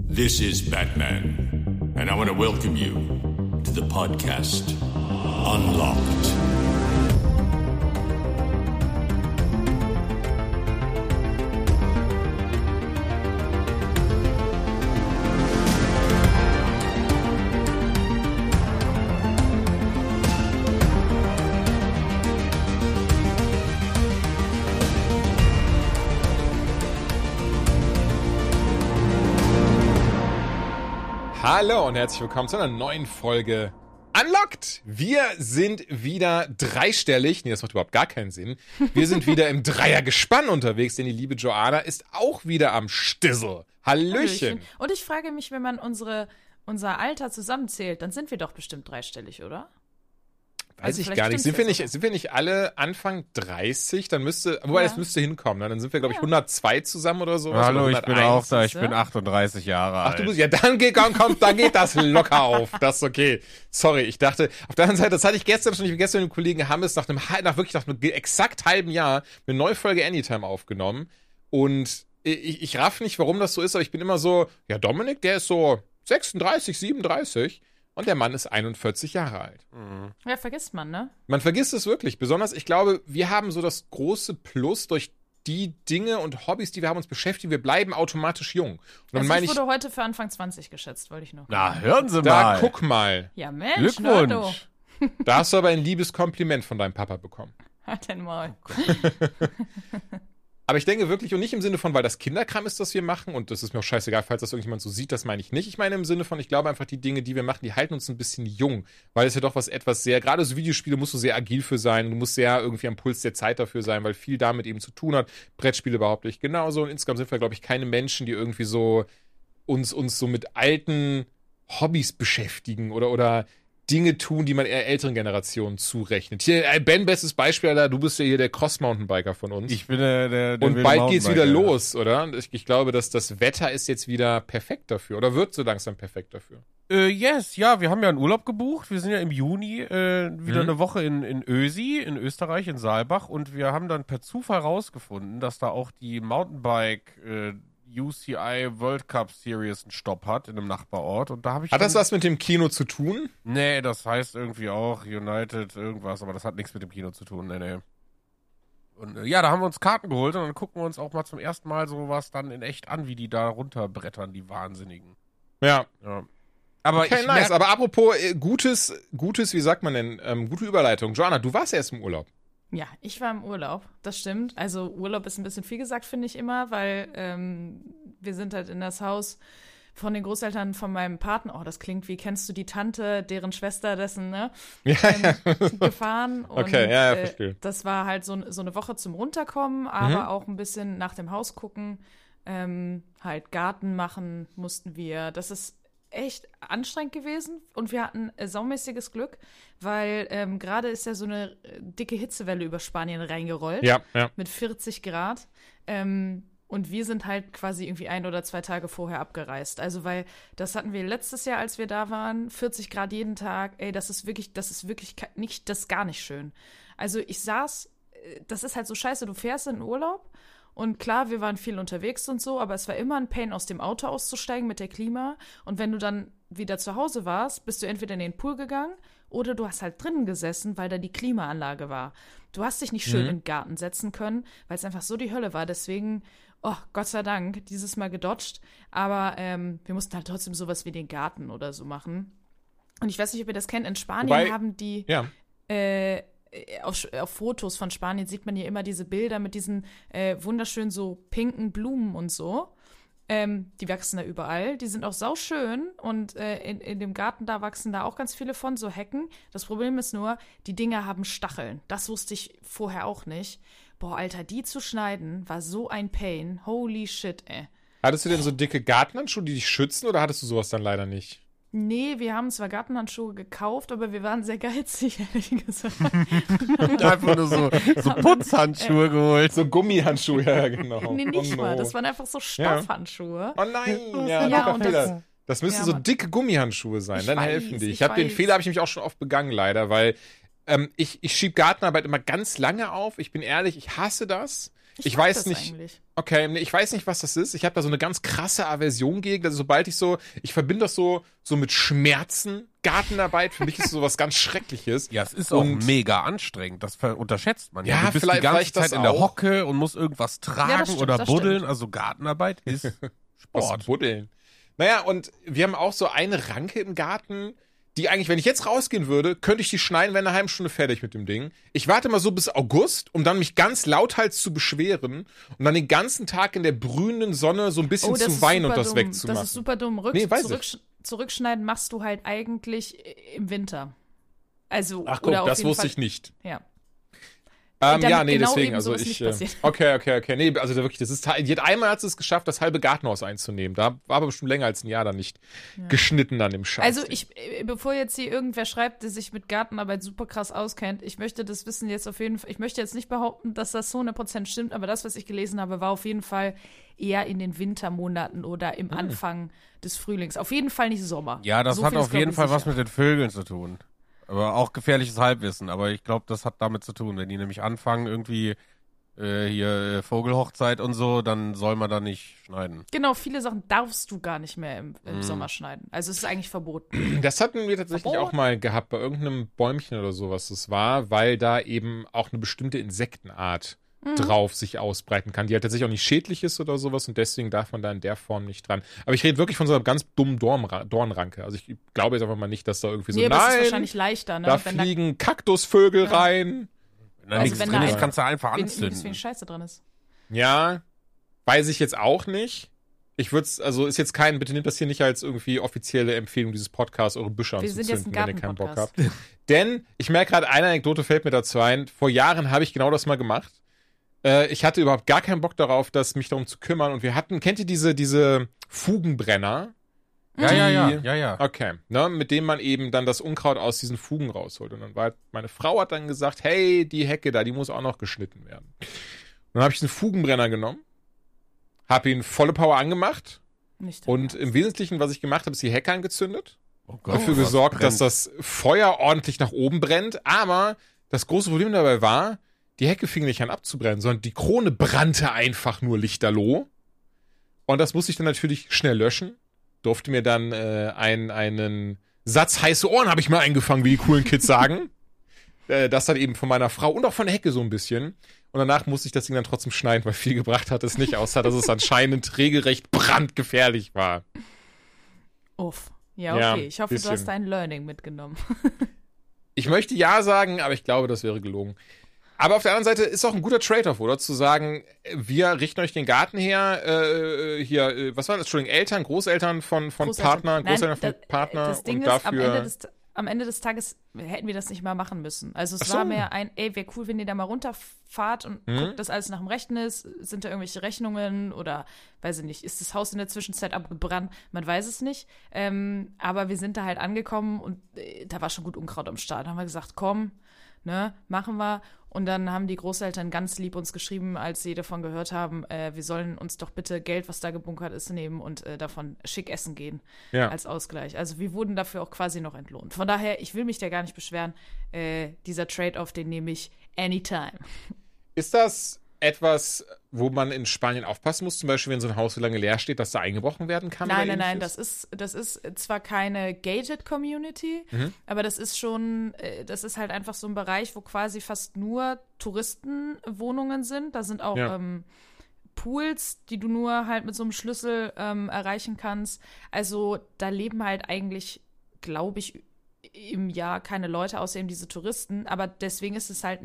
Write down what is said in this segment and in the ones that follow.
This is Batman, and I want to welcome you to the podcast Unlocked. Hallo und herzlich willkommen zu einer neuen Folge Unlocked. Wir sind wieder dreistellig. Nee, das macht überhaupt gar keinen Sinn. Wir sind wieder im Dreiergespann unterwegs, denn die liebe Joanna ist auch wieder am Stissel. Hallöchen. Und ich frage mich, wenn man unser Alter zusammenzählt, dann sind wir doch bestimmt dreistellig, oder? Weiß ich gar nicht. Sind wir nicht alle Anfang 30? Dann müsste, wobei das müsste hinkommen. Ne? Dann sind wir, glaube ich, 102 zusammen oder so. Hallo, ich bin auch da. Ich bin 38 Jahre alt. Ach, du bist, ja, dann geht das locker auf. Das ist okay. Sorry, ich dachte, auf der anderen Seite, das hatte ich gestern schon, gestern mit dem Kollegen Hammes nach einem exakt halben Jahr eine neue Folge Anytime aufgenommen. Und ich raff nicht, warum das so ist, aber ich bin immer so, ja, Dominik, der ist so 36, 37. Und der Mann ist 41 Jahre alt. Ja, vergisst man, ne? Man vergisst es wirklich. Besonders, ich glaube, wir haben so das große Plus durch die Dinge und Hobbys, die wir haben uns beschäftigt. Wir bleiben automatisch jung. Und dann ich wurde heute für Anfang 20 geschätzt, wollte ich noch. Na, hören Sie da mal. Guck mal. Ja, Mensch, Glückwunsch. Da hast du aber ein liebes Kompliment von deinem Papa bekommen. Halt den Maul. Aber ich denke wirklich, und nicht im Sinne von, weil das Kinderkram ist, das wir machen, und das ist mir auch scheißegal, falls das irgendjemand so sieht, das meine ich nicht. Ich meine im Sinne von, ich glaube einfach, die Dinge, die wir machen, die halten uns ein bisschen jung, weil es ja doch etwas sehr, gerade so Videospiele musst du sehr agil für sein, du musst sehr irgendwie am Puls der Zeit dafür sein, weil viel damit eben zu tun hat. Brettspiele behaupte ich genauso, und insgesamt sind wir, glaube ich, keine Menschen, die irgendwie so uns so mit alten Hobbys beschäftigen oder Dinge tun, die man eher älteren Generationen zurechnet. Hier, Ben, bestes Beispiel, Alter, du bist ja hier der Cross-Mountainbiker von uns. Ich bin der und bald geht's wieder los, oder? Ich glaube, dass das Wetter ist jetzt wieder perfekt dafür, oder wird so langsam perfekt dafür. Yes, ja, wir haben ja einen Urlaub gebucht. Wir sind ja im Juni wieder eine Woche in Ösi, in Österreich, in Saalbach. Und wir haben dann per Zufall rausgefunden, dass da auch die Mountainbike UCI World Cup Series einen Stopp hat in einem Nachbarort. Und da habe ich Hat das was mit dem Kino zu tun? Nee, das heißt irgendwie auch United irgendwas, aber das hat nichts mit dem Kino zu tun, nee. Und ja, da haben wir uns Karten geholt und dann gucken wir uns auch mal zum ersten Mal sowas dann in echt an, wie die da runterbrettern, die Wahnsinnigen. Ja. Aber okay, nice. Aber apropos gutes, wie sagt man denn, gute Überleitung. Joanna, du warst erst im Urlaub. Ja, ich war im Urlaub, das stimmt. Also Urlaub ist ein bisschen viel gesagt, finde ich immer, weil wir sind halt in das Haus von den Großeltern von meinem Partner, das klingt wie, kennst du die Tante, deren Schwester dessen, ne? Ja. Gefahren. Und, okay, ja, verstehe. Das war halt so eine Woche zum Runterkommen, aber auch ein bisschen nach dem Haus gucken, halt Garten machen mussten wir. Das ist echt anstrengend gewesen und wir hatten saumäßiges Glück, weil gerade ist ja so eine dicke Hitzewelle über Spanien reingerollt. Ja. Mit 40 Grad. Und wir sind halt quasi irgendwie 1 oder 2 Tage vorher abgereist. Also, weil das hatten wir letztes Jahr, als wir da waren, 40 Grad jeden Tag. Ey, das ist wirklich nicht, das ist gar nicht schön. Also, das ist halt so scheiße, du fährst in den Urlaub. Und klar, wir waren viel unterwegs und so, aber es war immer ein Pain, aus dem Auto auszusteigen mit der Klima. Und wenn du dann wieder zu Hause warst, bist du entweder in den Pool gegangen oder du hast halt drinnen gesessen, weil da die Klimaanlage war. Du hast dich nicht schön in den Garten setzen können, weil es einfach so die Hölle war. Deswegen, Gott sei Dank, dieses Mal gedodged. Aber wir mussten halt trotzdem sowas wie den Garten oder so machen. Und ich weiß nicht, ob ihr das kennt, in Spanien haben die auf Fotos von Spanien sieht man hier immer diese Bilder mit diesen wunderschönen so pinken Blumen und so. Die wachsen da überall. Die sind auch sauschön und in dem Garten da wachsen da auch ganz viele von, so Hecken. Das Problem ist nur, die Dinger haben Stacheln. Das wusste ich vorher auch nicht. Boah, Alter, die zu schneiden war so ein Pain. Holy shit, ey. Hattest du denn so dicke Gartenhandschuhe, die dich schützen, oder hattest du sowas dann leider nicht? Nee, wir haben zwar Gartenhandschuhe gekauft, aber wir waren sehr geizig, ehrlich gesagt. Einfach nur so Putzhandschuhe geholt. So Gummihandschuhe, ja, genau. Nee, nicht mal. Das waren einfach so Stoffhandschuhe. Oh nein, das müssen so dicke Gummihandschuhe sein, dann helfen die. Den Fehler habe ich nämlich auch schon oft begangen, leider, weil ich schieb Gartenarbeit immer ganz lange auf. Ich bin ehrlich, ich hasse das. Ich mag weiß das nicht. eigentlich. Okay, nee, ich weiß nicht, was das ist. Ich habe da so eine ganz krasse Aversion gegen. Also sobald ich verbinde das so mit Schmerzen, Gartenarbeit. Für mich ist so was ganz Schreckliches. Ja, es ist auch Und- mega anstrengend. Das unterschätzt man. Ja, Du bist die vielleicht ganze Zeit das in der auch. Hocke und musst irgendwas tragen stimmt, oder das buddeln. stimmt. Also Gartenarbeit ist Was Sport. buddeln. Naja, und wir haben auch so eine Ranke im Garten, die eigentlich, wenn ich jetzt rausgehen würde, könnte ich die schneiden, wäre eine halbe Stunde fertig mit dem Ding. Ich warte mal so bis August, um dann mich ganz lauthals zu beschweren und dann den ganzen Tag in der brühenden Sonne so ein bisschen Oh, das zu ist weinen und super das dumm. wegzumachen. Das ist super dumm. Nee, weiß ich. Zurückschneiden machst du halt eigentlich im Winter. Also, Ach guck, oder auf das jeden wusste Fall, ich nicht. Ja. Ja, nee, genau deswegen, eben also so ist ich, nicht passiert. okay, nee, also wirklich, einmal hat es geschafft, das halbe Gartenhaus einzunehmen. Da war aber bestimmt länger als ein Jahr dann nicht geschnitten an dem Scheiß. Also bevor jetzt hier irgendwer schreibt, der sich mit Gartenarbeit super krass auskennt, ich möchte das Wissen jetzt auf jeden Fall, ich möchte jetzt nicht behaupten, dass das so 100% stimmt, aber das, was ich gelesen habe, war auf jeden Fall eher in den Wintermonaten oder im Anfang des Frühlings. Auf jeden Fall nicht Sommer. Ja, das So hat viel ist, auf jeden glaub Fall ich, was mit den Vögeln zu tun. Aber auch gefährliches Halbwissen. Aber ich glaube, das hat damit zu tun. Wenn die nämlich anfangen, irgendwie Vogelhochzeit und so, dann soll man da nicht schneiden. Genau, viele Sachen darfst du gar nicht mehr im Sommer schneiden. Also es ist eigentlich verboten. Das hatten wir tatsächlich auch mal gehabt bei irgendeinem Bäumchen oder so, was das war, weil da eben auch eine bestimmte Insektenart drauf sich ausbreiten kann, die halt tatsächlich auch nicht schädlich ist oder sowas und deswegen darf man da in der Form nicht dran. Aber ich rede wirklich von so einer ganz dummen Dornranke. Also ich glaube jetzt einfach mal nicht, dass da irgendwie so, Nee, aber es ist nein, wahrscheinlich leichter, ne? da Wenn fliegen Kaktusvögel rein. Wenn da Also nichts wenn drin da ist, ein- kannst du einfach deswegen anzünden. Scheiße drin ist. Ja, weiß ich jetzt auch nicht. Ich würde es, also ist jetzt bitte nehmt das hier nicht als irgendwie offizielle Empfehlung dieses Podcasts, eure Büsche Wir sind jetzt anzuzünden, ein wenn ihr keinen Bock habt. Gartenpodcast. Denn, ich merke gerade, eine Anekdote fällt mir dazu ein. Vor Jahren habe ich genau das mal gemacht. Ich hatte überhaupt gar keinen Bock darauf, mich darum zu kümmern. Und kennt ihr diese Fugenbrenner? Ja. Okay, ne, mit dem man eben dann das Unkraut aus diesen Fugen rausholt. Und dann meine Frau hat dann gesagt, hey, die Hecke da, die muss auch noch geschnitten werden. Und dann habe ich diesen Fugenbrenner genommen, habe ihn volle Power angemacht Nicht und im Wesentlichen, was ich gemacht habe, ist die Hecke angezündet. Oh Gott, Dafür was gesorgt, brennt. dass das Feuer ordentlich nach oben brennt. Aber das große Problem dabei war, die Hecke fing nicht an abzubrennen, sondern die Krone brannte einfach nur lichterloh. Und das musste ich dann natürlich schnell löschen. Durfte mir dann einen Satz heiße Ohren habe ich mal eingefangen, wie die coolen Kids sagen. Das dann eben von meiner Frau und auch von der Hecke so ein bisschen. Und danach musste ich das Ding dann trotzdem schneiden, weil viel gebracht hat es nicht, außer dass es anscheinend regelrecht brandgefährlich war. Uff. Ja, Ja, okay. Ich hoffe, du bisschen. hast dein Learning mitgenommen. Ich möchte ja sagen, aber ich glaube, das wäre gelogen. Aber auf der anderen Seite ist auch ein guter Trade-off, oder? Zu sagen, wir richten euch den Garten her, was war das? Entschuldigung, Eltern, Großeltern von Partner, Großeltern von Partner das Ding und ist, dafür. am Ende des Tages hätten wir das nicht mal machen müssen. Also es Ach so. war mehr wäre cool, wenn ihr da mal runterfahrt und guckt, dass alles nach dem Rechten ist. Sind da irgendwelche Rechnungen oder, weiß ich nicht, ist das Haus in der Zwischenzeit abgebrannt? Man weiß es nicht. Aber wir sind da halt angekommen und da war schon gut Unkraut am Start. Da haben wir gesagt, komm, ne, machen wir. Und dann haben die Großeltern ganz lieb uns geschrieben, als sie davon gehört haben, wir sollen uns doch bitte Geld, was da gebunkert ist, nehmen und davon schick essen gehen als Ausgleich. Also wir wurden dafür auch quasi noch entlohnt. Von daher, ich will mich da gar nicht beschweren. Dieser Trade-off, den nehme ich anytime. Ist das etwas, wo man in Spanien aufpassen muss, zum Beispiel, wenn so ein Haus so lange leer steht, dass da eingebrochen werden kann? Nein, oder nein, ähnliches? das ist zwar keine gated Community, aber das ist schon, das ist halt einfach so ein Bereich, wo quasi fast nur Touristenwohnungen sind. Da sind auch Pools, die du nur halt mit so einem Schlüssel erreichen kannst. Also da leben halt eigentlich, glaube ich, im Jahr keine Leute, außer eben diese Touristen. Aber deswegen ist es halt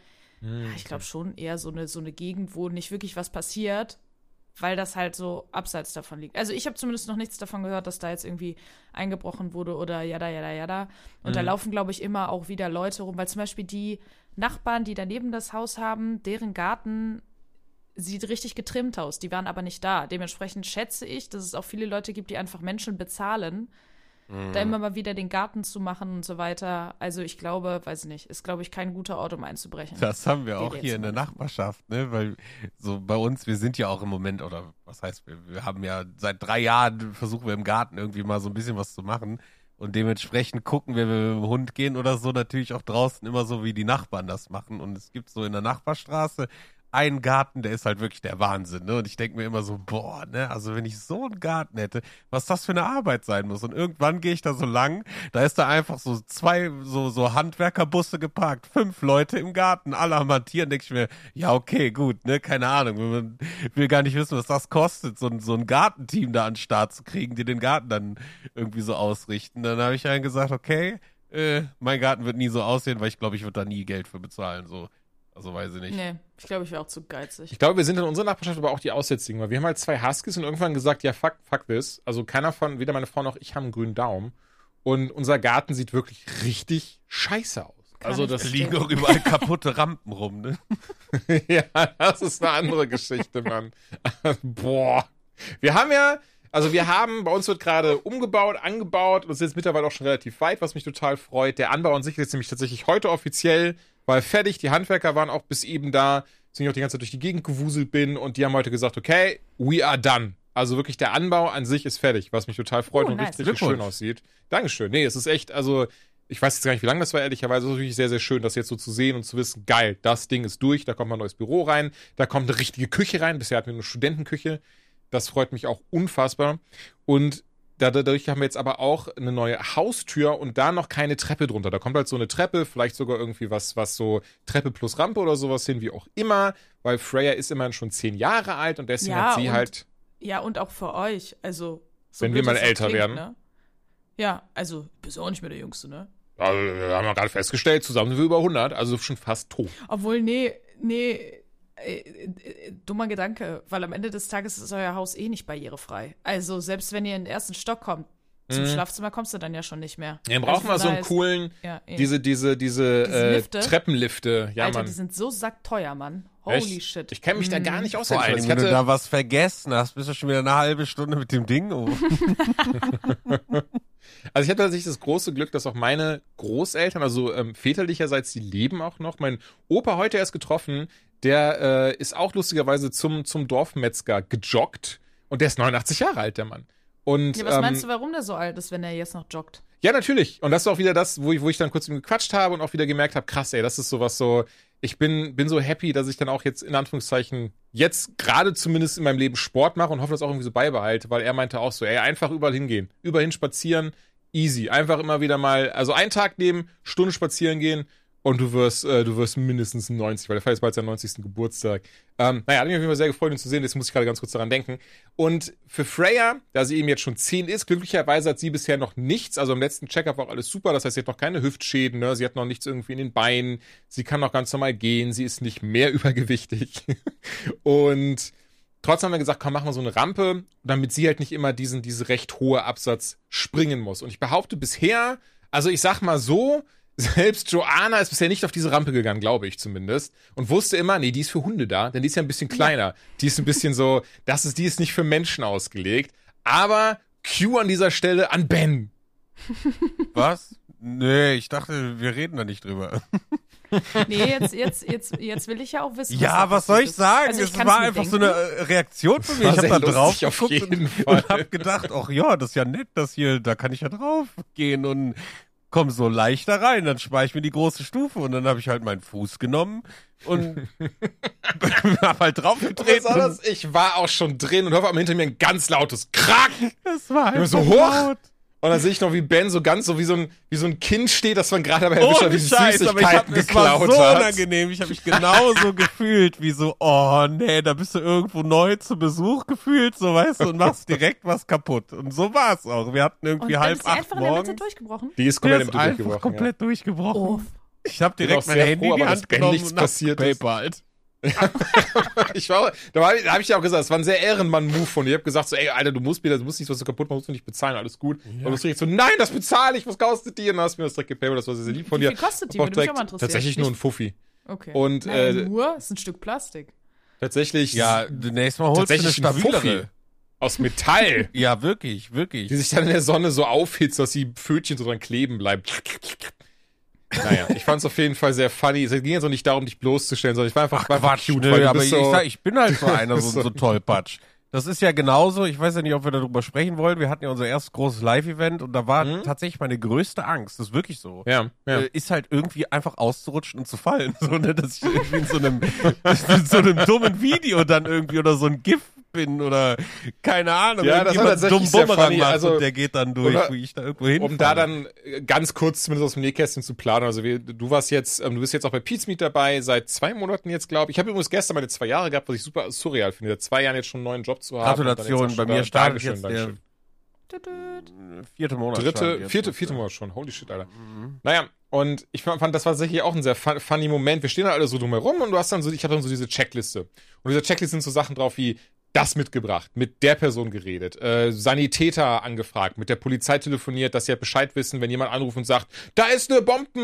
ich glaube schon eher so eine Gegend, wo nicht wirklich was passiert, weil das halt so abseits davon liegt. Also ich habe zumindest noch nichts davon gehört, dass da jetzt irgendwie eingebrochen wurde oder jada. Und da laufen, glaube ich, immer auch wieder Leute rum, weil zum Beispiel die Nachbarn, die daneben das Haus haben, deren Garten sieht richtig getrimmt aus. Die waren aber nicht da. Dementsprechend schätze ich, dass es auch viele Leute gibt, die einfach Menschen bezahlen, da immer mal wieder den Garten zu machen und so weiter. Also ich glaube, weiß nicht, ist, glaube ich, kein guter Ort, um einzubrechen. Das haben wir auch Geht hier jetzt in der mal. Nachbarschaft, ne? Weil so bei uns, wir sind ja auch im Moment, oder was heißt, wir haben ja seit 3 Jahren, versuchen wir im Garten irgendwie mal so ein bisschen was zu machen. Und dementsprechend gucken wir, wenn wir mit dem Hund gehen oder so, natürlich auch draußen immer so, wie die Nachbarn das machen. Und es gibt so in der Nachbarstraße einen Garten, der ist halt wirklich der Wahnsinn, ne? Und ich denke mir immer so, boah, ne, also wenn ich so einen Garten hätte, was das für eine Arbeit sein muss. Und irgendwann gehe ich da so lang, da ist da einfach so 2 so Handwerkerbusse geparkt, 5 Leute im Garten, alle am Hantieren, denke ich mir, ja, okay, gut, ne, keine Ahnung, man will gar nicht wissen, was das kostet, so ein Gartenteam da an den Start zu kriegen, die den Garten dann irgendwie so ausrichten. Dann habe ich einen gesagt, okay, mein Garten wird nie so aussehen, weil ich glaube, ich würde da nie Geld für bezahlen, so. Also weiß ich nicht. Nee, ich glaube, ich wäre auch zu geizig. Ich glaube, wir sind in unserer Nachbarschaft aber auch die Aussätzigen, weil wir haben halt 2 Huskies und irgendwann gesagt, ja, fuck this. Also keiner von, weder meine Frau noch ich haben einen grünen Daumen. Und unser Garten sieht wirklich richtig scheiße aus. Also das liegen auch überall kaputte Rampen rum, ne? Ja, das ist eine andere Geschichte, Mann. Boah. Wir haben, bei uns wird gerade umgebaut, angebaut und es ist jetzt mittlerweile auch schon relativ weit, was mich total freut. Der Anbau an sich ist nämlich tatsächlich heute offiziell, weil fertig, die Handwerker waren auch bis eben da, deswegen ich auch die ganze Zeit durch die Gegend gewuselt bin und die haben heute gesagt, okay, we are done. Also wirklich der Anbau an sich ist fertig, was mich total freut und nice. richtig schön aussieht. Dankeschön. Nee, es ist echt, also ich weiß jetzt gar nicht, wie lange das war, ehrlicherweise. Es ist wirklich sehr, sehr schön, das jetzt so zu sehen und zu wissen, geil, das Ding ist durch, da kommt mal ein neues Büro rein, da kommt eine richtige Küche rein. Bisher hatten wir eine Studentenküche. Das freut mich auch unfassbar. Und dadurch haben wir jetzt aber auch eine neue Haustür und da noch keine Treppe drunter. Da kommt halt so eine Treppe, vielleicht sogar irgendwie was so Treppe plus Rampe oder sowas hin, wie auch immer, weil Freya ist immerhin schon 10 Jahre alt und deswegen hat sie halt... Ja, und auch für euch, also... So wenn wir mal älter werden. Ne? Ja, also, bist du auch nicht mehr der Jüngste, ne? Also, wir haben ja gerade festgestellt, zusammen sind wir über 100, also schon fast tot. Obwohl, dummer Gedanke, weil am Ende des Tages ist euer Haus eh nicht barrierefrei. Also selbst wenn ihr in den ersten Stock kommt, zum Schlafzimmer kommst du dann ja schon nicht mehr. Ja, dann brauchen wir so einen coolen, diese Treppenlifte. Ja, Alter, Mann. die sind so sackteuer, Mann. Holy shit. Ich kenne mich da gar nicht aus. Vor allem, wenn du da was vergessen hast, bist du schon wieder eine halbe Stunde mit dem Ding. Oh. Also ich hatte tatsächlich das große Glück, dass auch meine Großeltern, also väterlicherseits, die leben auch noch. Mein Opa heute erst getroffen, der ist auch lustigerweise zum Dorfmetzger gejoggt und der ist 89 Jahre alt, der Mann. Und, ja, was meinst du, warum der so alt ist, wenn er jetzt noch joggt? Ja, natürlich. Und das ist auch wieder das, wo ich dann kurz mit ihm gequatscht habe und auch wieder gemerkt habe, krass, ey, das ist sowas so, ich bin so happy, dass ich dann auch jetzt in Anführungszeichen jetzt gerade zumindest in meinem Leben Sport mache und hoffe, das auch irgendwie so beibehalte, weil er meinte auch so, ey, einfach überall hingehen, überall hin spazieren, easy. Einfach immer wieder mal, also einen Tag nehmen, Stunde spazieren gehen und du wirst mindestens 90, weil der feiert jetzt bald seinen 90. Geburtstag. Naja, hat mich auf jeden Fall sehr gefreut, ihn zu sehen, jetzt muss ich gerade ganz kurz daran denken. Und für Freya, da sie eben jetzt schon 10 ist, glücklicherweise hat sie bisher noch nichts, also im letzten Check-up war auch alles super, das heißt, sie hat noch keine Hüftschäden, ne? Sie hat noch nichts irgendwie in den Beinen, sie kann noch ganz normal gehen, sie ist nicht mehr übergewichtig. Und trotzdem haben wir gesagt, komm, machen wir so eine Rampe, damit sie halt nicht immer diese recht hohe Absatz springen muss. Und ich behaupte bisher, also ich sag mal so, selbst Joanna ist bisher nicht auf diese Rampe gegangen, glaube ich zumindest. Und wusste immer, nee, die ist für Hunde da, denn die ist ja ein bisschen kleiner. Ja. Die ist ein bisschen so, die ist nicht für Menschen ausgelegt. Aber Q an dieser Stelle an Ben. Was? Nee, ich dachte, wir reden da nicht drüber. Nee, jetzt will ich ja auch wissen. Ja, was soll ich sagen? Also es war einfach so eine Reaktion von mir. Ich habe da drauf geguckt und habe gedacht, ach ja, das ist ja nett, da kann ich ja drauf gehen und komm so leicht da rein, dann spare ich mir die große Stufe und dann habe ich halt meinen Fuß genommen und hab halt draufgetreten. Ich war auch schon drin und hoffe hinter mir ein ganz lautes Krack. Das war halt so hoch. Laut. Und dann sehe ich noch, wie Ben so ganz so wie so ein Kind steht, das man gerade bei Erwischer wie Süßigkeiten geklaut hat. Das war so unangenehm. Ich habe mich genauso gefühlt, wie so, oh nee, da bist du irgendwo neu zu Besuch gefühlt, so weißt du, und machst direkt was kaputt. Und so war es auch. Wir hatten irgendwie und 7:30 morgens. Durchgebrochen? Die ist komplett in der Mitte durchgebrochen. Komplett durchgebrochen. Oh. Ich habe direkt mein Handy in die Hand genommen nichts passiert ist. PayPal. Da habe ich ja auch gesagt, es war ein sehr Ehrenmann-Move von dir. Ich habe gesagt so, ey, Alter, du musst nichts, was du kaputt machst, musst du nicht bezahlen, alles gut. Ja. Und du sagst so, nein, das bezahle ich, was kostet die? Und dann hast du mir das direkt gepaypalt, das war sehr lieb von dir. Wie viel kostet die? Würde mich auch mal interessieren. Tatsächlich nur ein Fuffi. Okay. Und, nur? Das ist ein Stück Plastik. Tatsächlich. Ja, nächstes Mal holst du eine stabilere. Aus Metall. Ja, wirklich, wirklich. Die sich dann in der Sonne so aufhitzt, dass die Pfötchen so dran kleben bleiben. Naja, ich fand's auf jeden Fall sehr funny. Es ging jetzt auch nicht darum, dich bloßzustellen, sondern ich war einfach Quatsch, cute. Nö, aber ich bin halt so einer, so Tollpatsch. Das ist ja genauso, ich weiß ja nicht, ob wir darüber sprechen wollen, wir hatten ja unser erstes großes Live-Event und da war tatsächlich meine größte Angst, das ist wirklich so, ist halt irgendwie einfach auszurutschen und zu fallen, so, ne, dass ich irgendwie in so einem dummen Video dann irgendwie oder so ein GIF bin oder keine Ahnung, irgendjemand einen dummen Bumerang macht also, und der geht dann durch, wo ich da irgendwo hinfalle. Um da dann ganz kurz zumindest aus dem Nähkästchen zu planen, also du bist jetzt auch bei Pete's Meet dabei, seit 2 Monaten jetzt, glaube ich. Ich habe übrigens gestern meine 2 Jahre gehabt, was ich super surreal finde, seit 2 Jahren jetzt schon einen neuen Job zu haben. Gratulation, bei mir startet jetzt der 4. Monat. Vierte Monat schon, holy shit, Alter. Naja, und ich fand, das war sicherlich auch ein sehr funny Moment. Wir stehen da alle so drumherum und ich habe dann so diese Checkliste. Und diese Checkliste sind so Sachen drauf wie das mitgebracht, mit der Person geredet, Sanitäter angefragt, mit der Polizei telefoniert, dass sie halt Bescheid wissen, wenn jemand anruft und sagt, da ist eine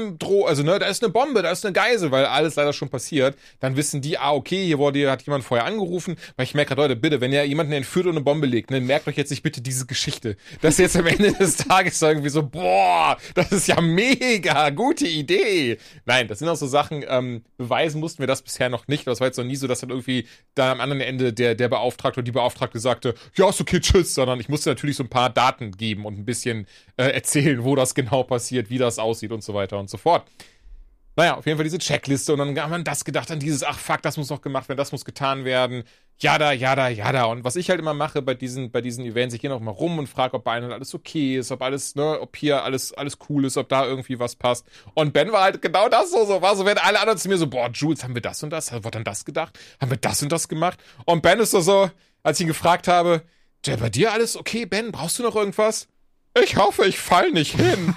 da ist eine Bombe, da ist eine Geisel, weil alles leider schon passiert, dann wissen die, okay, hat jemand vorher angerufen, weil ich merke gerade, Leute, bitte, wenn ihr jemanden entführt und eine Bombe legt, ne, merkt euch jetzt nicht bitte diese Geschichte. Das ist jetzt am Ende des Tages irgendwie so, boah, das ist ja mega, gute Idee. Nein, das sind auch so Sachen, beweisen mussten wir das bisher noch nicht, das war jetzt noch nie so, dass dann irgendwie da am anderen Ende der Beauftragte oder die Beauftragte sagte, ja, ist okay, tschüss, sondern ich musste natürlich so ein paar Daten geben und ein bisschen erzählen, wo das genau passiert, wie das aussieht und so weiter und so fort. Naja, auf jeden Fall diese Checkliste und dann haben wir an das gedacht, an dieses, ach fuck, das muss noch gemacht werden, das muss getan werden, jada. Und was ich halt immer mache bei diesen Events, ich gehe noch mal rum und frage, ob bei einem alles okay ist, ob alles, ne, ob hier alles cool ist, ob da irgendwie was passt. Und Ben war halt genau das war so, wenn alle anderen zu mir so, boah, Jules, haben wir das und das? Wurde an das gedacht? Haben wir das und das gemacht? Und Ben ist so, als ich ihn gefragt habe, bei dir alles okay, Ben, brauchst du noch irgendwas? Ich hoffe, ich fall nicht hin.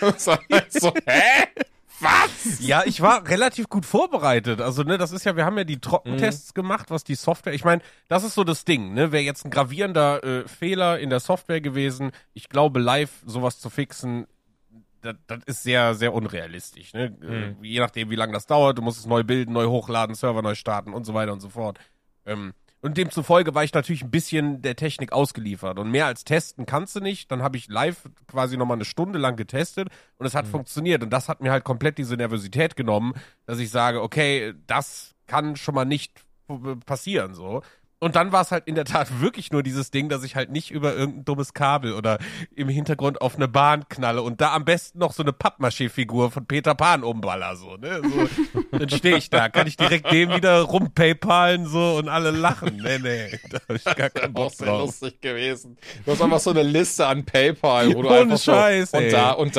so, hä? Was? Ja, ich war relativ gut vorbereitet. Also, ne, das ist ja, wir haben ja die Trockentests gemacht, was die Software, ich meine, das ist so das Ding, ne, wäre jetzt ein gravierender Fehler in der Software gewesen. Ich glaube, live sowas zu fixen, das ist sehr, sehr unrealistisch, ne. Je nachdem, wie lange das dauert, du musst es neu bilden, neu hochladen, Server neu starten und so weiter und so fort. Und demzufolge war ich natürlich ein bisschen der Technik ausgeliefert. Und mehr als testen kannst du nicht. Dann habe ich live quasi nochmal eine Stunde lang getestet und es hat funktioniert. Und das hat mir halt komplett diese Nervosität genommen, dass ich sage, okay, das kann schon mal nicht passieren, so. Und dann war es halt in der Tat wirklich nur dieses Ding, dass ich halt nicht über irgendein dummes Kabel oder im Hintergrund auf eine Bahn knalle und da am besten noch so eine Pappmaché-Figur von Peter Pan umballer, so, ne? So, dann stehe ich da, kann ich direkt dem wieder rumpaypalen, so, und alle lachen. Nee, da hab ich gar keinen Bock drauf. Das drauf. lustig gewesen. Du hast einfach so eine Liste an PayPal, wo du Ohne einfach Scheiß, so, ey. und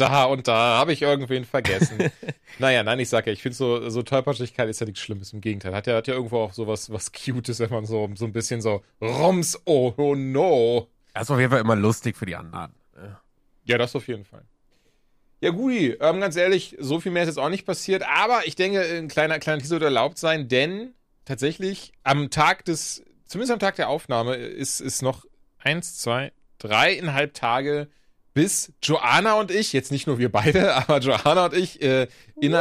da habe ich irgendwen vergessen. Nein, ich sag ja, ich finde so Tollpatschigkeit ist ja nichts Schlimmes, im Gegenteil. Hat ja irgendwo auch so was Cutes, wenn man so ein bisschen so Roms, oh no. Das ist auf jeden Fall immer lustig für die anderen. Ja, das auf jeden Fall. Ja, Gudi, ganz ehrlich, so viel mehr ist jetzt auch nicht passiert, aber ich denke, ein kleiner Teaser wird erlaubt sein, denn tatsächlich zumindest am Tag der Aufnahme ist noch 1, 2, 3,5 Tage, bis Joanna und ich, jetzt nicht nur wir beide, aber Joanna und ich mit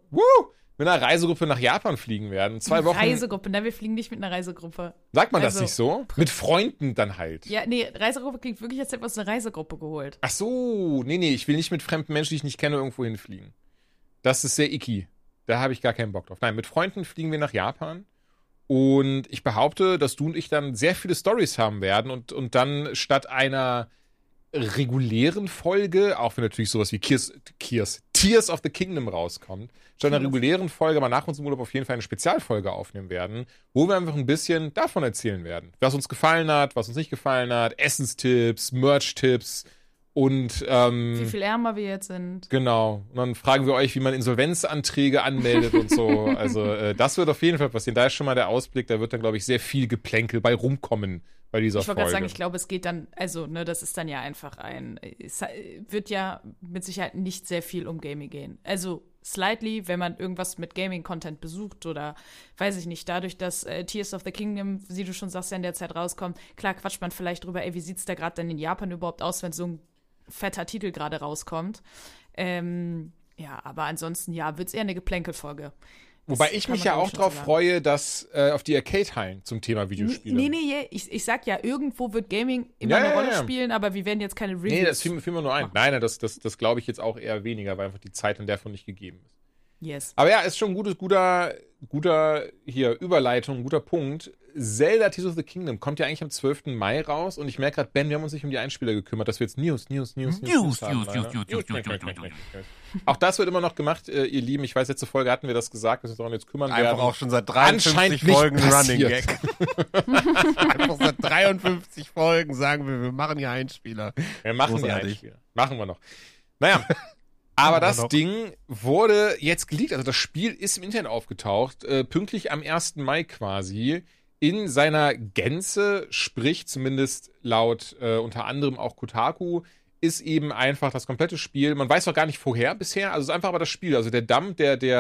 einer Reisegruppe nach Japan fliegen werden. 2 Wochen. Reisegruppe, ne, wir fliegen nicht mit einer Reisegruppe. Sagt man das nicht so? Mit Freunden dann halt. Ja, nee, Reisegruppe klingt wirklich, als hätten wir uns eine Reisegruppe geholt. Ach so, nee, ich will nicht mit fremden Menschen, die ich nicht kenne, irgendwo hinfliegen. Das ist sehr icky. Da habe ich gar keinen Bock drauf. Nein, mit Freunden fliegen wir nach Japan. Und ich behaupte, dass du und ich dann sehr viele Storys haben werden und dann statt einer regulären Folge, auch wenn natürlich sowas wie Tears of the Kingdom rauskommt, statt einer regulären Folge, aber nach unserem Urlaub auf jeden Fall eine Spezialfolge aufnehmen werden, wo wir einfach ein bisschen davon erzählen werden. Was uns gefallen hat, was uns nicht gefallen hat, Essenstipps, Merch-Tipps und wie viel ärmer wir jetzt sind. Genau. Und dann fragen wir euch, wie man Insolvenzanträge anmeldet und so. Also das wird auf jeden Fall passieren. Da ist schon mal der Ausblick, da wird dann, glaube ich, sehr viel Geplänkel bei rumkommen bei dieser Folge. Ich wollte gerade sagen, ich glaube, es geht dann, also, ne, das ist dann ja einfach es wird ja mit Sicherheit nicht sehr viel um Gaming gehen. Also, slightly, wenn man irgendwas mit Gaming-Content besucht oder, weiß ich nicht, dadurch, dass Tears of the Kingdom, wie du schon sagst, ja in der Zeit rauskommt, klar quatscht man vielleicht drüber, wie sieht's da gerade denn in Japan überhaupt aus, wenn so ein fetter Titel gerade rauskommt. Ja, aber ansonsten, ja, wird's eher eine Geplänkelfolge. Wobei ich mich ja auch drauf freue, dass auf die Arcade-Hallen zum Thema Videospiele. Nee, ich sag ja, irgendwo wird Gaming immer eine Rolle spielen, aber wir werden jetzt keine Reviews. Nee, das fiel mir nur ein. Nein, das glaube ich jetzt auch eher weniger, weil einfach die Zeit in der von nicht gegeben ist. Yes. Aber ja, ist schon ein guter hier Überleitung, guter Punkt. Zelda Tears of the Kingdom kommt ja eigentlich am 12. Mai raus und ich merke gerade, Ben, wir haben uns nicht um die Einspieler gekümmert, dass wir jetzt News haben. Auch das wird immer noch gemacht, ihr Lieben. Ich weiß, letzte Folge hatten wir das gesagt, dass wir uns daran jetzt kümmern werden. Einfach auch schon seit 53 Folgen Running Gag. Einfach seit 53 Folgen sagen wir machen hier Einspieler. Wir machen die Einspieler. Machen wir noch. Naja, aber das Ding wurde jetzt geleakt. Also das Spiel ist im Internet aufgetaucht, pünktlich am 1. Mai quasi. In seiner Gänze, sprich zumindest laut unter anderem auch Kotaku, ist eben einfach das komplette Spiel. Man weiß noch gar nicht vorher bisher, also es ist einfach aber das Spiel. Also der Dump,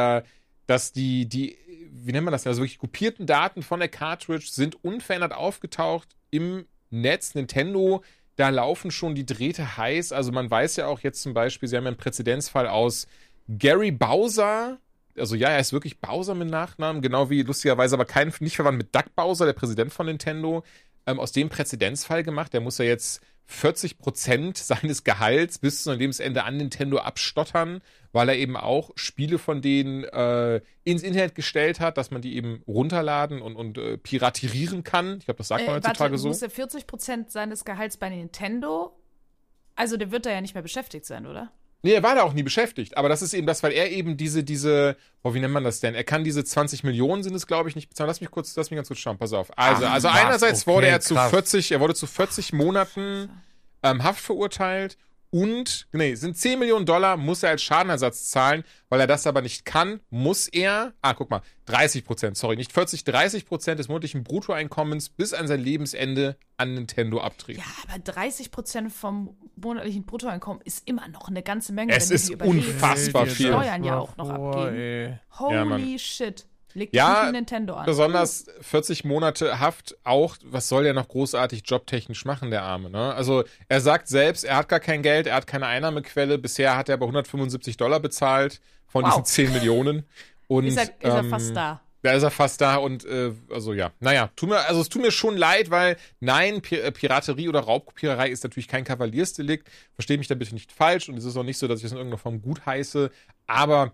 wie nennt man das denn? Also wirklich kopierten Daten von der Cartridge sind unverändert aufgetaucht im Netz. Nintendo, da laufen schon die Drähte heiß. Also man weiß ja auch jetzt zum Beispiel, sie haben ja einen Präzedenzfall aus Gary Bowser. Also ja, er ist wirklich Bowser mit Nachnamen, genau wie lustigerweise aber nicht verwandt mit Doug Bowser, der Präsident von Nintendo, aus dem Präzedenzfall gemacht. Der muss ja jetzt 40% seines Gehalts bis zu seinem Lebensende an Nintendo abstottern, weil er eben auch Spiele von denen ins Internet gestellt hat, dass man die eben runterladen und piratisieren kann. Ich glaube, das sagt man heutzutage so. Muss er 40% seines Gehalts bei Nintendo? Also der wird da ja nicht mehr beschäftigt sein, oder? Nee, er war da auch nie beschäftigt, aber das ist eben das, weil er eben wie nennt man das denn? Er kann diese 20 Millionen sind es, glaube ich, nicht bezahlen. Lass mich ganz kurz schauen, pass auf. Also einerseits wurde er zu 40 Monaten Haft verurteilt und, sind 10 Millionen Dollar, muss er als Schadenersatz zahlen, weil er das aber nicht kann, muss er, 30%, nicht 40, 30% des monatlichen Bruttoeinkommens bis an sein Lebensende an Nintendo abtreten. Ja, aber 30% vom monatlichen Bruttoeinkommen ist immer noch eine ganze Menge. Es ist unfassbar viel. Steuern ja auch noch abgeben. Holy shit. Legt ja, nicht Nintendo an. Besonders 40 Monate Haft auch, was soll der noch großartig jobtechnisch machen, der Arme, ne? Also, er sagt selbst, er hat gar kein Geld, er hat keine Einnahmequelle. Bisher hat er aber $175 bezahlt von diesen 10 Millionen. Und, ist er fast da. Da ist er fast da und, Naja, es tut mir schon leid, weil, nein, Piraterie oder Raubkopiererei ist natürlich kein Kavaliersdelikt. Verstehe mich da bitte nicht falsch und es ist auch nicht so, dass ich das in irgendeiner Form gutheiße, aber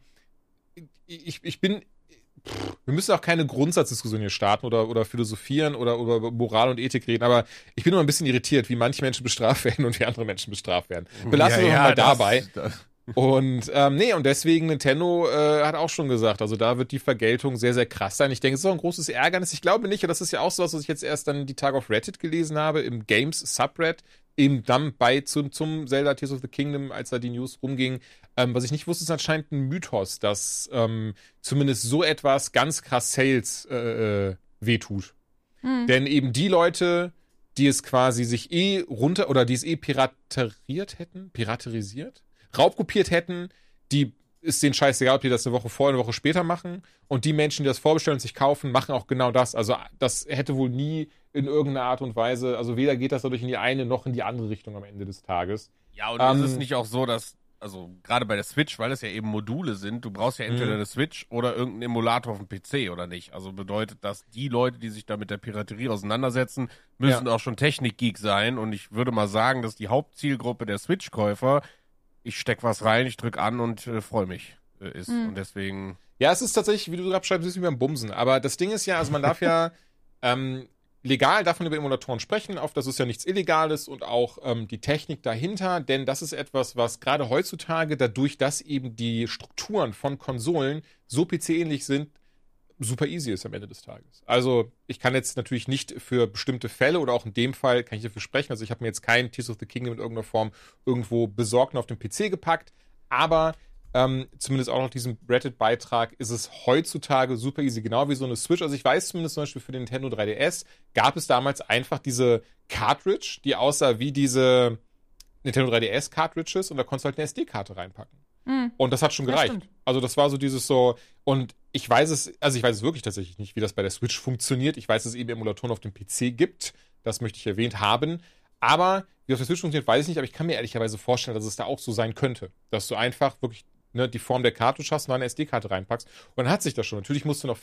wir müssen auch keine Grundsatzdiskussion hier starten oder philosophieren oder über Moral und Ethik reden, aber ich bin nur ein bisschen irritiert, wie manche Menschen bestraft werden und wie andere Menschen bestraft werden. Belassen wir mal dabei. Und und deswegen Nintendo hat auch schon gesagt, also da wird die Vergeltung sehr, sehr krass sein. Ich denke, es ist auch ein großes Ärgernis. Ich glaube nicht, und das ist ja auch so was ich jetzt erst dann die Tage auf Reddit gelesen habe, im Games Subreddit, eben dann zum Zelda Tears of the Kingdom, als da die News rumging. Was ich nicht wusste, ist anscheinend ein Mythos, dass zumindest so etwas ganz krass Sales wehtut. Denn eben die Leute, die es quasi sich die es piraterisiert? Raubkopiert hätten, die ist denen scheißegal, ob die das eine Woche vorher, eine Woche später machen. Und die Menschen, die das vorbestellen und sich kaufen, machen auch genau das. Also das hätte wohl nie in irgendeiner Art und Weise, also weder geht das dadurch in die eine noch in die andere Richtung am Ende des Tages. Ja, und ist es nicht auch so, dass, also gerade bei der Switch, weil es ja eben Module sind, du brauchst ja entweder eine Switch oder irgendeinen Emulator auf dem PC, oder nicht? Also bedeutet das, die Leute, die sich da mit der Piraterie auseinandersetzen, müssen auch schon Technikgeek sein. Und ich würde mal sagen, dass die Hauptzielgruppe der Switch-Käufer, ich steck was rein, ich drück an und freue mich, ist. Und deswegen... Ja, es ist tatsächlich, wie du gerade schreibst, es ist wie beim Bumsen. Aber das Ding ist ja, also man darf ja legal davon über Emulatoren sprechen, auf das ist ja nichts Illegales und auch die Technik dahinter, denn das ist etwas, was gerade heutzutage, dadurch, dass eben die Strukturen von Konsolen so PC-ähnlich sind, super easy ist am Ende des Tages. Also ich kann jetzt natürlich nicht für bestimmte Fälle oder auch in dem Fall kann ich dafür sprechen, also ich habe mir jetzt kein Tears of the Kingdom in irgendeiner Form irgendwo besorgt und auf den PC gepackt, aber zumindest auch nach diesem Reddit-Beitrag ist es heutzutage super easy, genau wie so eine Switch. Also ich weiß zumindest zum Beispiel für den Nintendo 3DS gab es damals einfach diese Cartridge, die aussah wie diese Nintendo 3DS-Cartridges und da konntest du halt eine SD-Karte reinpacken. Und das hat schon gereicht. Stimmt. Also das war so dieses so, und ich weiß es wirklich tatsächlich nicht, wie das bei der Switch funktioniert. Ich weiß, dass es eben Emulatoren auf dem PC gibt. Das möchte ich erwähnt haben. Aber wie auf der Switch funktioniert, weiß ich nicht. Aber ich kann mir ehrlicherweise vorstellen, dass es da auch so sein könnte. Dass du einfach wirklich die Form der Cartridge hast und dann eine SD-Karte reinpackst. Und dann hat sich das schon. Natürlich musst du noch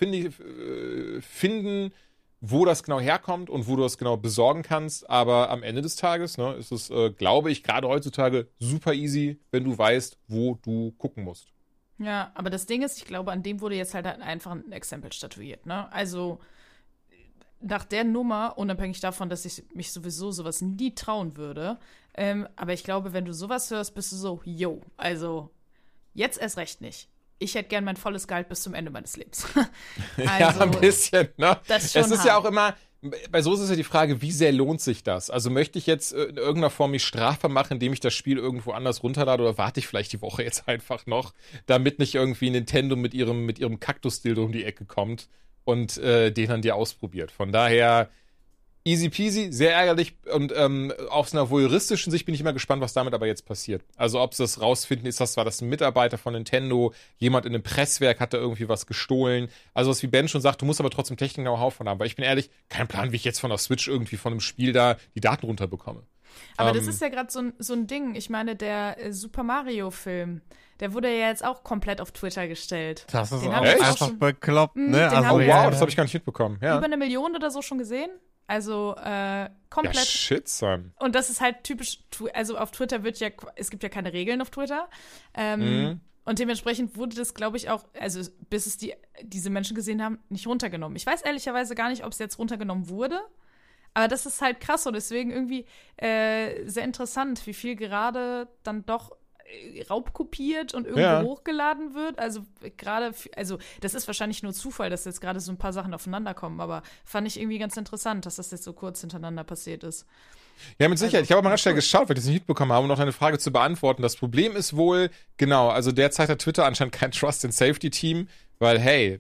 finden, wo das genau herkommt und wo du das genau besorgen kannst. Aber am Ende des Tages ist es, glaube ich, gerade heutzutage super easy, wenn du weißt, wo du gucken musst. Ja, aber das Ding ist, ich glaube, an dem wurde jetzt halt einfach ein Exempel statuiert, ne? Also, nach der Nummer, unabhängig davon, dass ich mich sowieso sowas nie trauen würde, aber ich glaube, wenn du sowas hörst, bist du so, yo, also jetzt erst recht nicht. Ich hätte gern mein volles Gehalt bis zum Ende meines Lebens. Ja, ein bisschen, ne? Das ist schon es ist ja auch immer, bei so ist es ja die Frage, wie sehr lohnt sich das? Also möchte ich jetzt in irgendeiner Form mich strafbar machen, indem ich das Spiel irgendwo anders runterlade, oder warte ich vielleicht die Woche jetzt einfach noch, damit nicht irgendwie Nintendo mit ihrem Kaktus-Dildo um die Ecke kommt und den dann dir ausprobiert. Von daher easy peasy, sehr ärgerlich, und aus einer voyeuristischen Sicht bin ich immer gespannt, was damit aber jetzt passiert. Also ob sie das rausfinden, war das ein Mitarbeiter von Nintendo, jemand in einem Presswerk hat da irgendwie was gestohlen. Also was wie Ben schon sagt, du musst aber trotzdem Technik-Know-how von haben, weil ich bin ehrlich, kein Plan, wie ich jetzt von der Switch irgendwie von einem Spiel da die Daten runterbekomme. Aber das ist ja gerade so ein Ding. Ich meine, der Super Mario-Film, der wurde ja jetzt auch komplett auf Twitter gestellt. Das ist Den auch haben wir einfach schon- bekloppt, Den ne? haben Oh wir wow, ja. das habe ich gar nicht mitbekommen. Ja. Über 1 Million oder so schon gesehen. Also Ja, komplett. shit, son. Und das ist halt typisch, also auf Twitter es gibt ja keine Regeln auf Twitter. Und dementsprechend wurde das, glaube ich, auch, also bis es diese Menschen gesehen haben, nicht runtergenommen. Ich weiß ehrlicherweise gar nicht, ob es jetzt runtergenommen wurde. Aber das ist halt krass und deswegen irgendwie sehr interessant, wie viel gerade dann doch raubkopiert und irgendwo hochgeladen wird. Also das ist wahrscheinlich nur Zufall, dass jetzt gerade so ein paar Sachen aufeinander kommen, aber fand ich irgendwie ganz interessant, dass das jetzt so kurz hintereinander passiert ist. Ja, mit Sicherheit. Ich habe auch mal ganz schnell geschaut, weil ich das nicht mitbekommen habe, um noch eine Frage zu beantworten. Das Problem ist wohl, genau, also derzeit hat Twitter anscheinend kein Trust-and-Safety-Team, weil, hey,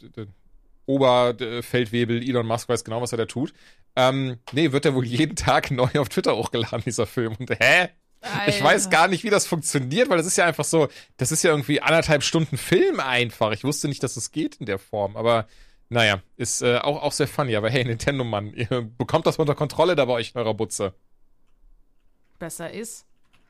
Oberfeldwebel Elon Musk weiß genau, was er da tut. Wird er wohl jeden Tag neu auf Twitter hochgeladen, dieser Film. Und ich weiß gar nicht, wie das funktioniert, weil das ist ja einfach so, das ist ja irgendwie 1,5 Stunden Film einfach. Ich wusste nicht, dass es geht in der Form, aber naja, ist auch sehr funny. Aber hey, Nintendo, Mann, ihr bekommt das unter Kontrolle da bei euch in eurer Butze. Besser ist.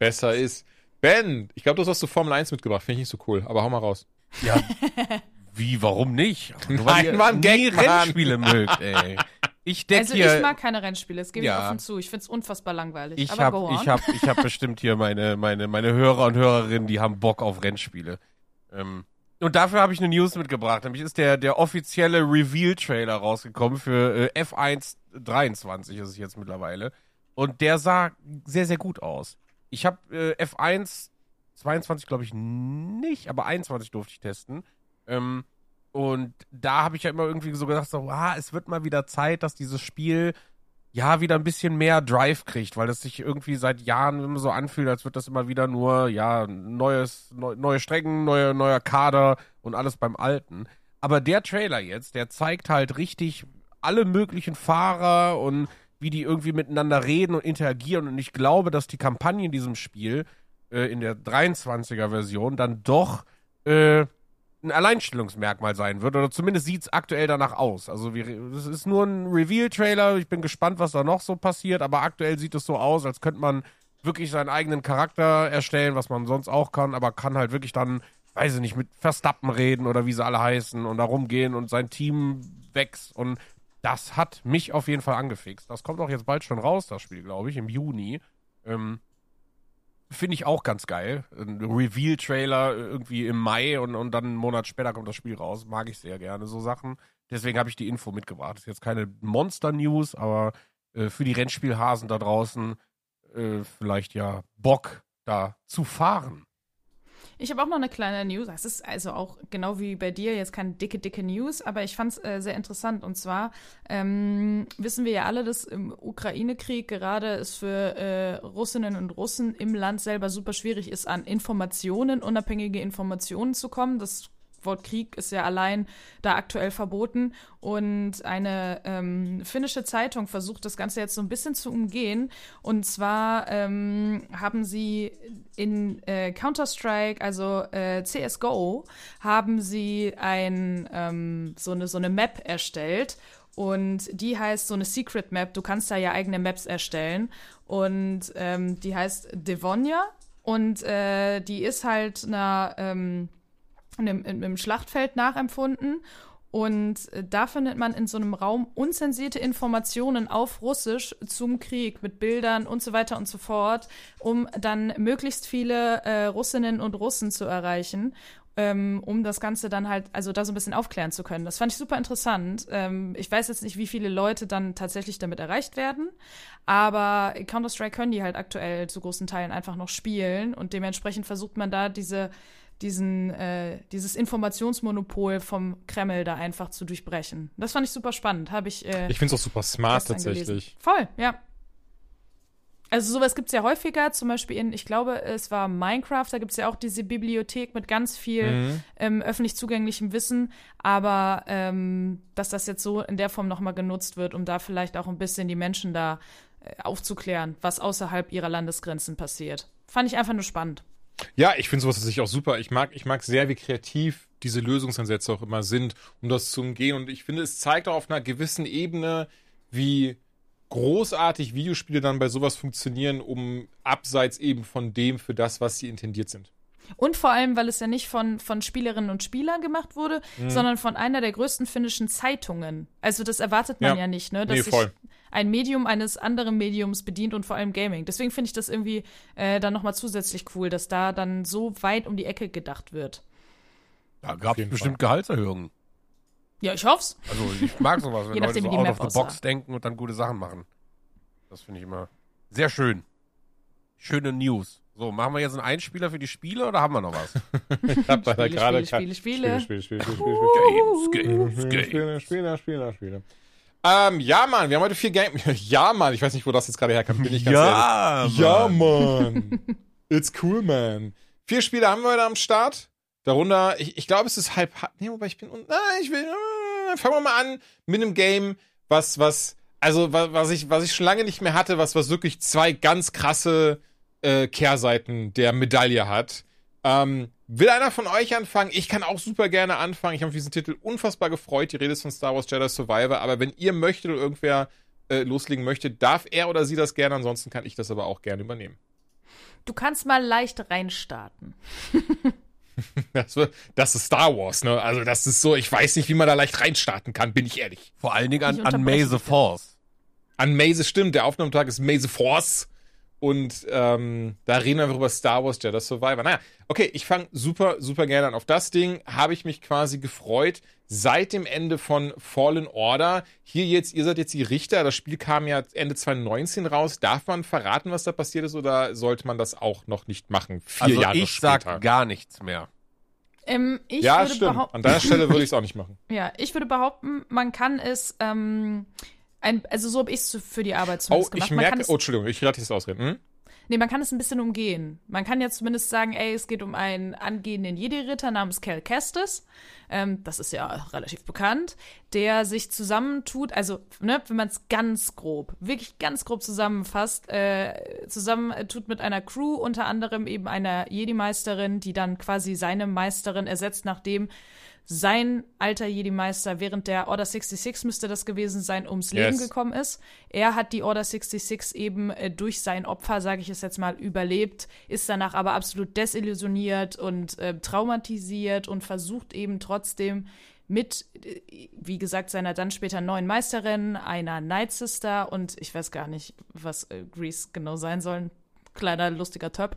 Ben, ich glaube, du hast was zu Formel 1 mitgebracht. Finde ich nicht so cool, aber hau mal raus. Ja, wie, warum nicht? Nur Nein, ihr Mann, nie Gag, Mann. Rennspiele mögt, ey. Ich Ich mag keine Rennspiele, das gebe ich Ja. offen zu. Ich finde es unfassbar langweilig. Ich aber hab, go on. ich hab bestimmt hier meine Hörer und Hörerinnen, die haben Bock auf Rennspiele. Und dafür habe ich eine News mitgebracht. Nämlich ist der offizielle Reveal-Trailer rausgekommen für F1 23 ist es jetzt mittlerweile. Und der sah sehr, sehr gut aus. Ich habe F1 22 glaube ich nicht, aber 21 durfte ich testen. Und da habe ich ja immer irgendwie so gedacht, es wird mal wieder Zeit, dass dieses Spiel ja wieder ein bisschen mehr Drive kriegt, weil das sich irgendwie seit Jahren immer so anfühlt, als wird das immer wieder nur, ja, neue Strecken, neuer Kader und alles beim Alten. Aber der Trailer jetzt, der zeigt halt richtig alle möglichen Fahrer und wie die irgendwie miteinander reden und interagieren. Und ich glaube, dass die Kampagne in diesem Spiel, in der 23er-Version, dann doch ein Alleinstellungsmerkmal sein wird. Oder zumindest sieht es aktuell danach aus. Also es ist nur ein Reveal-Trailer. Ich bin gespannt, was da noch so passiert. Aber aktuell sieht es so aus, als könnte man wirklich seinen eigenen Charakter erstellen, was man sonst auch kann. Aber kann halt wirklich dann, weiß ich nicht, mit Verstappen reden oder wie sie alle heißen und da rumgehen und sein Team wächst. Und das hat mich auf jeden Fall angefixt. Das kommt auch jetzt bald schon raus, das Spiel, glaube ich, im Juni. Finde ich auch ganz geil. Ein Reveal-Trailer irgendwie im Mai und dann einen Monat später kommt das Spiel raus. Mag ich sehr gerne, so Sachen. Deswegen habe ich die Info mitgebracht. Das ist jetzt keine Monster-News, aber für die Rennspielhasen da draußen vielleicht ja Bock, da zu fahren. Ich habe auch noch eine kleine News. Das ist also auch genau wie bei dir jetzt keine dicke News, aber ich fand es sehr interessant. Und zwar wissen wir ja alle, dass im Ukraine-Krieg gerade es für Russinnen und Russen im Land selber super schwierig ist, an Informationen, unabhängige Informationen zu kommen. Das Wort Krieg ist ja allein da aktuell verboten. Und eine finnische Zeitung versucht das Ganze jetzt so ein bisschen zu umgehen. Und zwar haben sie in Counter-Strike, also CSGO, haben sie so eine Map erstellt. Und die heißt so eine Secret Map. Du kannst da ja eigene Maps erstellen. Und die heißt Devonia. Und die ist halt im Schlachtfeld nachempfunden. Und da findet man in so einem Raum unzensierte Informationen auf Russisch zum Krieg mit Bildern und so weiter und so fort, um dann möglichst viele Russinnen und Russen zu erreichen. um das Ganze dann halt, also da so ein bisschen aufklären zu können. Das fand ich super interessant. Ich weiß jetzt nicht, wie viele Leute dann tatsächlich damit erreicht werden, aber Counter-Strike können die halt aktuell zu großen Teilen einfach noch spielen und dementsprechend versucht man da dieses Informationsmonopol vom Kreml da einfach zu durchbrechen. Das fand ich super spannend. Ich finde es auch super smart tatsächlich. Gelesen. Voll, ja. Also sowas gibt es ja häufiger, zum Beispiel ich glaube, es war Minecraft, da gibt es ja auch diese Bibliothek mit ganz viel öffentlich zugänglichem Wissen, aber dass das jetzt so in der Form nochmal genutzt wird, um da vielleicht auch ein bisschen die Menschen da aufzuklären, was außerhalb ihrer Landesgrenzen passiert. Fand ich einfach nur spannend. Ja, ich finde sowas tatsächlich auch super. Ich mag sehr, wie kreativ diese Lösungsansätze auch immer sind, um das zu umgehen. Und ich finde, es zeigt auch auf einer gewissen Ebene, wie großartig Videospiele dann bei sowas funktionieren, um abseits eben von dem für das, was sie intendiert sind. Und vor allem, weil es ja nicht von Spielerinnen und Spielern gemacht wurde, sondern von einer der größten finnischen Zeitungen. Also das erwartet man ja nicht, ne? Dass sich ein Medium eines anderen Mediums bedient und vor allem Gaming. Deswegen finde ich das irgendwie dann nochmal zusätzlich cool, dass da dann so weit um die Ecke gedacht wird. Da gab es bestimmt Gehaltserhöhungen. Ja, ich hoff's. Also ich mag sowas, wenn Je Leute nachdem, so wie die out Map of the box aussah. denken und dann gute Sachen machen. Das finde ich immer sehr schön. Schöne News. So, machen wir jetzt einen Einspieler für die Spiele oder haben wir noch was? Ich hab da gerade Spiele. Spiele. Ja, Mann, wir haben heute 4 Games. Ja, Mann, ich weiß nicht, wo das jetzt gerade herkommt, bin ich ganz ehrlich. Ja, Mann. It's cool, man. 4 Spiele haben wir heute am Start. Darunter, ich glaube, es ist halb. Nee, wobei fangen wir mal an mit einem Game, was ich schon lange nicht mehr hatte, was wirklich 2 ganz krasse Kehrseiten der Medaille hat. Will einer von euch anfangen? Ich kann auch super gerne anfangen. Ich habe mich auf diesen Titel unfassbar gefreut. Die Rede ist von Star Wars Jedi Survivor. Aber wenn ihr möchtet oder irgendwer loslegen möchte, darf er oder sie das gerne. Ansonsten kann ich das aber auch gerne übernehmen. Du kannst mal leicht reinstarten. Das ist Star Wars, ne? Also das ist so, ich weiß nicht, wie man da leicht reinstarten kann, bin ich ehrlich. Vor allen Dingen an May the Force. An May the, stimmt, der Aufnahmetag ist May the Force. Und da reden wir einfach über Star Wars Jedi Survivor. Naja, okay, ich fange super, super gerne an. Auf das Ding habe ich mich quasi gefreut seit dem Ende von Fallen Order. Ihr seid jetzt die Richter. Das Spiel kam ja Ende 2019 raus. Darf man verraten, was da passiert ist, oder sollte man das auch noch nicht machen? 4 Jahre ich später. Sag gar nichts mehr. Ja, stimmt. An deiner Stelle würde ich es auch nicht machen. Ja, ich würde behaupten, man kann es also so habe ich es für die Arbeit zumindest gemacht. Entschuldigung, ich rate jetzt ausreden. Nee, man kann es ein bisschen umgehen. Man kann ja zumindest sagen, es geht um einen angehenden Jedi-Ritter namens Cal Kestis. Das ist ja relativ bekannt, der sich zusammentut, also ne, wenn man es wirklich ganz grob zusammenfasst, zusammentut mit einer Crew, unter anderem eben einer Jedi-Meisterin, die dann quasi seine Meisterin ersetzt, nachdem sein alter Jedi-Meister während der Order 66 müsste das gewesen sein, ums Leben gekommen ist. Er hat die Order 66 eben durch sein Opfer, sage ich es jetzt mal, überlebt, ist danach aber absolut desillusioniert und traumatisiert und versucht eben trotzdem mit, wie gesagt, seiner dann später neuen Meisterin, einer Night Sister und ich weiß gar nicht, was Grease genau sein soll, ein kleiner, lustiger Töp,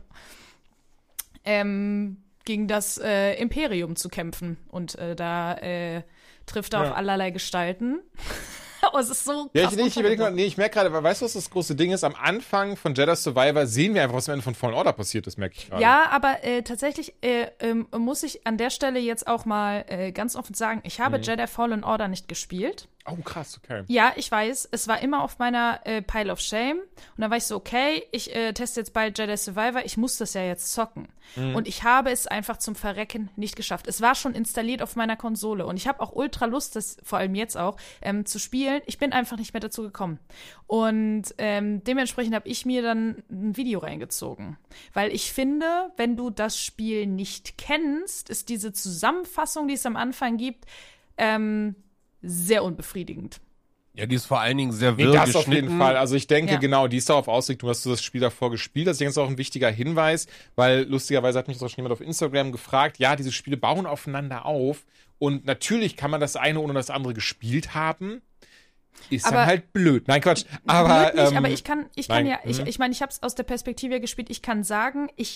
gegen das Imperium zu kämpfen. Und da trifft er auf allerlei Gestalten. Oh, es ist so krass. Ich merke gerade, weißt du, was das große Ding ist? Am Anfang von Jedi Survivor sehen wir einfach, was am Ende von Fallen Order passiert ist, merke ich gerade. Ja, aber tatsächlich muss ich an der Stelle jetzt auch mal ganz offen sagen, ich habe Jedi Fallen Order nicht gespielt. Oh, krass, okay. Ja, ich weiß, es war immer auf meiner Pile of Shame. Und dann war ich so, okay, ich teste jetzt bald Jedi Survivor, ich muss das ja jetzt zocken. Und ich habe es einfach zum Verrecken nicht geschafft. Es war schon installiert auf meiner Konsole. Und ich habe auch ultra Lust, das vor allem jetzt auch, zu spielen. Ich bin einfach nicht mehr dazu gekommen. Und dementsprechend habe ich mir dann ein Video reingezogen. Weil ich finde, wenn du das Spiel nicht kennst, ist diese Zusammenfassung, die es am Anfang gibt, sehr unbefriedigend. Ja, die ist vor allen Dingen sehr wirr geschnitten. Das auf jeden Fall. Also ich denke, genau, die ist darauf ausgelegt, du hast das Spiel davor gespielt. Das ist jetzt auch ein wichtiger Hinweis, weil lustigerweise hat mich das auch schon jemand auf Instagram gefragt, ja, diese Spiele bauen aufeinander auf und natürlich kann man das eine ohne das andere gespielt haben. Ist aber dann halt blöd. Nein, Quatsch. Aber, blöd nicht, aber ich meine, ich habe es aus der Perspektive gespielt. Ich kann sagen,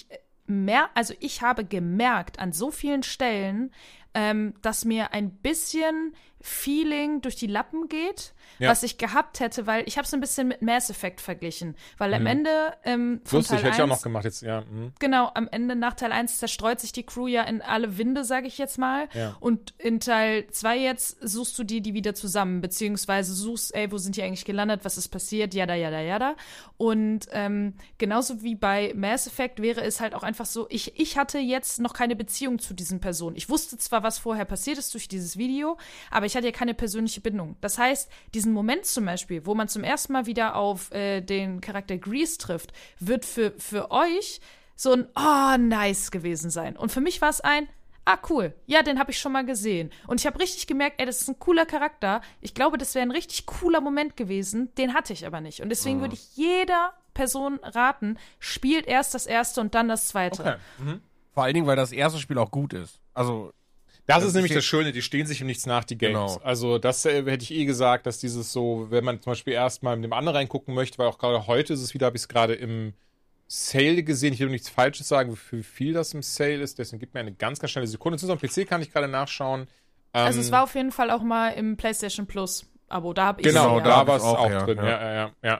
ich habe gemerkt an so vielen Stellen, dass mir ein bisschen Feeling durch die Lappen geht, was ich gehabt hätte, weil ich habe es ein bisschen mit Mass Effect verglichen, weil am Ende von Lustig, Teil hätte ich auch 1 noch gemacht jetzt, ja. Genau, am Ende nach Teil 1 zerstreut sich die Crew ja in alle Winde, sage ich jetzt mal. Ja. Und in Teil 2 jetzt suchst du die wieder zusammen, beziehungsweise suchst, wo sind die eigentlich gelandet, was ist passiert, jada, jada, jada. Und genauso wie bei Mass Effect wäre es halt auch einfach so, ich hatte jetzt noch keine Beziehung zu diesen Personen. Ich wusste zwar, was vorher passiert ist durch dieses Video, aber ich hatte ja keine persönliche Bindung. Das heißt, diesen Moment zum Beispiel, wo man zum ersten Mal wieder auf den Charakter Grease trifft, wird für euch so ein nice gewesen sein. Und für mich war es cool, ja, den habe ich schon mal gesehen. Und ich habe richtig gemerkt, das ist ein cooler Charakter. Ich glaube, das wäre ein richtig cooler Moment gewesen. Den hatte ich aber nicht. Und deswegen würde ich jeder Person raten, spielt erst das erste und dann das zweite. Okay. Mhm. Vor allen Dingen, weil das erste Spiel auch gut ist. Also Das ist nämlich das Schöne, die stehen sich im Nichts nach, die Games. Genau. Also das hätte ich gesagt, dass dieses so, wenn man zum Beispiel erstmal in dem anderen reingucken möchte, weil auch gerade heute ist es wieder, habe ich es gerade im Sale gesehen, ich will nichts Falsches sagen, wie viel das im Sale ist, deswegen gibt mir eine ganz, ganz schnelle Sekunde. Zu unserem PC kann ich gerade nachschauen. Also es war auf jeden Fall auch mal im PlayStation Plus Abo, da habe ich Genau, es da war es auch ja, drin, ja. ja.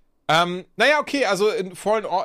Naja, okay, also in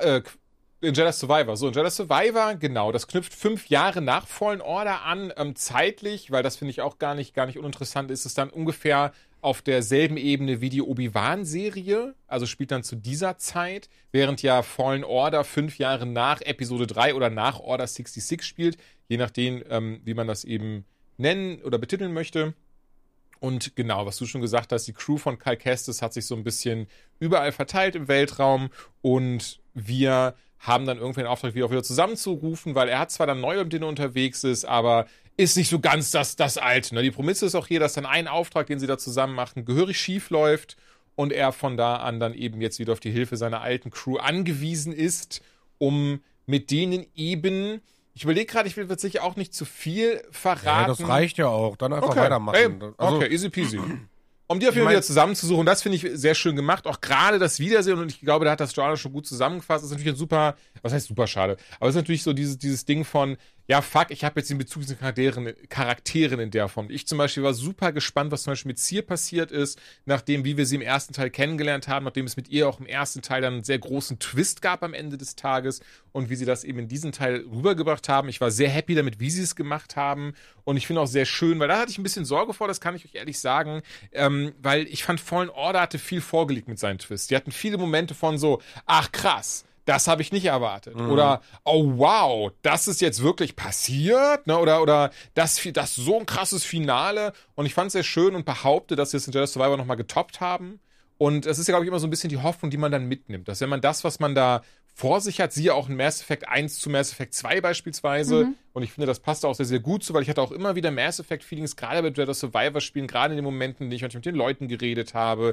Jedi Survivor. So, in Jedi Survivor, genau, das knüpft 5 Jahre nach Fallen Order an, zeitlich, weil das finde ich auch gar nicht uninteressant, ist es dann ungefähr auf derselben Ebene wie die Obi-Wan-Serie, also spielt dann zu dieser Zeit, während ja Fallen Order 5 Jahre nach Episode 3 oder nach Order 66 spielt, je nachdem, wie man das eben nennen oder betiteln möchte. Und genau, was du schon gesagt hast, die Crew von Cal Kestis hat sich so ein bisschen überall verteilt im Weltraum und wir haben dann irgendwie den Auftrag, wieder zusammenzurufen, weil er hat zwar dann neu, mit denen er unterwegs ist, aber ist nicht so ganz das Alte. Ne? Die Prämisse ist auch hier, dass dann ein Auftrag, den sie da zusammen machen, gehörig schief läuft und er von da an dann eben jetzt wieder auf die Hilfe seiner alten Crew angewiesen ist, um mit denen eben, ich überlege gerade, ich will sicher auch nicht zu viel verraten. Ja, das reicht ja auch. Dann einfach Okay. weitermachen. Okay, easy peasy. Um die auf jeden Fall wieder zusammenzusuchen, das finde ich sehr schön gemacht. Auch gerade das Wiedersehen, und ich glaube, da hat das Joanna schon gut zusammengefasst. Das ist natürlich ein super, was heißt super schade, aber es ist natürlich so dieses Ding von, ja fuck, ich habe jetzt den Bezug zu Charakteren in der Form. Ich zum Beispiel war super gespannt, was zum Beispiel mit Cere passiert ist, nachdem, wie wir sie im ersten Teil kennengelernt haben, nachdem es mit ihr auch im ersten Teil dann einen sehr großen Twist gab am Ende des Tages und wie sie das eben in diesen Teil rübergebracht haben. Ich war sehr happy damit, wie sie es gemacht haben und ich finde auch sehr schön, weil da hatte ich ein bisschen Sorge vor, das kann ich euch ehrlich sagen, weil ich fand, Fallen Order hatte viel vorgelegt mit seinen Twists. Die hatten viele Momente von so, ach krass, das habe ich nicht erwartet. Oder, oh wow, das ist jetzt wirklich passiert, ne? Oder das so ein krasses Finale. Und ich fand es sehr schön und behaupte, dass sie es in Jedi Survivor nochmal getoppt haben. Und es ist ja, glaube ich, immer so ein bisschen die Hoffnung, die man dann mitnimmt. Dass wenn man das, was man da vor sich hat, siehe auch in Mass Effect 1 zu Mass Effect 2 beispielsweise. Und ich finde, das passt auch sehr, sehr gut zu, weil ich hatte auch immer wieder Mass Effect Feelings, gerade bei Jedi Survivor Spielen, gerade in den Momenten, in denen ich manchmal mit den Leuten geredet habe.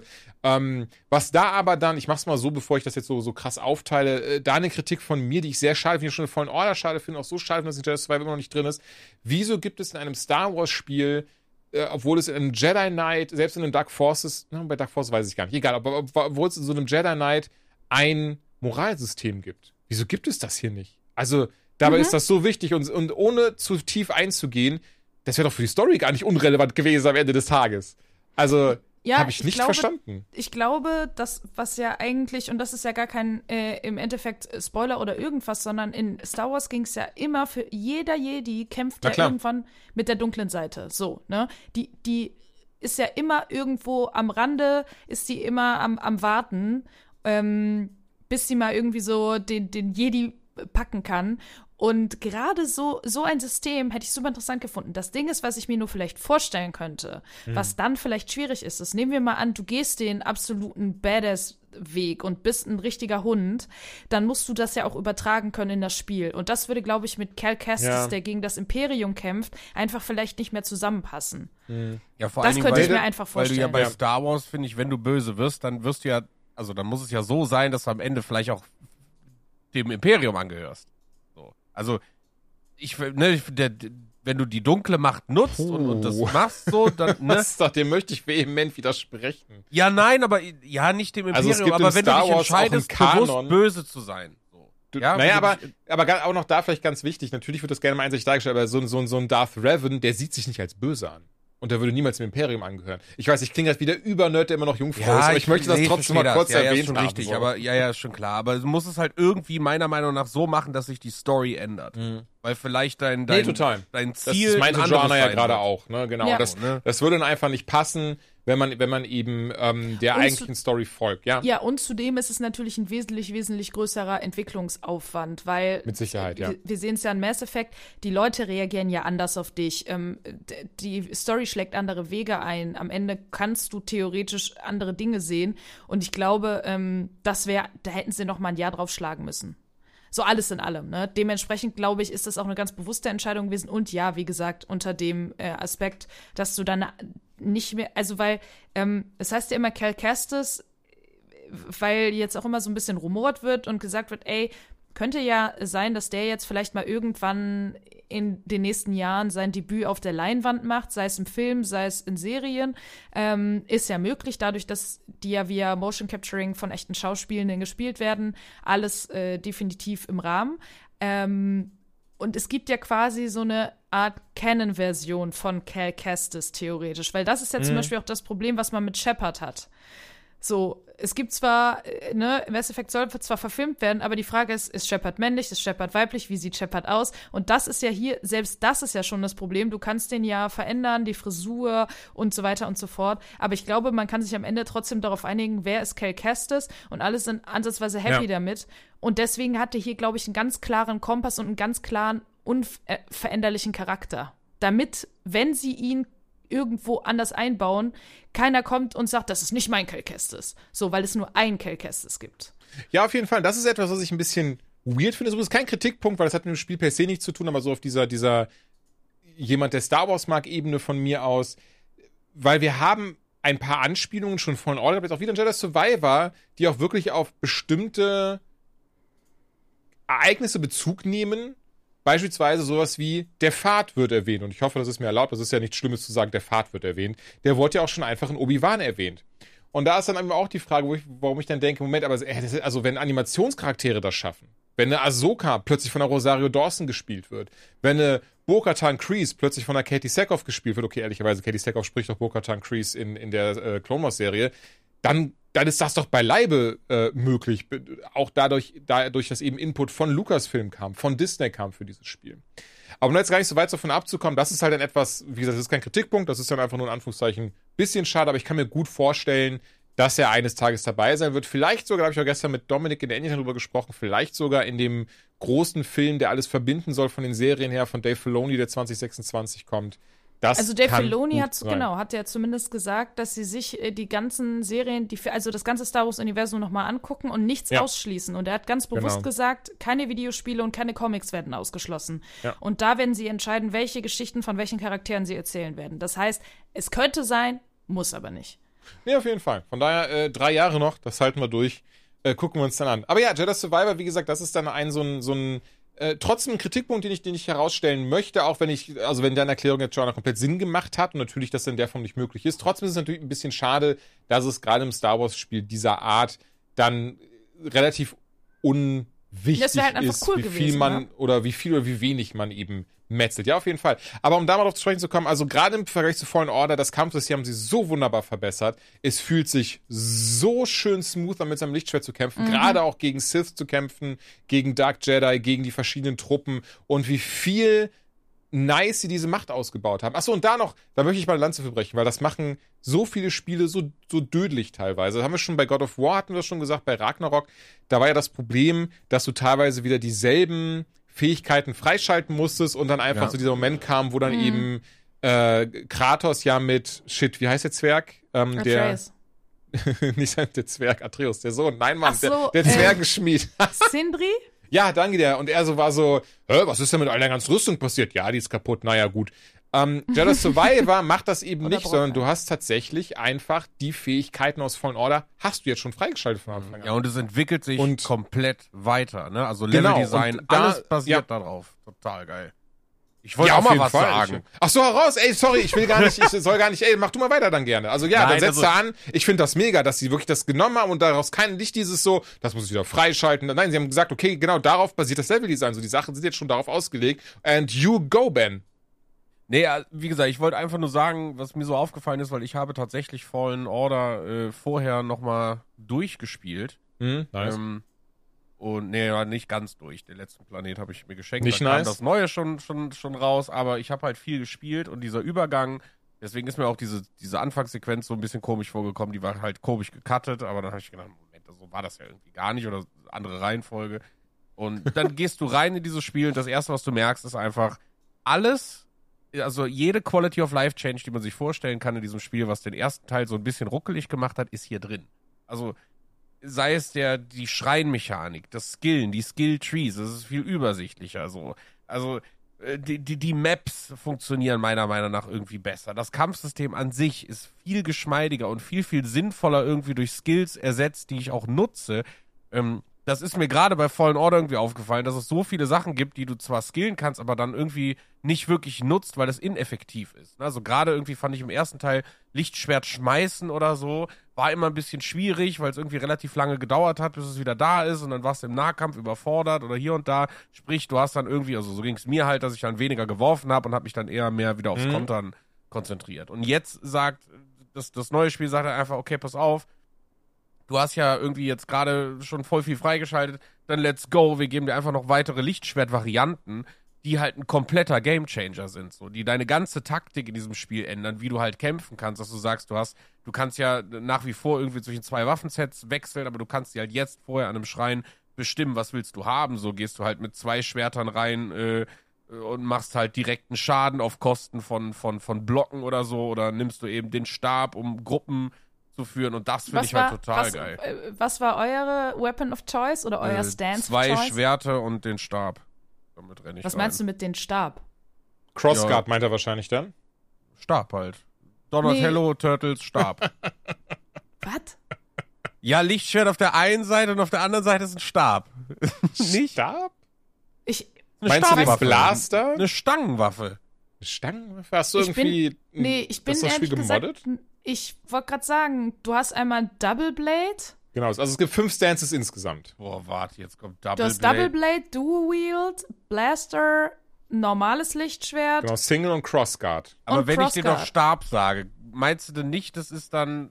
Was da aber dann, ich mach's mal so, bevor ich das jetzt so krass aufteile, da eine Kritik von mir, die ich sehr schade finde, schon in Fallen Order schade finde, auch so schade finde, dass in Jedi Survivor immer noch nicht drin ist. Wieso gibt es in einem Star Wars Spiel, obwohl es in einem Jedi Knight, selbst in einem Dark Forces, bei Dark Forces weiß ich gar nicht, egal, aber obwohl es in so einem Jedi Knight ein Moralsystem gibt. Wieso gibt es das hier nicht? Also, dabei ist das so wichtig und ohne zu tief einzugehen, das wäre doch für die Story gar nicht unrelevant gewesen am Ende des Tages. Also, Ja, habe ich nicht verstanden. Ich glaube, das, was ja eigentlich, und das ist ja gar kein im Endeffekt Spoiler oder irgendwas, sondern in Star Wars ging es ja immer, für jeder Jedi kämpft ja irgendwann mit der dunklen Seite. So, ne? Die ist ja immer irgendwo am Rande, ist die immer am Warten, bis sie mal irgendwie so den Jedi packen kann. Und gerade so ein System hätte ich super interessant gefunden. Das Ding ist, was ich mir nur vielleicht vorstellen könnte, was dann vielleicht schwierig ist, das nehmen wir mal an, du gehst den absoluten Badass-Weg und bist ein richtiger Hund, dann musst du das ja auch übertragen können in das Spiel. Und das würde, glaube ich, mit Cal Kestis, der gegen das Imperium kämpft, einfach vielleicht nicht mehr zusammenpassen. Ja, vor Das allen könnte ich Dingen, mir einfach vorstellen. Weil du ja bei Star Wars, finde ich, wenn du böse wirst, dann wirst du ja, also dann muss es ja so sein, dass du am Ende vielleicht auch dem Imperium angehörst. So. Also, wenn du die dunkle Macht nutzt und das machst so, dann, ne? Dem möchte ich vehement widersprechen. Ja, nein, aber, ja, nicht dem Imperium, Also es gibt aber in wenn Star du dich Wars entscheidest, auch einen Kanon. bewusst böse zu sein. So. Ja, naja, aber auch noch da vielleicht ganz wichtig, natürlich wird das gerne mal einseitig dargestellt, aber so ein Darth Revan, der sieht sich nicht als böse an. Und der würde niemals dem Imperium angehören. Ich weiß, ich klinge jetzt wieder Nerd, der immer noch Jungfrau ist, aber ich möchte das trotzdem mal kurz erwähnt ist schon haben. richtig, So. aber ist schon klar. Aber du musst es halt irgendwie meiner Meinung nach so machen, dass sich die Story ändert. Weil vielleicht dein Ziel das meinte ein anderes Joanna ja sein gerade wird. auch, ne? Genau. Ja. Das würde dann einfach nicht passen, wenn man eben der eigentlichen Story folgt, ja? Ja, und zudem ist es natürlich ein wesentlich größerer Entwicklungsaufwand, weil Mit Sicherheit, ja. wir sehen es ja in Mass Effect, die Leute reagieren ja anders auf dich. Die Story schlägt andere Wege ein. Am Ende kannst du theoretisch andere Dinge sehen. Und ich glaube, da hätten sie noch mal ein Jahr drauf schlagen müssen. So alles in allem, ne? Dementsprechend, glaube ich, ist das auch eine ganz bewusste Entscheidung gewesen. Und ja, wie gesagt, unter dem Aspekt, dass du dann nicht mehr, also weil, es heißt ja immer Cal Kestis, weil jetzt auch immer so ein bisschen rumort wird und gesagt wird, ey, könnte ja sein, dass der jetzt vielleicht mal irgendwann in den nächsten Jahren sein Debüt auf der Leinwand macht, sei es im Film, sei es in Serien. Ist ja möglich, dadurch, dass die ja via Motion Capturing von echten Schauspielenden gespielt werden. Alles definitiv im Rahmen. Und es gibt ja quasi so eine Art Canon-Version von Cal Kestis theoretisch, weil das ist ja zum Beispiel auch das Problem, was man mit Shepard hat. So, es gibt zwar, Mass Effect soll zwar verfilmt werden, aber die Frage ist Shepard männlich, ist Shepard weiblich, wie sieht Shepard aus? Und das ist ja hier, selbst das ist ja schon das Problem. Du kannst den ja verändern, die Frisur und so weiter und so fort. Aber ich glaube, man kann sich am Ende trotzdem darauf einigen, wer ist Cal Kestis und alle sind ansatzweise happy damit. Und deswegen hat er hier, glaube ich, einen ganz klaren Kompass und einen ganz klaren, unveränderlichen Charakter. Damit, wenn sie ihn irgendwo anders einbauen, keiner kommt und sagt, das ist nicht mein Cal Kestis. So, weil es nur einen Cal Kestis gibt. Ja, auf jeden Fall. Das ist etwas, was ich ein bisschen weird finde. Das ist kein Kritikpunkt, weil das hat mit dem Spiel per se nichts zu tun, aber so auf dieser jemand, der Star Wars mag, Ebene von mir aus. Weil wir haben ein paar Anspielungen schon von Order, jetzt auch wieder in Jedi Survivor, die auch wirklich auf bestimmte Ereignisse Bezug nehmen. Beispielsweise sowas wie, der Pfad wird erwähnt. Und ich hoffe, das ist mir erlaubt. Das ist ja nichts Schlimmes zu sagen, der Pfad wird erwähnt. Der wurde ja auch schon einfach in Obi-Wan erwähnt. Und da ist dann auch die Frage, warum ich dann denke, Moment, aber also wenn Animationscharaktere das schaffen, wenn eine Ahsoka plötzlich von der Rosario Dawson gespielt wird, wenn eine Bo-Katan Kryze plötzlich von der Katie Sackhoff gespielt wird, okay, ehrlicherweise, Katie Sackhoff spricht doch Bo-Katan Kryze in der Clone Wars Serie, dann ist das doch beileibe möglich. Auch dadurch, dass eben Input von Lucasfilm kam, von Disney kam für dieses Spiel. Aber nur jetzt gar nicht so weit davon abzukommen, das ist halt dann etwas, wie gesagt, das ist kein Kritikpunkt, das ist dann einfach nur in Anführungszeichen bisschen schade, aber ich kann mir gut vorstellen, dass er eines Tages dabei sein wird. Vielleicht sogar, da habe ich auch gestern mit Dominik in der Engine darüber gesprochen, vielleicht sogar in dem großen Film, der alles verbinden soll von den Serien her, von Dave Filoni, der 2026 kommt. Also Dave Filoni hat ja zumindest gesagt, dass sie sich die ganzen Serien, also das ganze Star Wars-Universum nochmal angucken und nichts ausschließen. Und er hat ganz bewusst gesagt, keine Videospiele und keine Comics werden ausgeschlossen. Ja. Und da werden sie entscheiden, welche Geschichten von welchen Charakteren sie erzählen werden. Das heißt, es könnte sein, muss aber nicht. Nee, auf jeden Fall. Von daher 3 Jahre noch, das halten wir durch. Gucken wir uns dann an. Aber ja, Jedi Survivor, wie gesagt, das ist dann so ein trotzdem ein Kritikpunkt, den ich herausstellen möchte, auch wenn deine Erklärung jetzt schon komplett Sinn gemacht hat und natürlich das in der Form nicht möglich ist. Trotzdem ist es natürlich ein bisschen schade, dass es gerade im Star Wars Spiel dieser Art dann relativ unwichtig halt ist, cool wie gewesen, viel man oder wie wenig man eben metzelt. Ja, auf jeden Fall. Aber um da mal drauf zu sprechen zu kommen, also gerade im Vergleich zu Fallen Order, das Kampfsystem haben sie so wunderbar verbessert. Es fühlt sich so schön smooth an, mit seinem Lichtschwert zu kämpfen. Gerade auch gegen Sith zu kämpfen, gegen Dark Jedi, gegen die verschiedenen Truppen und wie viel nice sie diese Macht ausgebaut haben. Achso, und da möchte ich mal eine Lanze für brechen, weil das machen so viele Spiele so dödelig teilweise. Das haben wir schon bei God of War, hatten wir das schon gesagt, bei Ragnarok. Da war ja das Problem, dass du teilweise wieder dieselben Fähigkeiten freischalten musstest und dann einfach so dieser Moment kam, wo dann eben Kratos ja mit, wie heißt der Zwerg? Atreus. Nicht der Zwerg, Atreus, der Sohn. Nein, Mann, der Zwergenschmied. Sindri? Ja, danke dir. Und er war so, was ist denn mit all der ganzen Rüstung passiert? Ja, die ist kaputt, naja, gut. Jedi Survivor macht das eben nicht, sondern du hast tatsächlich einfach die Fähigkeiten aus Fallen Order, hast du jetzt schon freigeschaltet von Anfang an. Ja, und es entwickelt sich komplett weiter, ne? Also Leveldesign, alles basiert darauf. Total geil. Ich wollte auch auf mal jeden was Fall. sagen. Ach so, heraus, ey, sorry, ich soll gar nicht, ey, mach du mal weiter dann gerne. Also ja, Nein, dann setzt also- er an. Ich finde das mega, dass sie wirklich das genommen haben und daraus nicht dieses so, das muss ich wieder freischalten. Nein, sie haben gesagt, okay, genau darauf basiert das Leveldesign. So, die Sachen sind jetzt schon darauf ausgelegt. And you go, Ben. Nee, wie gesagt, ich wollte einfach nur sagen, was mir so aufgefallen ist, weil ich habe tatsächlich Fallen Order vorher nochmal durchgespielt. Nice. Und nee, nicht ganz durch. Den letzten Planet habe ich mir geschenkt. Nicht da kam nice? das Neue schon raus, aber ich habe halt viel gespielt und dieser Übergang, deswegen ist mir auch diese Anfangssequenz so ein bisschen komisch vorgekommen, die war halt komisch gecuttet, aber dann habe ich gedacht, Moment, so war das ja irgendwie gar nicht oder andere Reihenfolge. Und dann gehst du rein in dieses Spiel und das Erste, was du merkst, ist einfach alles, also jede Quality of Life Change, die man sich vorstellen kann in diesem Spiel, was den ersten Teil so ein bisschen ruckelig gemacht hat, ist hier drin. Also sei es die Schreinmechanik, das Skillen, die Skill-Trees, das ist viel übersichtlicher so. Also die Maps funktionieren meiner Meinung nach irgendwie besser. Das Kampfsystem an sich ist viel geschmeidiger und viel, viel sinnvoller irgendwie durch Skills ersetzt, die ich auch nutze. Das ist mir gerade bei Fallen Order irgendwie aufgefallen, dass es so viele Sachen gibt, die du zwar skillen kannst, aber dann irgendwie nicht wirklich nutzt, weil es ineffektiv ist. Also gerade irgendwie fand ich im ersten Teil Lichtschwert schmeißen oder so, war immer ein bisschen schwierig, weil es irgendwie relativ lange gedauert hat, bis es wieder da ist und dann warst du im Nahkampf überfordert oder hier und da. Sprich, du hast dann irgendwie, also so ging es mir halt, dass ich dann weniger geworfen habe und habe mich dann eher mehr wieder aufs Kontern konzentriert. Und jetzt sagt, das neue Spiel sagt halt einfach, okay, pass auf, du hast ja irgendwie jetzt gerade schon voll viel freigeschaltet, dann let's go, wir geben dir einfach noch weitere Lichtschwert-Varianten, die halt ein kompletter Gamechanger sind, so, die deine ganze Taktik in diesem Spiel ändern, wie du halt kämpfen kannst, dass du sagst, du kannst ja nach wie vor irgendwie zwischen 2 Waffensets wechseln, aber du kannst dir halt jetzt vorher an einem Schrein bestimmen, was willst du haben, so gehst du halt mit 2 Schwertern rein und machst halt direkten Schaden auf Kosten von Blocken oder so, oder nimmst du eben den Stab, um Gruppen zu führen, und das finde ich halt total geil. Was war eure Weapon of Choice oder euer Stance of 2 Choice? Schwerter und den Stab. Damit renne ich Was rein. meinst du mit den Stab? Crossguard meint er wahrscheinlich dann. Stab halt. Donatello, Turtles, Stab. Was? Ja, Lichtschwert auf der einen Seite und auf der anderen Seite ist ein Stab. Nicht? Stab? Ich, Eine Meinst du den Stabwaffe. Blaster? Eine Stangenwaffe. Stangenwaffe? Hast du Ich bin- irgendwie ich bin das Spiel ehrlich gesagt, gemoddet? ich wollte gerade sagen, du hast einmal Double Blade, Genau, also es gibt 5 Stances insgesamt. Boah, warte, jetzt kommt du Double hast Blade. Double Blade, Dual Wield, Blaster, normales Lichtschwert. Genau, Single und Crossguard. Aber und wenn ich dir noch Crossguard. Stab sage, meinst du denn nicht, das ist dann...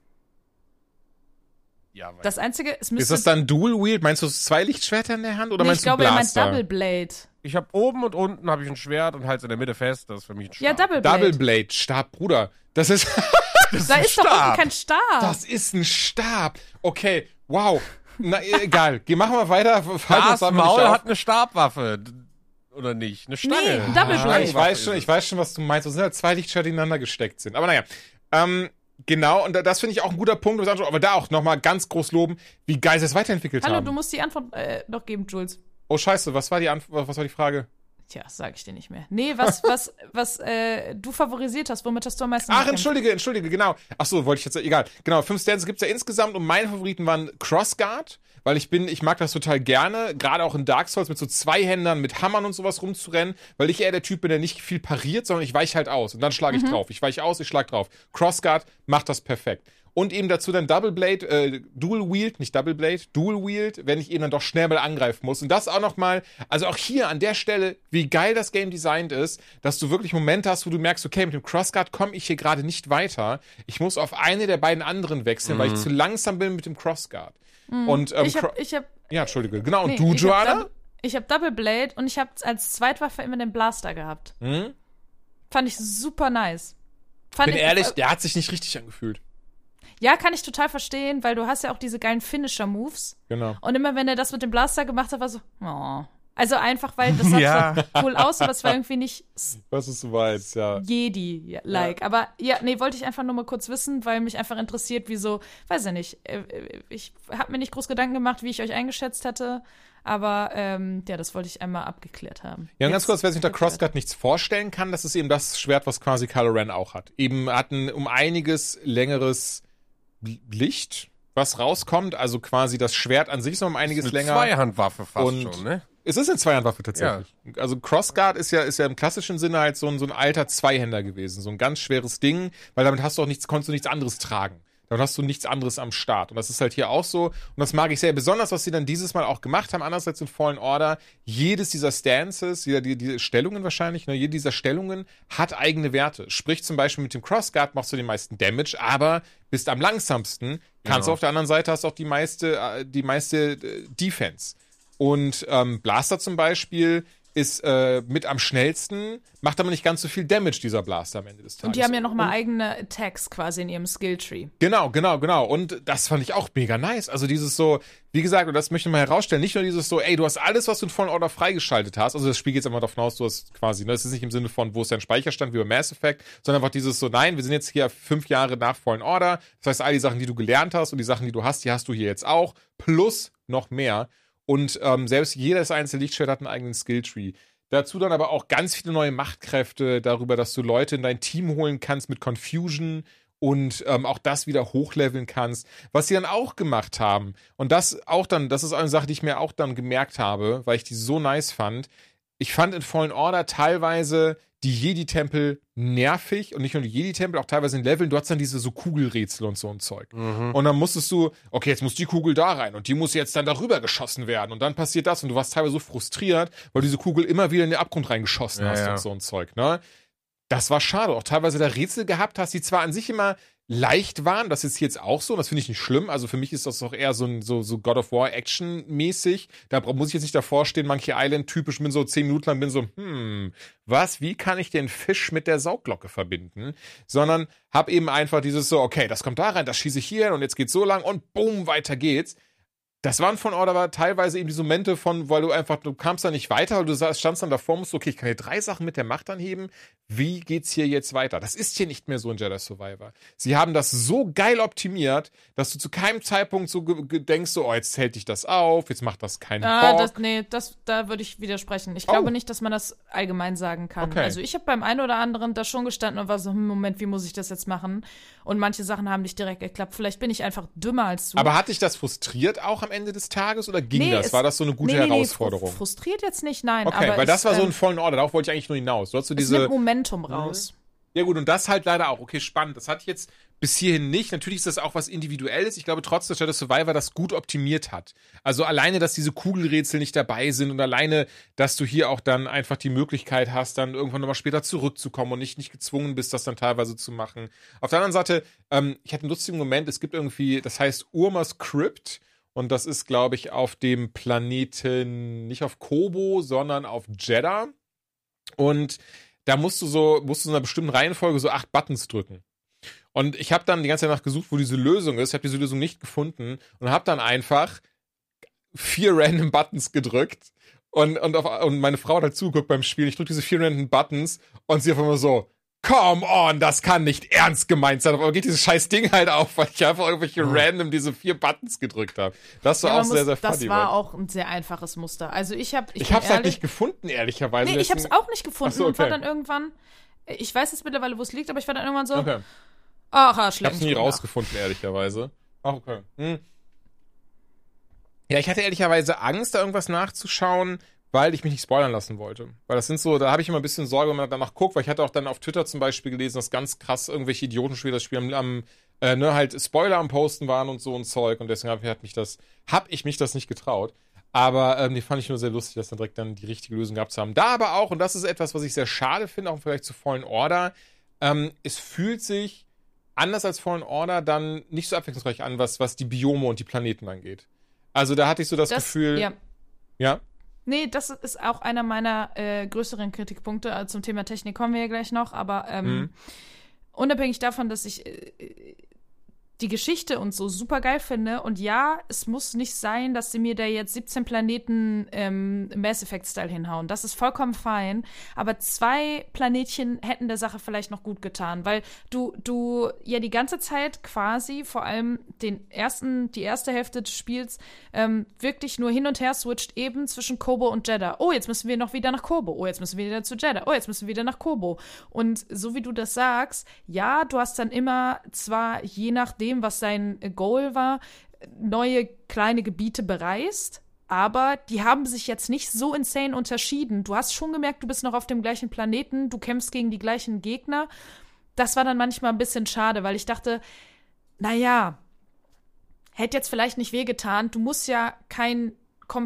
Ja, Das Einzige, es Ist müsste... das dann Dual Wield? Meinst du 2 Lichtschwerter in der Hand oder nee, ich meinst du glaube, er meint Blaster? Double Blade. ich habe oben und unten habe ich ein Schwert und halt's in der Mitte fest, das ist für mich ein Stab. Ja, Double Blade. Double Blade, Stab, Bruder. Das ist Da ist doch unten kein Stab. das ist ein Stab. Okay, wow. Na, egal. Machen wir weiter. Das Maul hat eine Stabwaffe. Oder nicht? Eine Stange. Nee, Double Blade. Ich weiß schon, was du meinst. Das sind halt 2 Lichtschwerter, die ineinander gesteckt sind. Aber naja. Genau, und das finde ich auch ein guter Punkt. Aber da auch nochmal ganz groß loben, wie geil sie es weiterentwickelt Hallo, haben. du musst die Antwort noch geben, Jules. Oh, scheiße, was war die Frage? Tja, sag ich dir nicht mehr. Nee, was du favorisiert hast, womit hast du am meisten Ach, gekämpft? entschuldige, genau. Ach so, wollte ich jetzt, egal. Genau, 5 Stances gibt's ja insgesamt und meine Favoriten waren Crossguard, weil ich mag das total gerne, gerade auch in Dark Souls mit so 2 Händern mit Hammern und sowas rumzurennen, weil ich eher der Typ bin, der nicht viel pariert, sondern ich weiche halt aus und dann schlage ich drauf. Ich weiche aus, ich schlag drauf. Crossguard macht das perfekt. Und eben dazu dann Double Blade, Dual Wield, nicht Double Blade, Dual Wield, wenn ich eben dann doch schnell mal angreifen muss. Und das auch nochmal, also auch hier an der Stelle, wie geil das Game designt ist, dass du wirklich Momente hast, wo du merkst, okay, mit dem Crossguard komme ich hier gerade nicht weiter. Ich muss auf eine der beiden anderen wechseln, weil ich zu langsam bin mit dem Crossguard. Und, Ich hab ja, entschuldige. Genau, und nee, du, Joanna? Ich hab Double Blade und ich hab als Zweitwaffe immer den Blaster gehabt. Fand ich super nice. Bin ehrlich, der hat sich nicht richtig angefühlt. Ja, kann ich total verstehen, weil du hast ja auch diese geilen Finisher-Moves. Genau. Und immer, wenn er das mit dem Blaster gemacht hat, war so, oh. Also einfach, weil das sah Ja. zwar cool aus, aber es war irgendwie nicht Was ist du meinst, ja. Jedi-like. Ja. Aber ja, nee, wollte ich einfach nur mal kurz wissen, weil mich einfach interessiert, wieso, weiß ich nicht. Ich habe mir nicht groß Gedanken gemacht, wie ich euch eingeschätzt hätte. Aber ja, das wollte ich einmal abgeklärt haben. Ja, und ganz kurz, wer sich unter Crossguard nichts vorstellen kann, das ist eben das Schwert, was quasi Kylo Ren auch hat. Eben hat ein um einiges längeres Licht, was rauskommt. Also quasi das Schwert an sich ist noch um einiges Eine länger. Zweihandwaffe fast Und schon, ne? Es ist eine Zweihandwaffe tatsächlich. Ja. Also Crossguard ist ja im klassischen Sinne halt so ein alter Zweihänder gewesen. So ein ganz schweres Ding, weil damit konntest du nichts anderes tragen. Dann hast du nichts anderes am Start. Und das ist halt hier auch so. Und das mag ich sehr. Besonders, was sie dann dieses Mal auch gemacht haben, anders als in Fallen Order. Jedes dieser Stances, die Stellungen wahrscheinlich, jede dieser Stellungen hat eigene Werte. Sprich zum Beispiel mit dem Crossguard machst du den meisten Damage, aber bist am langsamsten. Kannst du auf der anderen Seite hast auch die meiste Defense. Und Blaster zum Beispiel ist mit am schnellsten, macht aber nicht ganz so viel Damage, dieser Blaster am Ende des Tages. Und die haben ja nochmal eigene Attacks quasi in ihrem Skilltree. Genau. Und das fand ich auch mega nice. Also dieses so, wie gesagt, und das möchte ich mal herausstellen, nicht nur dieses so, ey, du hast alles, was du in Fallen Order freigeschaltet hast, also das Spiel geht jetzt immer davon aus, du hast quasi, das ist nicht im Sinne von, wo ist dein Speicherstand, wie bei Mass Effect, sondern einfach dieses so, nein, wir sind jetzt hier 5 Jahre nach Fallen Order, das heißt, all die Sachen, die du gelernt hast und die Sachen, die du hast, die hast du hier jetzt auch, plus noch mehr. Und selbst jedes einzelne Lichtschwert hat einen eigenen Skilltree. Dazu dann aber auch ganz viele neue Machtkräfte darüber, dass du Leute in dein Team holen kannst mit Confusion und auch das wieder hochleveln kannst. Was sie dann auch gemacht haben, und das ist eine Sache, die ich mir auch dann gemerkt habe, weil ich die so nice fand. Ich fand in Fallen Order teilweise die Jedi-Tempel nervig und nicht nur die Jedi-Tempel, auch teilweise in Leveln. Du hast dann diese so Kugelrätsel und so ein Zeug. Und dann musstest du, okay, jetzt muss die Kugel da rein und die muss jetzt dann darüber geschossen werden und dann passiert das und du warst teilweise so frustriert, weil du diese Kugel immer wieder in den Abgrund reingeschossen hast und so ein Zeug, ne? Das war schade. Auch teilweise da Rätsel gehabt hast, die zwar an sich immer leicht waren, das ist jetzt auch so, das finde ich nicht schlimm, also für mich ist das doch eher so God of War Action-mäßig, da muss ich jetzt nicht davor stehen, Monkey Island typisch, bin so 10 Minuten lang, bin so, wie kann ich den Fisch mit der Saugglocke verbinden, sondern hab eben einfach dieses so, okay, das kommt da rein, das schieße ich hier und jetzt geht's so lang und boom, weiter geht's. Das waren von Order aber teilweise eben diese Momente weil du kamst da nicht weiter, weil du standst dann davor, musst okay, ich kann hier 3 Sachen mit der Macht anheben, wie geht's hier jetzt weiter? Das ist hier nicht mehr so in Jedi Survivor. Sie haben das so geil optimiert, dass du zu keinem Zeitpunkt so denkst, so, oh, jetzt hält dich das auf, jetzt macht das keinen Bock. Da würde ich widersprechen. Ich glaube nicht, dass man das allgemein sagen kann. Okay. Also ich habe beim einen oder anderen da schon gestanden und war so, Moment, wie muss ich das jetzt machen? Und manche Sachen haben nicht direkt geklappt. Vielleicht bin ich einfach dümmer als du. Aber hat dich das frustriert auch am Ende des Tages oder ging das? War das so eine gute Herausforderung? Frustriert jetzt nicht, nein. Okay, aber weil das war so ein Fallen Order, darauf wollte ich eigentlich nur hinaus. Du hast so diese Momentum raus. Ja gut, und das halt leider auch. Okay, spannend. Das hatte ich jetzt bis hierhin nicht. Natürlich ist das auch was Individuelles. Ich glaube trotzdem, dass Jedi Survivor das gut optimiert hat. Also alleine, dass diese Kugelrätsel nicht dabei sind und alleine, dass du hier auch dann einfach die Möglichkeit hast, dann irgendwann nochmal später zurückzukommen und nicht gezwungen bist, das dann teilweise zu machen. Auf der anderen Seite, ich hatte einen lustigen Moment. Es gibt irgendwie, das heißt Urmas Crypt. Und das ist, glaube ich, auf dem Planeten, nicht auf Kobo, sondern auf Jeddah. Und da musst du in einer bestimmten Reihenfolge so 8 Buttons drücken. Und ich habe dann die ganze Zeit nachgesucht, wo diese Lösung ist. Ich habe diese Lösung nicht gefunden und habe dann einfach 4 random Buttons gedrückt. Und meine Frau hat halt zugeguckt beim Spiel. Ich drücke diese 4 random Buttons und sie einfach immer so, come on, das kann nicht ernst gemeint sein. Aber geht dieses scheiß Ding halt auf, weil ich einfach irgendwelche random diese 4 Buttons gedrückt habe. Das war auch sehr, sehr funny. Das war auch ein sehr einfaches Muster. Also ich hab's halt nicht gefunden, ehrlicherweise. Nee, ich hab's auch nicht gefunden. Ach so, okay. Und war dann irgendwann, ich weiß jetzt mittlerweile, wo es liegt, aber ich war dann irgendwann so, ach, ich hab's nie rausgefunden, ehrlicherweise. Ach, okay. Ja, ich hatte ehrlicherweise Angst, da irgendwas nachzuschauen, weil ich mich nicht spoilern lassen wollte. Weil das sind so, da habe ich immer ein bisschen Sorge, wenn man danach guckt, weil ich hatte auch dann auf Twitter zum Beispiel gelesen, dass ganz krass irgendwelche Idiotenspieler das Spiel halt Spoiler am Posten waren und so ein Zeug und deswegen hab ich mich das nicht getraut. Aber die fand ich nur sehr lustig, dass dann direkt dann die richtige Lösung gehabt zu haben. Da aber auch, und das ist etwas, was ich sehr schade finde, auch im Vergleich zu Fallen Order, es fühlt sich anders als Fallen Order dann nicht so abwechslungsreich an, was die Biome und die Planeten angeht. Also da hatte ich so das Gefühl... Ja? Nee, das ist auch einer meiner größeren Kritikpunkte. Also zum Thema Technik kommen wir ja gleich noch, aber unabhängig davon, dass ich die Geschichte und so super geil finde. Und ja, es muss nicht sein, dass sie mir da jetzt 17 Planeten Mass Effect-Style hinhauen. Das ist vollkommen fein. Aber 2 Planetchen hätten der Sache vielleicht noch gut getan, weil du ja die ganze Zeit quasi, vor allem die erste Hälfte des Spiels, wirklich nur hin und her switcht eben zwischen Kobo und Jeddah. Oh, jetzt müssen wir noch wieder nach Kobo. Oh, jetzt müssen wir wieder zu Jeddah. Oh, jetzt müssen wir wieder nach Kobo. Und so wie du das sagst, ja, du hast dann immer zwar, je nachdem, was sein Goal war, neue kleine Gebiete bereist, aber die haben sich jetzt nicht so insane unterschieden. Du hast schon gemerkt, du bist noch auf dem gleichen Planeten, du kämpfst gegen die gleichen Gegner. Das war dann manchmal ein bisschen schade, weil ich dachte, naja, hätte jetzt vielleicht nicht wehgetan. Du musst ja keinen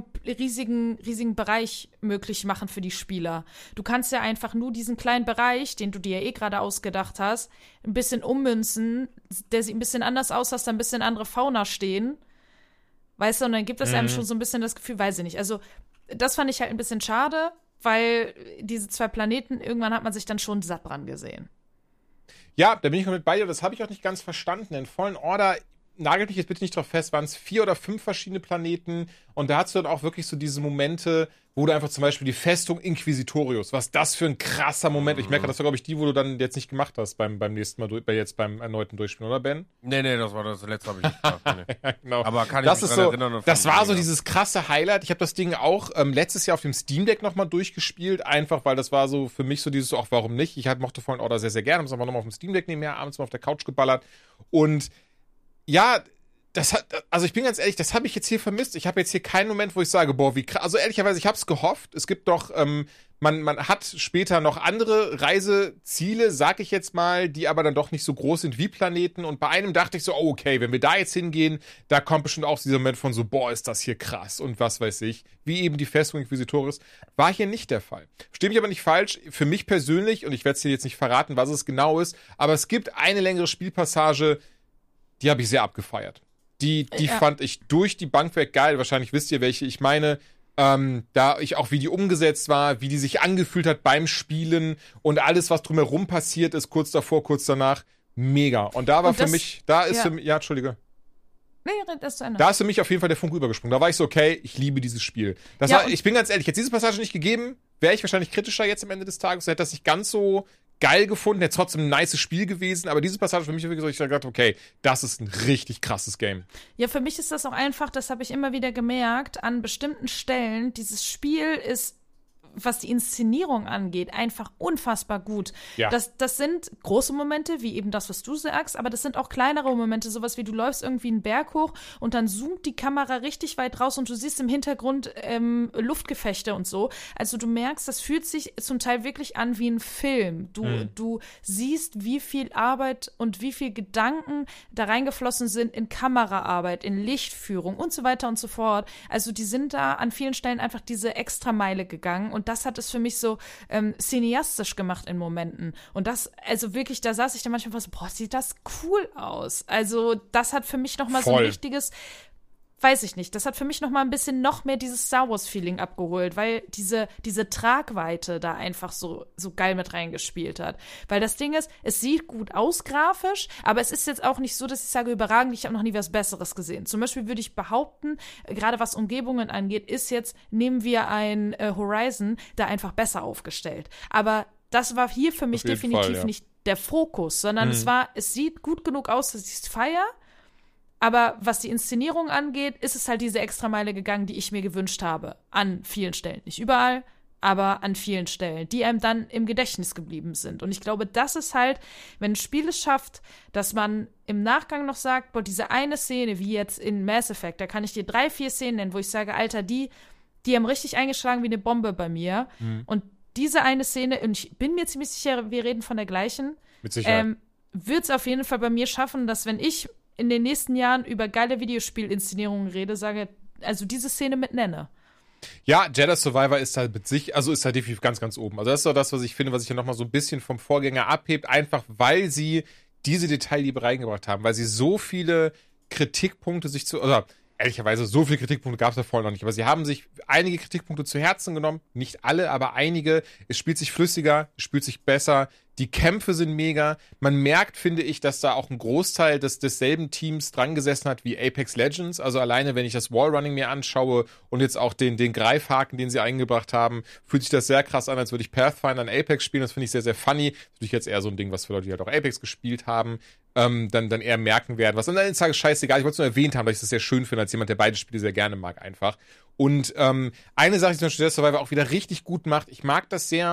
riesigen Bereich möglich machen für die Spieler. Du kannst ja einfach nur diesen kleinen Bereich, den du dir ja gerade ausgedacht hast, ein bisschen ummünzen, der sieht ein bisschen anders aus, hast da ein bisschen andere Fauna stehen. Weißt du, und dann gibt es einem schon so ein bisschen das Gefühl, weiß ich nicht. Also, das fand ich halt ein bisschen schade, weil diese 2 Planeten, irgendwann hat man sich dann schon satt dran gesehen. Ja, da bin ich komplett bei dir. Das habe ich auch nicht ganz verstanden. In Fallen Order, nagelt mich jetzt bitte nicht drauf fest, waren es 4 oder 5 verschiedene Planeten. Und da hast du dann auch wirklich so diese Momente, wo du einfach zum Beispiel die Festung Inquisitorius, was das für ein krasser Moment. Ich merke, das war, glaube ich, die, wo du dann jetzt nicht gemacht hast beim nächsten Mal, beim erneuten Durchspielen, oder Ben? Nee, das war das letzte, habe ich nicht gemacht. Nee. Ja, genau. Aber kann ich das mich ist dran so, erinnern. das war so dieses krasse Highlight. Ich habe das Ding auch letztes Jahr auf dem Steam Deck nochmal durchgespielt, einfach weil das war so für mich so dieses, auch warum nicht? Ich mochte Fallen Order sehr, sehr gerne, habe es aber nochmal auf dem Steam Deck nebenher abends mal auf der Couch geballert. Und ja, also ich bin ganz ehrlich, das habe ich jetzt hier vermisst. Ich habe jetzt hier keinen Moment, wo ich sage, boah, wie krass. Also ehrlicherweise, ich habe es gehofft. Es gibt doch, man hat später noch andere Reiseziele, sag ich jetzt mal, die aber dann doch nicht so groß sind wie Planeten. Und bei einem dachte ich so, oh, okay, wenn wir da jetzt hingehen, da kommt bestimmt auch dieser Moment von so, boah, ist das hier krass und was weiß ich. Wie eben die Festung Inquisitoris. War hier nicht der Fall. Verstehe mich aber nicht falsch. Für mich persönlich, und ich werde es dir jetzt nicht verraten, was es genau ist, aber es gibt eine längere Spielpassage, die habe ich sehr abgefeiert. Die fand ich durch die Bank weg geil. Wahrscheinlich wisst ihr, welche ich meine. Da ich auch, wie die umgesetzt war, wie die sich angefühlt hat beim Spielen und alles, was drumherum passiert ist, kurz davor, kurz danach, mega. Und da war für mich, Entschuldige. Nee, das ist zu Ende. Da ist für mich auf jeden Fall der Funke übergesprungen. Da war ich so, okay, ich liebe dieses Spiel. Ich bin ganz ehrlich, hätte diese Passage nicht gegeben, wäre ich wahrscheinlich kritischer jetzt am Ende des Tages. Hätte das nicht ganz so geil gefunden, hätte trotzdem ein nices Spiel gewesen, aber diese Passage für mich wirklich so, ich dachte, okay, das ist ein richtig krasses Game. Ja, für mich ist das auch einfach, das habe ich immer wieder gemerkt, an bestimmten Stellen, dieses Spiel ist, was die Inszenierung angeht, einfach unfassbar gut. Ja. Das sind große Momente, wie eben das, was du sagst, aber das sind auch kleinere Momente, sowas wie du läufst irgendwie einen Berg hoch und dann zoomt die Kamera richtig weit raus und du siehst im Hintergrund Luftgefechte und so. Also du merkst, das fühlt sich zum Teil wirklich an wie ein Film. Du siehst, wie viel Arbeit und wie viel Gedanken da reingeflossen sind in Kameraarbeit, in Lichtführung und so weiter und so fort. Also die sind da an vielen Stellen einfach diese Extrameile gegangen und das hat es für mich so cineastisch gemacht in Momenten. Und das, also wirklich, da saß ich dann manchmal so, boah, sieht das cool aus. Also das hat für mich nochmal so ein richtiges, weiß ich nicht, das hat für mich nochmal ein bisschen noch mehr dieses Star Wars-Feeling abgeholt, weil diese Tragweite da einfach so geil mit reingespielt hat. Weil das Ding ist, es sieht gut aus grafisch, aber es ist jetzt auch nicht so, dass ich sage, überragend, ich habe noch nie was Besseres gesehen. Zum Beispiel würde ich behaupten, gerade was Umgebungen angeht, ist jetzt, nehmen wir ein Horizon, da einfach besser aufgestellt. Aber das war hier für mich definitiv nicht der Fokus, sondern es sieht gut genug aus, dass ich es feiere. Aber was die Inszenierung angeht, ist es halt diese Extrameile gegangen, die ich mir gewünscht habe. An vielen Stellen. Nicht überall, aber an vielen Stellen, die einem dann im Gedächtnis geblieben sind. Und ich glaube, das ist halt, wenn ein Spiel es schafft, dass man im Nachgang noch sagt, boah, diese eine Szene, wie jetzt in Mass Effect, da kann ich dir 3, 4 Szenen nennen, wo ich sage, Alter, die haben richtig eingeschlagen wie eine Bombe bei mir. Und diese eine Szene, und ich bin mir ziemlich sicher, wir reden von der gleichen, mit Sicherheit. Wird es auf jeden Fall bei mir schaffen, dass wenn ich in den nächsten Jahren über geile Videospielinszenierungen rede, sage, also diese Szene mit nenne. Ja, Jedi Survivor ist halt mit sich, also ist halt definitiv ganz, ganz oben. Also das ist doch das, was ich finde, was sich ja nochmal so ein bisschen vom Vorgänger abhebt, einfach weil sie diese Detailliebe reingebracht haben, weil sie so viele Kritikpunkte ehrlicherweise, so viele Kritikpunkte gab es da vorher noch nicht, aber sie haben sich einige Kritikpunkte zu Herzen genommen, nicht alle, aber einige. Es spielt sich flüssiger, es spielt sich besser, die Kämpfe sind mega. Man merkt, finde ich, dass da auch ein Großteil desselben Teams dran gesessen hat wie Apex Legends. Also alleine, wenn ich das Wallrunning mir anschaue und jetzt auch den Greifhaken, den sie eingebracht haben, fühlt sich das sehr krass an, als würde ich Pathfinder in Apex spielen. Das finde ich sehr, sehr funny. Das ist natürlich jetzt eher so ein Ding, was für Leute, die halt auch Apex gespielt haben, dann eher merken werden. Was am Ende des Tages scheißegal. Ich wollte es nur erwähnt haben, weil ich das sehr schön finde, als jemand, der beide Spiele sehr gerne mag einfach. Und eine Sache, die zum Beispiel Jedi Survivor auch wieder richtig gut macht, ich mag das sehr,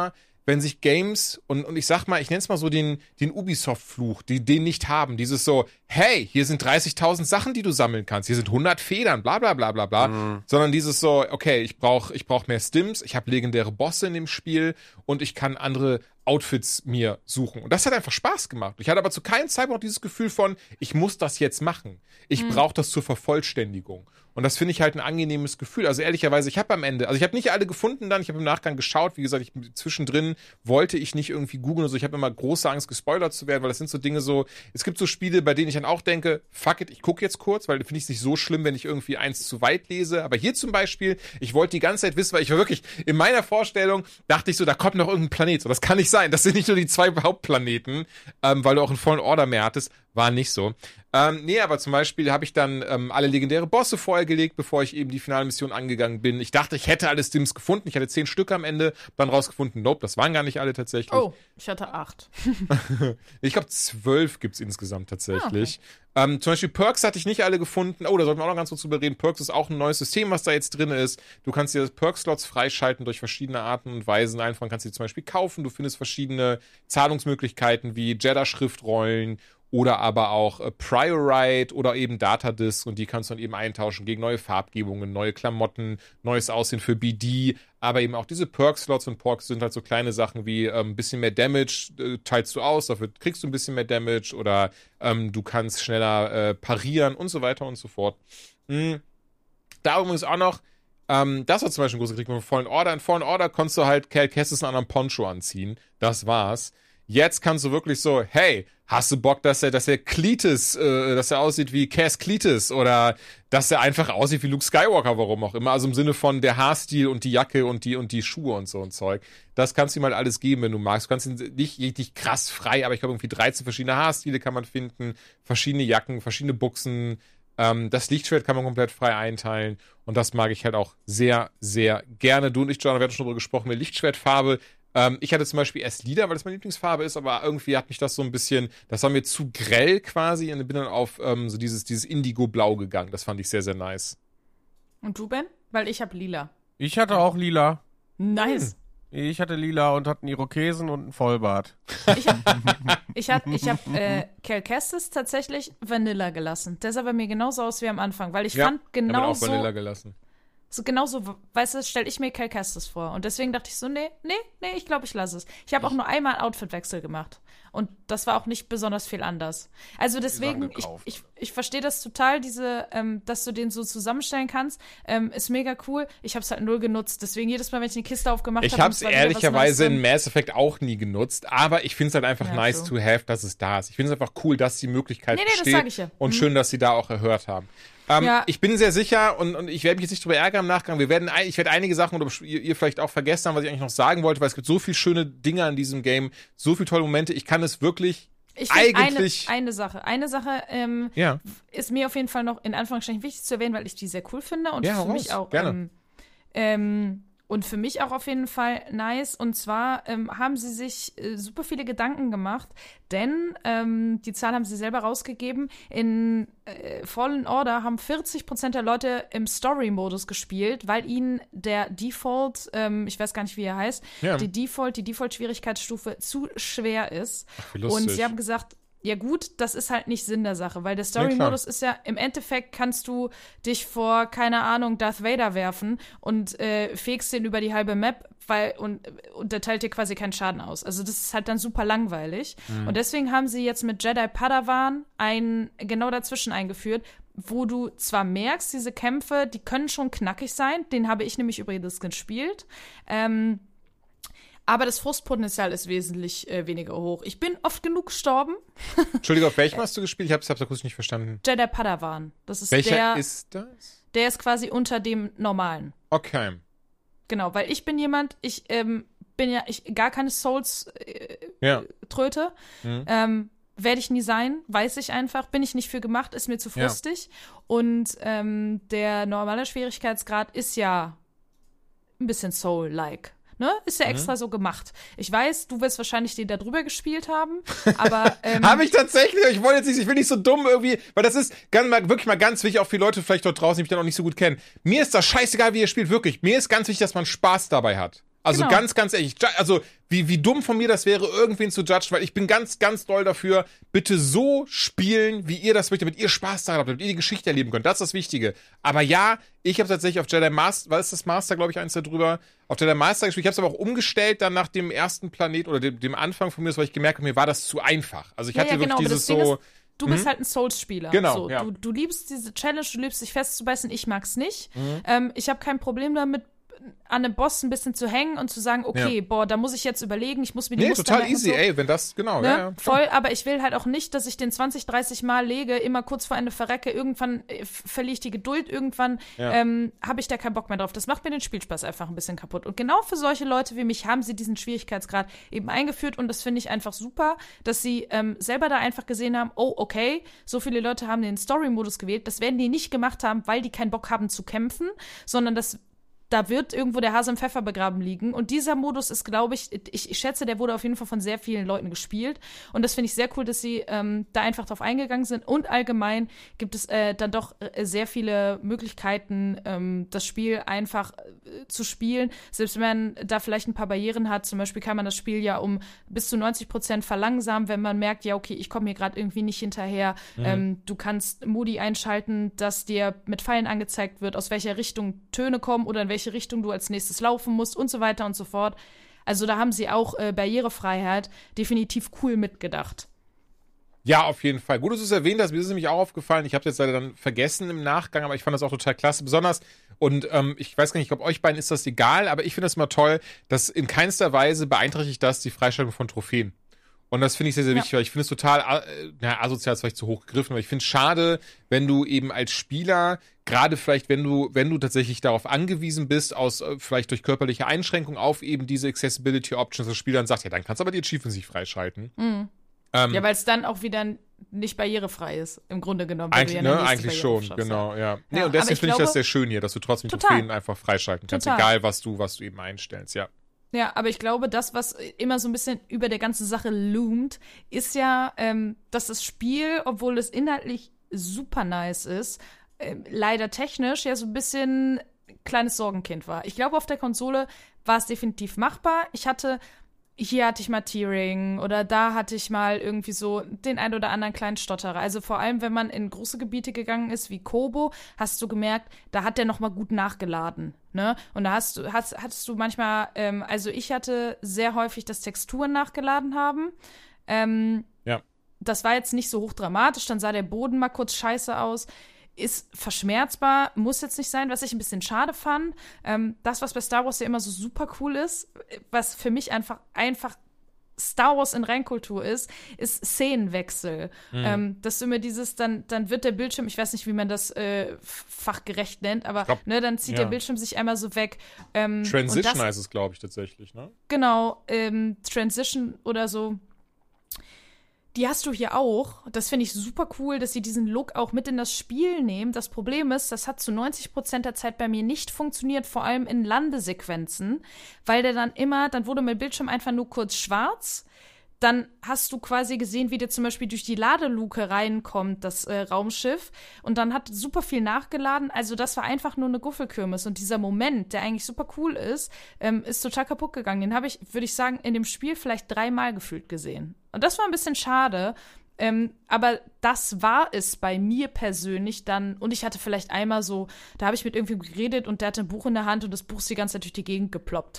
wenn sich Games und ich sag mal, ich nenn's mal so den Ubisoft-Fluch, die den nicht haben. Dieses so, hey, hier sind 30.000 Sachen, die du sammeln kannst. Hier sind 100 Federn, bla bla bla bla bla. Sondern dieses so, okay, ich brauch mehr Stims, ich habe legendäre Bosse in dem Spiel und ich kann andere Outfits mir suchen. Und das hat einfach Spaß gemacht. Ich hatte aber zu keinem Zeitpunkt dieses Gefühl von, ich muss das jetzt machen. Ich brauche das zur Vervollständigung. Und das finde ich halt ein angenehmes Gefühl. Also ehrlicherweise, ich habe nicht alle gefunden dann, ich habe im Nachgang geschaut, wie gesagt, zwischendrin wollte ich nicht irgendwie googeln oder so, ich habe immer große Angst, gespoilert zu werden, weil das sind so Dinge so, es gibt so Spiele, bei denen ich dann auch denke, fuck it, ich gucke jetzt kurz, weil finde ich es nicht so schlimm, wenn ich irgendwie eins zu weit lese, aber hier zum Beispiel, ich wollte die ganze Zeit wissen, weil ich war wirklich, in meiner Vorstellung, dachte ich so, da kommt noch irgendein Planet, so, das kann nicht sein, das sind nicht nur die 2 Hauptplaneten, weil du auch einen Fallen Order mehr hattest, war nicht so. Nee, aber zum Beispiel habe ich dann alle legendäre Bosse vorher gelegt, bevor ich eben die finale Mission angegangen bin. Ich dachte, ich hätte alle Stims gefunden. Ich hatte 10 Stück am Ende, dann rausgefunden, nope, das waren gar nicht alle tatsächlich. Oh, ich hatte 8. Ich glaube, 12 gibt's insgesamt tatsächlich. Zum Beispiel Perks hatte ich nicht alle gefunden. Oh, da sollten wir auch noch ganz kurz drüber reden. Perks ist auch ein neues System, was da jetzt drin ist. Du kannst dir Perk-Slots freischalten durch verschiedene Arten und Weisen. Einfach kannst du die zum Beispiel kaufen. Du findest verschiedene Zahlungsmöglichkeiten wie Jeddah-Schriftrollen oder aber auch Priorite oder eben Datadisk und die kannst du dann eben eintauschen gegen neue Farbgebungen, neue Klamotten, neues Aussehen für BD, aber eben auch diese Perk-Slots und Perks sind halt so kleine Sachen wie ein bisschen mehr Damage teilst du aus, dafür kriegst du ein bisschen mehr Damage oder du kannst schneller parieren und so weiter und so fort. Da übrigens auch noch, das war zum Beispiel ein großer Krieg mit Fallen Order. In Fallen Order konntest du halt Cal Kestis einen anderen Poncho anziehen, das war's. Jetzt kannst du wirklich so, hey, hast du Bock, dass er Cletus, dass er aussieht wie Cass Cletus oder dass er einfach aussieht wie Luke Skywalker, warum auch immer. Also im Sinne von der Haarstil und die Jacke und die Schuhe und so ein Zeug. Das kannst du ihm halt alles geben, wenn du magst. Du kannst ihn nicht richtig krass frei, aber ich glaube irgendwie 13 verschiedene Haarstile kann man finden, verschiedene Jacken, verschiedene Buchsen. Das Lichtschwert kann man komplett frei einteilen und das mag ich halt auch sehr, sehr gerne. Du und ich, John, wir hatten schon drüber gesprochen, mit Lichtschwertfarbe. Ich hatte zum Beispiel erst Lila, weil das meine Lieblingsfarbe ist, aber irgendwie hat mich das so ein bisschen, das war mir zu grell quasi und bin dann auf so dieses Indigo-Blau gegangen. Das fand ich sehr, sehr nice. Und du, Ben? Weil ich habe Lila. Ich hatte auch Lila. Nice. Ich hatte Lila und hatte einen Irokesen und einen Vollbart. Ich hab Cal Kestis tatsächlich Vanilla gelassen. Der sah bei mir genauso aus wie am Anfang, weil ich fand genauso... Ich habe auch Vanilla gelassen. So genauso, weißt du, stelle ich mir Cal Kestis vor. Und deswegen dachte ich so, nee, ich glaube, ich lasse es. Ich habe auch nur einmal einen Outfitwechsel gemacht. Und das war auch nicht besonders viel anders. Also deswegen, ich verstehe das total, dass du den so zusammenstellen kannst. Ist mega cool. Ich habe es halt null genutzt. Deswegen jedes Mal, wenn ich eine Kiste aufgemacht habe... Ich habe es ehrlicherweise in Mass Effect auch nie genutzt. Aber ich finde es halt einfach nice to have, dass es da ist. Ich finde es einfach cool, dass die Möglichkeit besteht. Das sag ich ja. Und schön, dass sie da auch erhört haben. Ich bin sehr sicher und ich werde mich jetzt nicht drüber ärgern im Nachgang. Ich werde einige Sachen, oder ihr vielleicht auch vergessen haben, was ich eigentlich noch sagen wollte, weil es gibt so viele schöne Dinge an diesem Game, so viele tolle Momente. Ich kann es wirklich eigentlich... Eine Sache ist mir auf jeden Fall noch in Anführungsstrichen wichtig zu erwähnen, weil ich die sehr cool finde und für mich auch und für mich auch auf jeden Fall nice. Und zwar haben sie sich super viele Gedanken gemacht, denn die Zahl haben sie selber rausgegeben. In Fallen Order haben 40% der Leute im Story-Modus gespielt, weil ihnen der Default, ich weiß gar nicht, wie er heißt, die Default-Schwierigkeitsstufe zu schwer ist. Ach, wie lustig. Und sie haben gesagt, ja gut, das ist halt nicht Sinn der Sache, weil der Story-Modus ist ja, im Endeffekt kannst du dich vor, keine Ahnung, Darth Vader werfen und fegst den über die halbe Map, und der teilt dir quasi keinen Schaden aus. Also das ist halt dann super langweilig. Und deswegen haben sie jetzt mit Jedi Padawan genau dazwischen eingeführt, wo du zwar merkst, diese Kämpfe, die können schon knackig sein, den habe ich nämlich übrigens gespielt, aber das Frustpotenzial ist wesentlich weniger hoch. Ich bin oft genug gestorben. Entschuldigung, auf welchem hast du gespielt? Ich hab's akustisch nicht verstanden. Jedi Padawan. Das ist Welcher ist das? Der ist quasi unter dem normalen. Okay. Genau, weil ich bin jemand, ich gar keine Souls-Tröte. Werde ich nie sein, weiß ich einfach. Bin ich nicht für gemacht, ist mir zu frustig. Ja. Und der normale Schwierigkeitsgrad ist ja ein bisschen Soul-like. Ne? Ist ja extra so gemacht. Ich weiß, du wirst wahrscheinlich den da drüber gespielt haben, aber habe ich tatsächlich. Ich will nicht so dumm irgendwie, weil das ist wirklich mal ganz wichtig, auch für Leute vielleicht dort draußen, die mich dann auch nicht so gut kennen. Mir ist das scheißegal, wie ihr spielt, wirklich. Mir ist ganz wichtig, dass man Spaß dabei hat. Also Genau. ganz, ganz ehrlich, also wie dumm von mir das wäre, irgendwen zu judgen, weil ich bin ganz, ganz doll dafür, bitte so spielen, wie ihr das möchtet, damit ihr Spaß daran habt, damit ihr die Geschichte erleben könnt. Das ist das Wichtige. Aber ja, ich habe tatsächlich auf Jedi Master, was ist das Master, glaube ich, eins da drüber, auf Jedi Master gespielt. Ich habe es aber auch umgestellt dann nach dem ersten Planet oder dem Anfang von mir, weil ich gemerkt habe, mir war das zu einfach. Also ich hatte wirklich genau, aber dieses das Ding so... ist, du bist halt ein Souls-Spieler. Genau, So, ja. du liebst diese Challenge, du liebst dich festzubeißen, ich mag's nicht. Ich habe kein Problem damit, an einem Boss ein bisschen zu hängen und zu sagen, okay, boah, da muss ich jetzt überlegen, ich muss mir die Muster total merken und easy, so. ey, wenn das, genau, Ne? ja. Voll, aber ich will halt auch nicht, dass ich den 20, 30 Mal lege, immer kurz vor Ende verrecke, irgendwann verliere ich die Geduld, irgendwann habe ich da keinen Bock mehr drauf. Das macht mir den Spielspaß einfach ein bisschen kaputt. Und genau für solche Leute wie mich haben sie diesen Schwierigkeitsgrad eben eingeführt und das finde ich einfach super, dass sie selber da einfach gesehen haben, oh, okay, so viele Leute haben den Story-Modus gewählt, das werden die nicht gemacht haben, weil die keinen Bock haben zu kämpfen, sondern da wird irgendwo der Hase im Pfeffer begraben liegen. Und dieser Modus ist, glaube ich schätze, der wurde auf jeden Fall von sehr vielen Leuten gespielt. Und das finde ich sehr cool, dass sie da einfach drauf eingegangen sind. Und allgemein gibt es dann doch sehr viele Möglichkeiten, das Spiel einfach zu spielen. Selbst wenn man da vielleicht ein paar Barrieren hat. Zum Beispiel kann man das Spiel ja um bis zu 90% verlangsamen, wenn man merkt, ja, okay, ich komme hier gerade irgendwie nicht hinterher. Du kannst Modi einschalten, dass dir mit Pfeilen angezeigt wird, aus welcher Richtung Töne kommen oder in welche Richtung du als nächstes laufen musst und so weiter und so fort. Also da haben sie auch Barrierefreiheit definitiv cool mitgedacht. Ja, auf jeden Fall. Gut, dass du es erwähnt hast, mir ist es nämlich auch aufgefallen. Ich habe es jetzt leider dann vergessen im Nachgang, aber ich fand das auch total klasse. Besonders, und ich weiß gar nicht, ich glaube, euch beiden ist das egal, aber ich finde das immer toll, dass in keinster Weise beeinträchtigt das die Freischaltung von Trophäen. Und das finde ich sehr, sehr wichtig, weil ich finde es total, asozial ist vielleicht zu hoch gegriffen, aber ich finde es schade, wenn du eben als Spieler, gerade vielleicht, wenn du tatsächlich darauf angewiesen bist, vielleicht durch körperliche Einschränkungen auf eben diese Accessibility Options, das Spiel dann sagt, ja, dann kannst du aber die Achievements nicht freischalten. Ja, weil es dann auch wieder nicht barrierefrei ist, im Grunde genommen. Eigentlich schon, genau, ja. Nee, und deswegen finde ich das sehr schön hier, dass du trotzdem die Trophäen einfach freischalten kannst, egal was du eben einstellst, ja. Ja, aber ich glaube, das, was immer so ein bisschen über der ganzen Sache loomt, ist ja, dass das Spiel, obwohl es inhaltlich super nice ist, leider technisch ja so ein bisschen kleines Sorgenkind war. Ich glaube, auf der Konsole war es definitiv machbar. Hier hatte ich mal Tearing oder da hatte ich mal irgendwie so den ein oder anderen kleinen Stotterer. Also vor allem, wenn man in große Gebiete gegangen ist, wie Kobo, hast du gemerkt, da hat der noch mal gut nachgeladen, ne? Und da hattest du manchmal, also ich hatte sehr häufig, dass Texturen nachgeladen haben. Ja. Das war jetzt nicht so hochdramatisch, dann sah der Boden mal kurz scheiße aus. Ist verschmerzbar, muss jetzt nicht sein, was ich ein bisschen schade fand. Das, was bei Star Wars ja immer so super cool ist, was für mich einfach Star Wars in Reinkultur ist Szenenwechsel. Dass du immer dann wird der Bildschirm, ich weiß nicht, wie man das fachgerecht nennt, aber dann zieht der Bildschirm sich einmal so weg. Transition heißt es, glaube ich, tatsächlich, ne? Genau, Transition oder so. Die hast du hier auch. Das finde ich super cool, dass sie diesen Look auch mit in das Spiel nehmen. Das Problem ist, das hat zu 90% der Zeit bei mir nicht funktioniert, vor allem in Landesequenzen, weil dann wurde mein Bildschirm einfach nur kurz schwarz. Dann hast du quasi gesehen, wie der zum Beispiel durch die Ladeluke reinkommt, das Raumschiff. Und dann hat super viel nachgeladen. Also das war einfach nur eine Guffelkirmes. Und dieser Moment, der eigentlich super cool ist total kaputt gegangen. Den habe ich, würde ich sagen, in dem Spiel vielleicht 3-mal gefühlt gesehen. Und das war ein bisschen schade. Aber das war es bei mir persönlich dann. Und ich hatte vielleicht einmal so, da habe ich mit irgendwem geredet und der hatte ein Buch in der Hand und das Buch ist die ganze Zeit durch die Gegend geploppt.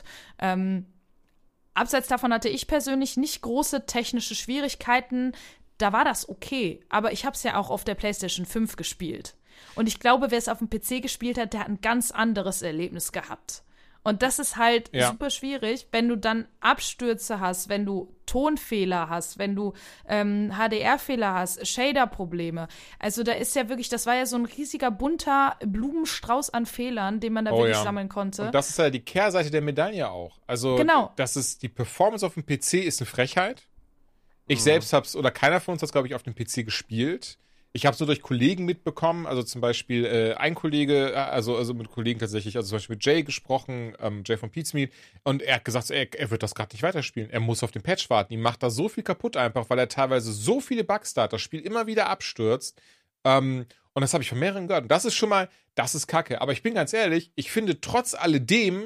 Abseits davon hatte ich persönlich nicht große technische Schwierigkeiten. Da war das okay. Aber ich habe es ja auch auf der PlayStation 5 gespielt. Und ich glaube, wer es auf dem PC gespielt hat, der hat ein ganz anderes Erlebnis gehabt. Und das ist halt super schwierig, wenn du dann Abstürze hast, wenn du Tonfehler hast, wenn du HDR-Fehler hast, Shader-Probleme. Also da ist ja wirklich, das war ja so ein riesiger, bunter Blumenstrauß an Fehlern, den man da wirklich sammeln konnte. Und das ist ja die Kehrseite der Medaille auch. Also die Performance auf dem PC ist eine Frechheit. Ich selbst hab's, oder keiner von uns hat es, glaube ich, auf dem PC gespielt. Ich habe es nur durch Kollegen mitbekommen, also zum Beispiel ein Kollege, also mit Kollegen tatsächlich, also zum Beispiel mit Jay gesprochen, Jay von Pizmeet, und er hat gesagt, er wird das gerade nicht weiterspielen. Er muss auf den Patch warten. Ihm macht da so viel kaputt einfach, weil er teilweise so viele Bugs da hat, das Spiel immer wieder abstürzt. Und das habe ich von mehreren gehört. Und das ist schon mal, das ist Kacke. Aber ich bin ganz ehrlich, ich finde trotz alledem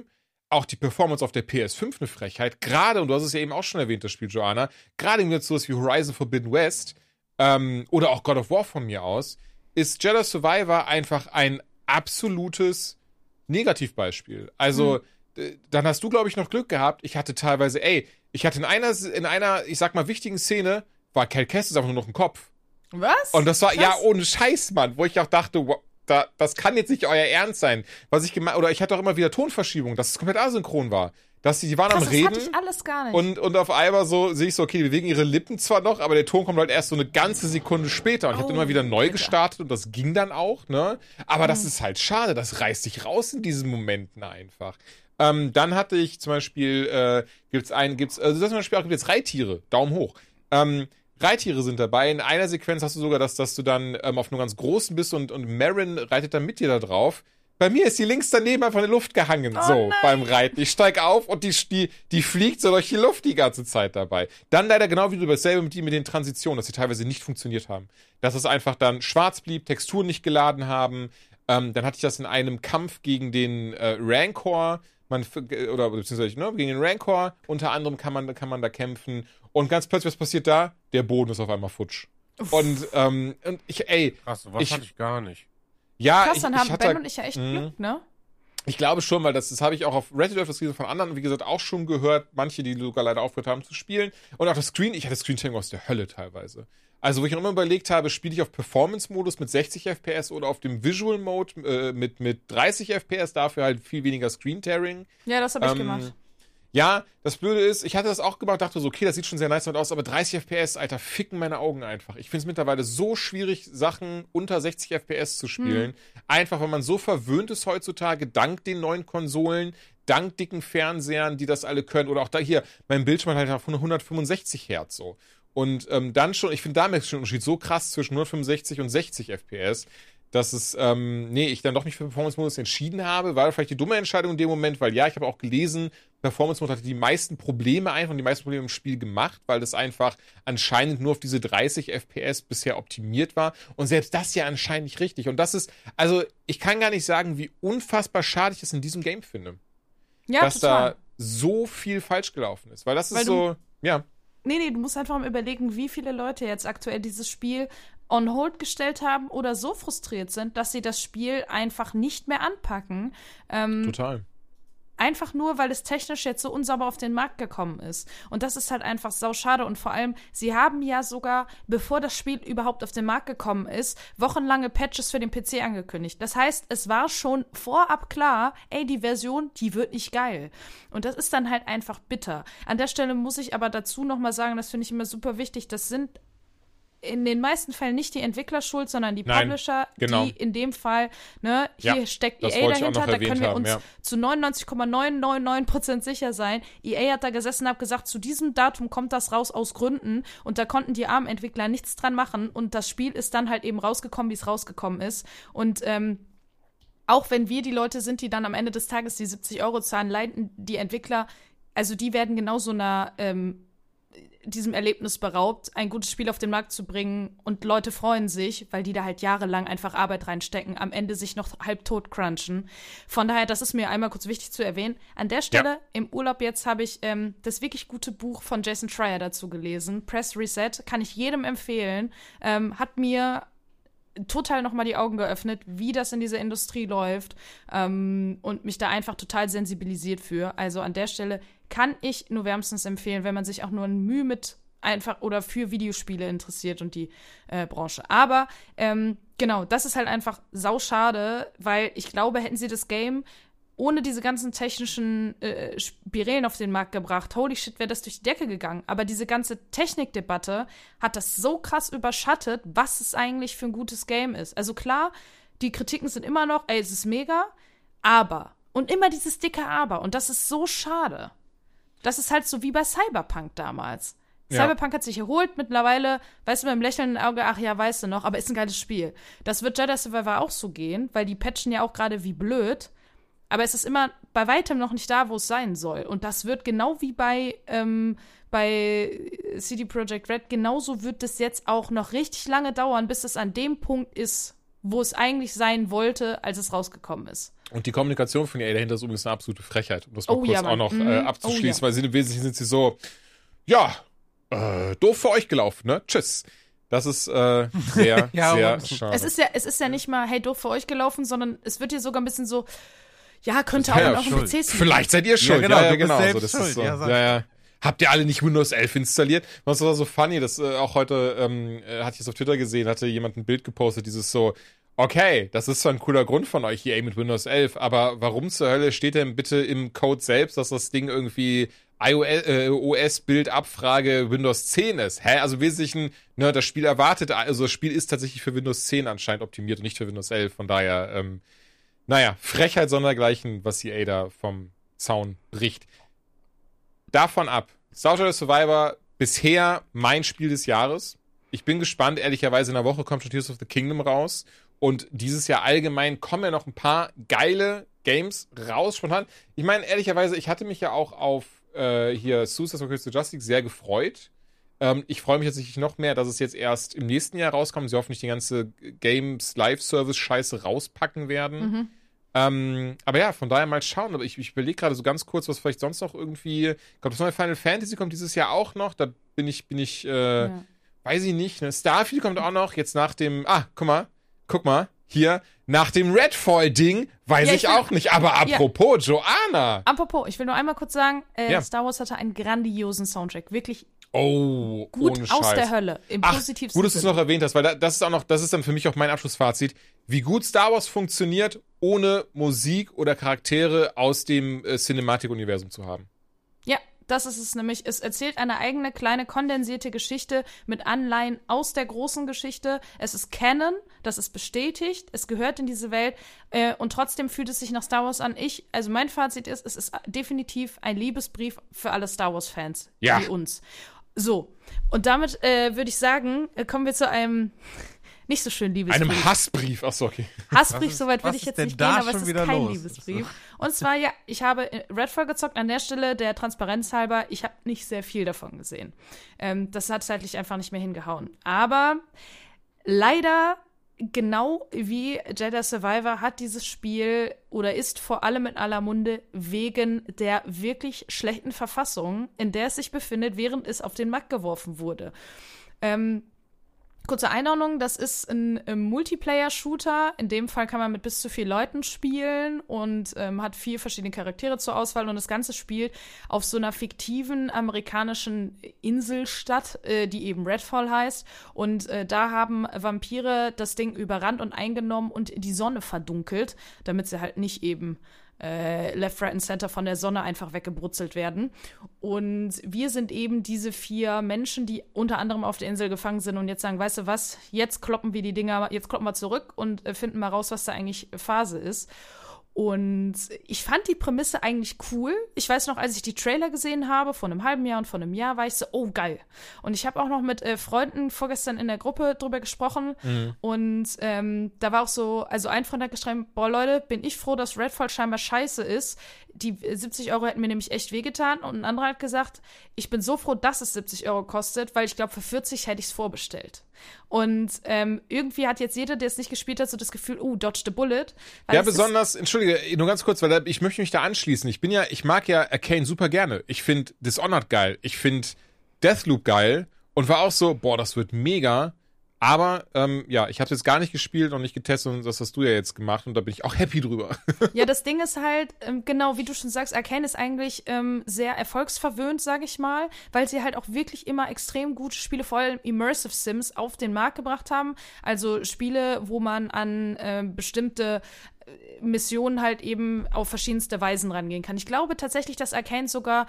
auch die Performance auf der PS5 eine Frechheit. Gerade, und du hast es ja eben auch schon erwähnt, das Spiel, Joanna, gerade mit sowas wie Horizon Forbidden West oder auch God of War von mir aus, ist Jedi Survivor einfach ein absolutes Negativbeispiel. Also, dann hast du, glaube ich, noch Glück gehabt. Ich hatte teilweise, in einer, ich sag mal, wichtigen Szene, war Cal Kestis einfach nur noch ein Kopf. Was? Und das war, Krass. ja, ohne Scheiß, Mann, wo ich auch dachte, wow, das kann jetzt nicht euer Ernst sein. Oder ich hatte auch immer wieder Tonverschiebung, dass es komplett asynchron war. Dass die waren Krass, am Reden. Das hatte ich alles gar nicht. Und auf einmal so sehe ich so, okay, die bewegen ihre Lippen zwar noch, aber der Ton kommt halt erst so eine ganze Sekunde später. Und ich habe dann immer wieder neu gestartet und das ging dann auch, ne? Aber das ist halt schade, das reißt dich raus in diesen Momenten einfach. Dann hatte ich zum Beispiel, gibt jetzt Reittiere, Daumen hoch. Reittiere sind dabei. In einer Sequenz hast du sogar, dass du dann auf einem ganz großen bist und Marin reitet dann mit dir da drauf. Bei mir ist die links daneben einfach in der Luft gehangen, beim Reiten. Ich steig auf und die fliegt so durch die Luft die ganze Zeit dabei. Dann leider genau wie du dasselbe mit den Transitionen, dass sie teilweise nicht funktioniert haben. Dass es einfach dann schwarz blieb, Texturen nicht geladen haben. Dann hatte ich das in einem Kampf gegen den Rancor, beziehungsweise gegen den Rancor. Unter anderem kann man da kämpfen. Und ganz plötzlich, was passiert da? Der Boden ist auf einmal futsch. Uff. Und Krass, sowas hatte ich gar nicht. Ja, Krass, dann haben Ben und ich ja echt Glück, ne? Ich glaube schon, weil das habe ich auch auf Reddit öfters von anderen, wie gesagt, auch schon gehört. Manche, die sogar leider aufgehört haben zu spielen. Und auch ich hatte Screen-Timing aus der Hölle teilweise. Also, wo ich auch immer überlegt habe, spiele ich auf Performance-Modus mit 60 FPS oder auf dem Visual-Mode mit 30 FPS, dafür halt viel weniger Screen-Tearing. Ja, das habe ich gemacht. Ja, das Blöde ist, ich hatte das auch gemacht, dachte so, okay, das sieht schon sehr nice aus, aber 30 FPS, Alter, ficken meine Augen einfach. Ich finde es mittlerweile so schwierig, Sachen unter 60 FPS zu spielen. Einfach, weil man so verwöhnt ist heutzutage, dank den neuen Konsolen, dank dicken Fernsehern, die das alle können. Oder auch da hier, mein Bildschirm hat halt auf 165 Hertz so. Und dann schon, ich finde, da merkt schon ein Unterschied so krass zwischen 165 und 60 FPS, dass es, ich dann doch nicht für Performance-Modus entschieden habe. War vielleicht die dumme Entscheidung in dem Moment, weil ja, ich habe auch gelesen, Performance-Mode hatte die meisten Probleme und die meisten Probleme im Spiel gemacht, weil das einfach anscheinend nur auf diese 30 FPS bisher optimiert war. Und selbst das ja anscheinend nicht richtig. Und das ist, also ich kann gar nicht sagen, wie unfassbar schade ich es in diesem Game finde. Ja, dass total. da so viel falsch gelaufen ist. Weil das ist ja. Nee, du musst einfach mal überlegen, wie viele Leute jetzt aktuell dieses Spiel on hold gestellt haben oder so frustriert sind, dass sie das Spiel einfach nicht mehr anpacken. Total. Einfach nur, weil es technisch jetzt so unsauber auf den Markt gekommen ist. Und das ist halt einfach sauschade. Und vor allem, sie haben ja sogar, bevor das Spiel überhaupt auf den Markt gekommen ist, wochenlange Patches für den PC angekündigt. Das heißt, es war schon vorab klar, die Version, die wird nicht geil. Und das ist dann halt einfach bitter. An der Stelle muss ich aber dazu noch mal sagen, das finde ich immer super wichtig, das sind in den meisten Fällen nicht die Entwickler schuld, sondern die Publisher, genau. die in dem Fall, hier steckt das EA wollte ich auch dahinter, noch da können wir erwähnt uns haben, zu 99,999% sicher sein. EA hat da gesessen und hat gesagt, zu diesem Datum kommt das raus aus Gründen und da konnten die armen Entwickler nichts dran machen und das Spiel ist dann halt eben rausgekommen, wie es rausgekommen ist. Und auch wenn wir die Leute sind, die dann am Ende des Tages die 70 € zahlen, leiden die Entwickler, also die werden genauso diesem Erlebnis beraubt, ein gutes Spiel auf den Markt zu bringen und Leute freuen sich, weil die da halt jahrelang einfach Arbeit reinstecken, am Ende sich noch halbtot crunchen. Von daher, das ist mir einmal kurz wichtig zu erwähnen. An der Stelle, im Urlaub jetzt habe ich das wirklich gute Buch von Jason Schreier dazu gelesen, Press Reset, kann ich jedem empfehlen, hat mir total nochmal die Augen geöffnet, wie das in dieser Industrie läuft und mich da einfach total sensibilisiert für. Also an der Stelle kann ich nur wärmstens empfehlen, wenn man sich auch nur ein Mühe mit einfach oder für Videospiele interessiert und die Branche. Aber genau, das ist halt einfach sauschade, weil ich glaube, hätten sie das Game ohne diese ganzen technischen Spiralen auf den Markt gebracht, holy shit, wäre das durch die Decke gegangen. Aber diese ganze Technikdebatte hat das so krass überschattet, was es eigentlich für ein gutes Game ist. Also klar, die Kritiken sind immer noch, es ist mega, aber, und immer dieses dicke Aber, und das ist so schade. Das ist halt so wie bei Cyberpunk damals. Ja. Cyberpunk hat sich erholt, mittlerweile, weißt du, mit einem lächelnden Auge, ach ja, weißt du noch, aber ist ein geiles Spiel. Das wird Jedi Survivor auch so gehen, weil die patchen ja auch gerade wie blöd. Aber es ist immer bei weitem noch nicht da, wo es sein soll. Und das wird genau wie bei CD Projekt Red, genauso wird es jetzt auch noch richtig lange dauern, bis es an dem Punkt ist, wo es eigentlich sein wollte, als es rausgekommen ist. Und die Kommunikation von EA dahinter ist übrigens eine absolute Frechheit, um das mal kurz ja, auch noch abzuschließen, ja. weil im Wesentlichen sind sie so, ja, doof für euch gelaufen, ne? Tschüss. Das ist sehr, Ja, sehr schade. Es ist ja nicht mal, hey, doof für euch gelaufen, sondern es wird dir sogar ein bisschen so, ja, könnte Ja, auch auf dem schuld. PC sein. Vielleicht seid ihr schuld. genau, Ja, du bist genau. selbst So, das schuld. ist so. Ja, sag. Ja. Habt ihr alle nicht Windows 11 installiert? Was war so funny, das auch heute hatte ich es auf Twitter gesehen, hatte jemand ein Bild gepostet, dieses so, okay, das ist zwar ein cooler Grund von euch, EA mit Windows 11, aber warum zur Hölle steht denn bitte im Code selbst, dass das Ding irgendwie OS-Bildabfrage Windows 10 ist? Hä? Also wesentlich das Spiel erwartet, also das Spiel ist tatsächlich für Windows 10 anscheinend optimiert und nicht für Windows 11, von daher, Frechheit sondergleichen, was EA da vom Zaun bricht. Davon ab, Star Wars Jedi Survivor, bisher mein Spiel des Jahres. Ich bin gespannt, ehrlicherweise in der Woche kommt schon Tears of the Kingdom raus und dieses Jahr allgemein kommen ja noch ein paar geile Games raus, spontan. Ich meine, ehrlicherweise, ich hatte mich ja auch auf hier Suicide Squad Justice sehr gefreut. Ich freue mich tatsächlich noch mehr, dass es jetzt erst im nächsten Jahr rauskommt. Sie hoffentlich die ganze Games Live-Service-Scheiße rauspacken werden. Aber ja, von daher mal schauen. Aber ich überlege gerade so ganz kurz, was vielleicht sonst noch irgendwie. Ich glaube, das neue Final Fantasy kommt dieses Jahr auch noch. Da bin ich, weiß ich nicht. Ne? Starfield kommt auch noch. Jetzt nach dem. Guck mal. Hier, nach dem Redfall-Ding, weiß ich auch nicht. Aber apropos, Joanna. Apropos, ich will nur einmal kurz sagen, Ja. Star Wars hatte einen grandiosen Soundtrack. Wirklich Oh, gut ohne aus Scheiß. der Hölle. Im positivsten Gut, dass du es Sinne. noch erwähnt hast, weil das ist dann für mich auch mein Abschlussfazit, wie gut Star Wars funktioniert, ohne Musik oder Charaktere aus dem Cinematic-Universum zu haben. Ja, das ist es nämlich. Es erzählt eine eigene, kleine, kondensierte Geschichte mit Anleihen aus der großen Geschichte. Es ist Canon, das ist bestätigt, es gehört in diese Welt und trotzdem fühlt es sich nach Star Wars an. Also mein Fazit ist, es ist definitiv ein Liebesbrief für alle Star Wars-Fans Ja. wie uns. So, und damit würde ich sagen, kommen wir zu einem nicht so schönen Liebesbrief. Einem Hassbrief, achso, okay. Hassbrief, soweit will was ich ist jetzt denn nicht da gehen, aber es schon ist wieder kein los? Liebesbrief. Und zwar, ja, ich habe Redfall gezockt, an der Stelle der Transparenz halber, ich habe nicht sehr viel davon gesehen. Das hat zeitlich einfach nicht mehr hingehauen. Aber leider, genau wie Jedi Survivor, hat dieses Spiel oder ist vor allem in aller Munde wegen der wirklich schlechten Verfassung, in der es sich befindet, während es auf den Markt geworfen wurde. Kurze Einordnung, das ist ein Multiplayer-Shooter. In dem Fall kann man mit bis zu 4 Leuten spielen und hat 4 verschiedene Charaktere zur Auswahl. Und das Ganze spielt auf so einer fiktiven amerikanischen Inselstadt, die eben Redfall heißt. Und da haben Vampire das Ding überrannt und eingenommen und die Sonne verdunkelt, damit sie halt nicht eben Left, Right and Center von der Sonne einfach weggebrutzelt werden. Und wir sind eben diese 4 Menschen, die unter anderem auf der Insel gefangen sind und jetzt sagen, weißt du was, jetzt kloppen wir die Dinger, jetzt kloppen wir zurück und finden mal raus, was da eigentlich Phase ist. Und ich fand die Prämisse eigentlich cool. Ich weiß noch, als ich die Trailer gesehen habe, vor einem halben Jahr und vor einem Jahr, war ich so, oh, geil. Und ich habe auch noch mit Freunden vorgestern in der Gruppe drüber gesprochen. Und da war auch so, also ein Freund hat geschrieben, boah, Leute, bin ich froh, dass Redfall scheinbar scheiße ist. Die 70 € hätten mir nämlich echt wehgetan. Und ein anderer hat gesagt, ich bin so froh, dass es 70 € kostet, weil ich glaube, für 40 hätte ich es vorbestellt. Und irgendwie hat jetzt jeder, der es nicht gespielt hat, so das Gefühl, dodge the bullet. Weil Ja, es ist- besonders, entschuldige, nur ganz kurz, weil ich möchte mich da anschließen. Ich mag ja Arcane super gerne. Ich finde Dishonored geil. Ich finde Deathloop geil und war auch so, boah, das wird mega. Aber, ich habe jetzt gar nicht gespielt und nicht getestet und das hast du ja jetzt gemacht und da bin ich auch happy drüber. Ja, das Ding ist halt, genau, wie du schon sagst, Arcane ist eigentlich sehr erfolgsverwöhnt, sage ich mal, weil sie halt auch wirklich immer extrem gute Spiele, vor allem Immersive Sims, auf den Markt gebracht haben. Also Spiele, wo man an bestimmte Missionen halt eben auf verschiedenste Weisen rangehen kann. Ich glaube tatsächlich, dass Arcane sogar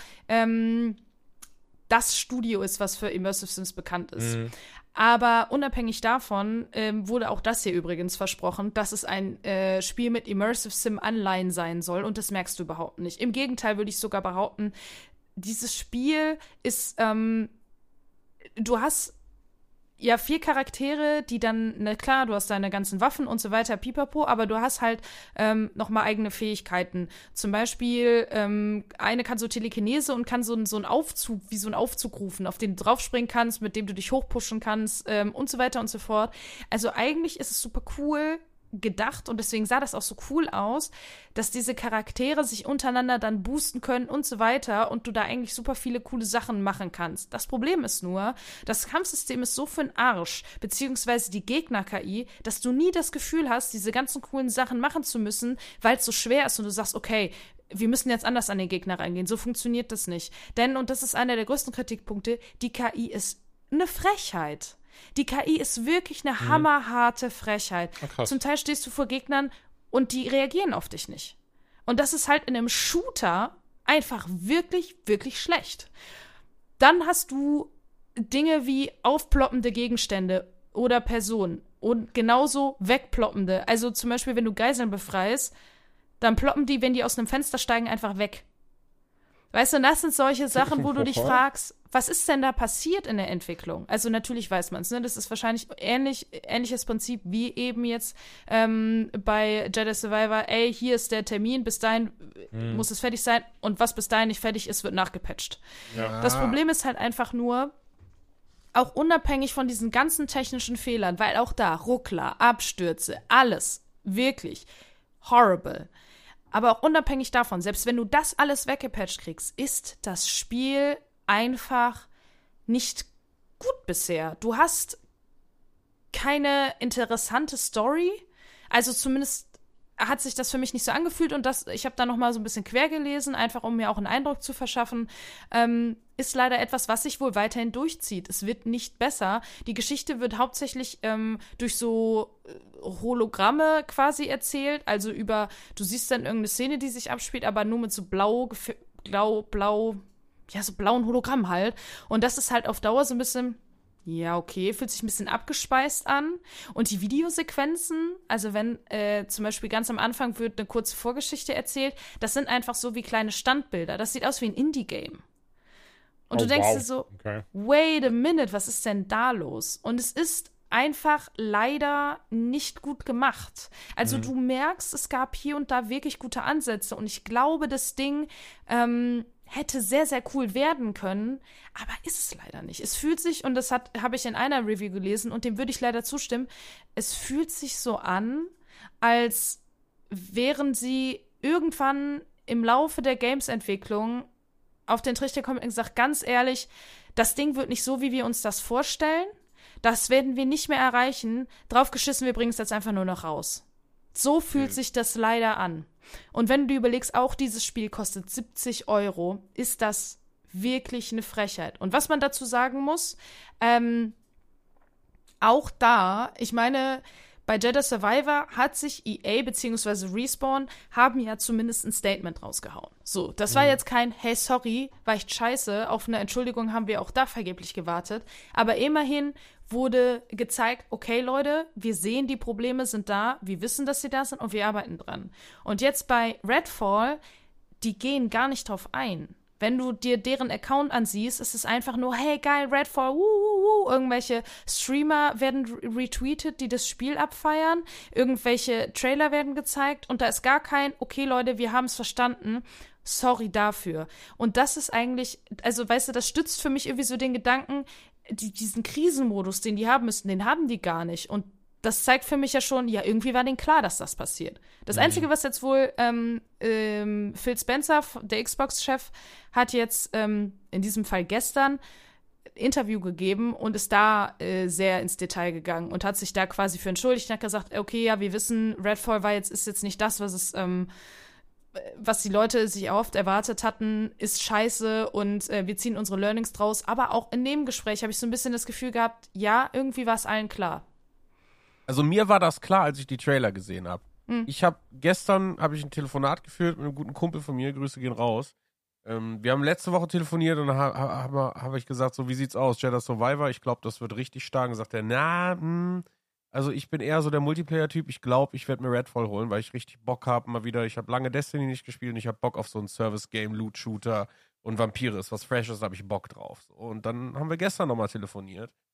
das Studio ist, was für Immersive Sims bekannt ist. Aber unabhängig davon wurde auch das hier übrigens versprochen, dass es ein Spiel mit Immersive Sim-Anleihen sein soll. Und das merkst du überhaupt nicht. Im Gegenteil würde ich sogar behaupten, dieses Spiel ist, du hast ja 4 Charaktere, die dann, na klar, du hast deine ganzen Waffen und so weiter, pipapo, aber du hast halt nochmal eigene Fähigkeiten. Zum Beispiel, eine kann so Telekinese und kann so einen Aufzug, wie so einen Aufzug rufen, auf den du draufspringen kannst, mit dem du dich hochpushen kannst und so weiter und so fort. Also eigentlich ist es super cool gedacht und deswegen sah das auch so cool aus, dass diese Charaktere sich untereinander dann boosten können und so weiter und du da eigentlich super viele coole Sachen machen kannst. Das Problem ist nur, das Kampfsystem ist so für den Arsch, beziehungsweise die Gegner-KI, dass du nie das Gefühl hast, diese ganzen coolen Sachen machen zu müssen, weil es so schwer ist und du sagst, okay, wir müssen jetzt anders an den Gegner reingehen. So funktioniert das nicht. Denn, und das ist einer der größten Kritikpunkte, die KI ist eine Frechheit. Die KI ist wirklich eine hammerharte Frechheit. Oh, zum Teil stehst du vor Gegnern und die reagieren auf dich nicht. Und das ist halt in einem Shooter einfach wirklich, wirklich schlecht. Dann hast du Dinge wie aufploppende Gegenstände oder Personen und genauso wegploppende. Also zum Beispiel, wenn du Geiseln befreist, dann ploppen die, wenn die aus einem Fenster steigen, einfach weg. Weißt du, das sind solche Sachen, wo du dich fragst, was ist denn da passiert in der Entwicklung? Also natürlich weiß man es, ne? Das ist wahrscheinlich ähnliches Prinzip wie eben jetzt bei Jedi Survivor. Ey, hier ist der Termin, bis dahin muss es fertig sein und was bis dahin nicht fertig ist, wird nachgepatcht. Ja. Das Problem ist halt einfach nur, auch unabhängig von diesen ganzen technischen Fehlern, weil auch da Ruckler, Abstürze, alles, wirklich horrible. Aber auch unabhängig davon, selbst wenn du das alles weggepatcht kriegst, ist das Spiel einfach nicht gut bisher. Du hast keine interessante Story. Also zumindest hat sich das für mich nicht so angefühlt und ich habe da noch mal so ein bisschen quer gelesen, einfach um mir auch einen Eindruck zu verschaffen, ist leider etwas, was sich wohl weiterhin durchzieht. Es wird nicht besser. Die Geschichte wird hauptsächlich durch so Hologramme quasi erzählt, also du siehst dann irgendeine Szene, die sich abspielt, aber nur mit so so blauen Hologramm halt. Und das ist halt auf Dauer so ein bisschen, ja, okay, fühlt sich ein bisschen abgespeist an. Und die Videosequenzen, also wenn zum Beispiel ganz am Anfang wird eine kurze Vorgeschichte erzählt, das sind einfach so wie kleine Standbilder. Das sieht aus wie ein Indie-Game. Und du denkst dir so, okay. Wait a minute, was ist denn da los? Und es ist einfach leider nicht gut gemacht. Also du merkst, es gab hier und da wirklich gute Ansätze und ich glaube, das Ding hätte sehr, sehr cool werden können, aber ist es leider nicht. Es fühlt sich, und das habe ich in einer Review gelesen und dem würde ich leider zustimmen, es fühlt sich so an, als wären sie irgendwann im Laufe der Games-Entwicklung auf den Trichter kommen und gesagt, ganz ehrlich, das Ding wird nicht so, wie wir uns das vorstellen. Das werden wir nicht mehr erreichen. Drauf geschissen, wir bringen es jetzt einfach nur noch raus. So fühlt sich das leider an. Und wenn du überlegst, auch dieses Spiel kostet 70 €, ist das wirklich eine Frechheit. Und was man dazu sagen muss, auch da, ich meine, bei Jedi Survivor hat sich EA bzw. Respawn haben ja zumindest ein Statement rausgehauen. So, das war jetzt kein hey, sorry, war echt scheiße, auf eine Entschuldigung haben wir auch da vergeblich gewartet. Aber immerhin wurde gezeigt, okay, Leute, wir sehen, die Probleme sind da, wir wissen, dass sie da sind und wir arbeiten dran. Und jetzt bei Redfall, die gehen gar nicht drauf ein. Wenn du dir deren Account ansiehst, ist es einfach nur, hey, geil, Redfall, irgendwelche Streamer werden retweetet, die das Spiel abfeiern, irgendwelche Trailer werden gezeigt und da ist gar kein, okay, Leute, wir haben es verstanden, sorry dafür. Und das ist eigentlich, also, weißt du, das stützt für mich irgendwie so den Gedanken, diesen Krisenmodus, den die haben müssten, den haben die gar nicht. Und das zeigt für mich ja schon, ja, irgendwie war denen klar, dass das passiert. Das Einzige, was jetzt wohl Phil Spencer, der Xbox-Chef, hat jetzt in diesem Fall gestern Interview gegeben und ist da sehr ins Detail gegangen und hat sich da quasi für entschuldigt und hat gesagt, okay, ja, wir wissen, Redfall ist jetzt nicht das, was die Leute sich oft erwartet hatten, ist scheiße und wir ziehen unsere Learnings draus. Aber auch in dem Gespräch habe ich so ein bisschen das Gefühl gehabt, ja, irgendwie war es allen klar. Also mir war das klar, als ich die Trailer gesehen habe. Gestern habe ich ein Telefonat geführt mit einem guten Kumpel von mir, Grüße gehen raus. Wir haben letzte Woche telefoniert und dann habe ich gesagt, so, wie sieht's aus, Jedi Survivor, ich glaube, das wird richtig stark. Und sagt er, also ich bin eher so der Multiplayer-Typ, ich glaube, ich werde mir Redfall holen, weil ich richtig Bock habe, mal wieder, ich habe lange Destiny nicht gespielt und ich habe Bock auf so ein Service-Game, Loot-Shooter und Vampire ist was Freshes, da habe ich Bock drauf. So, und dann haben wir gestern nochmal telefoniert.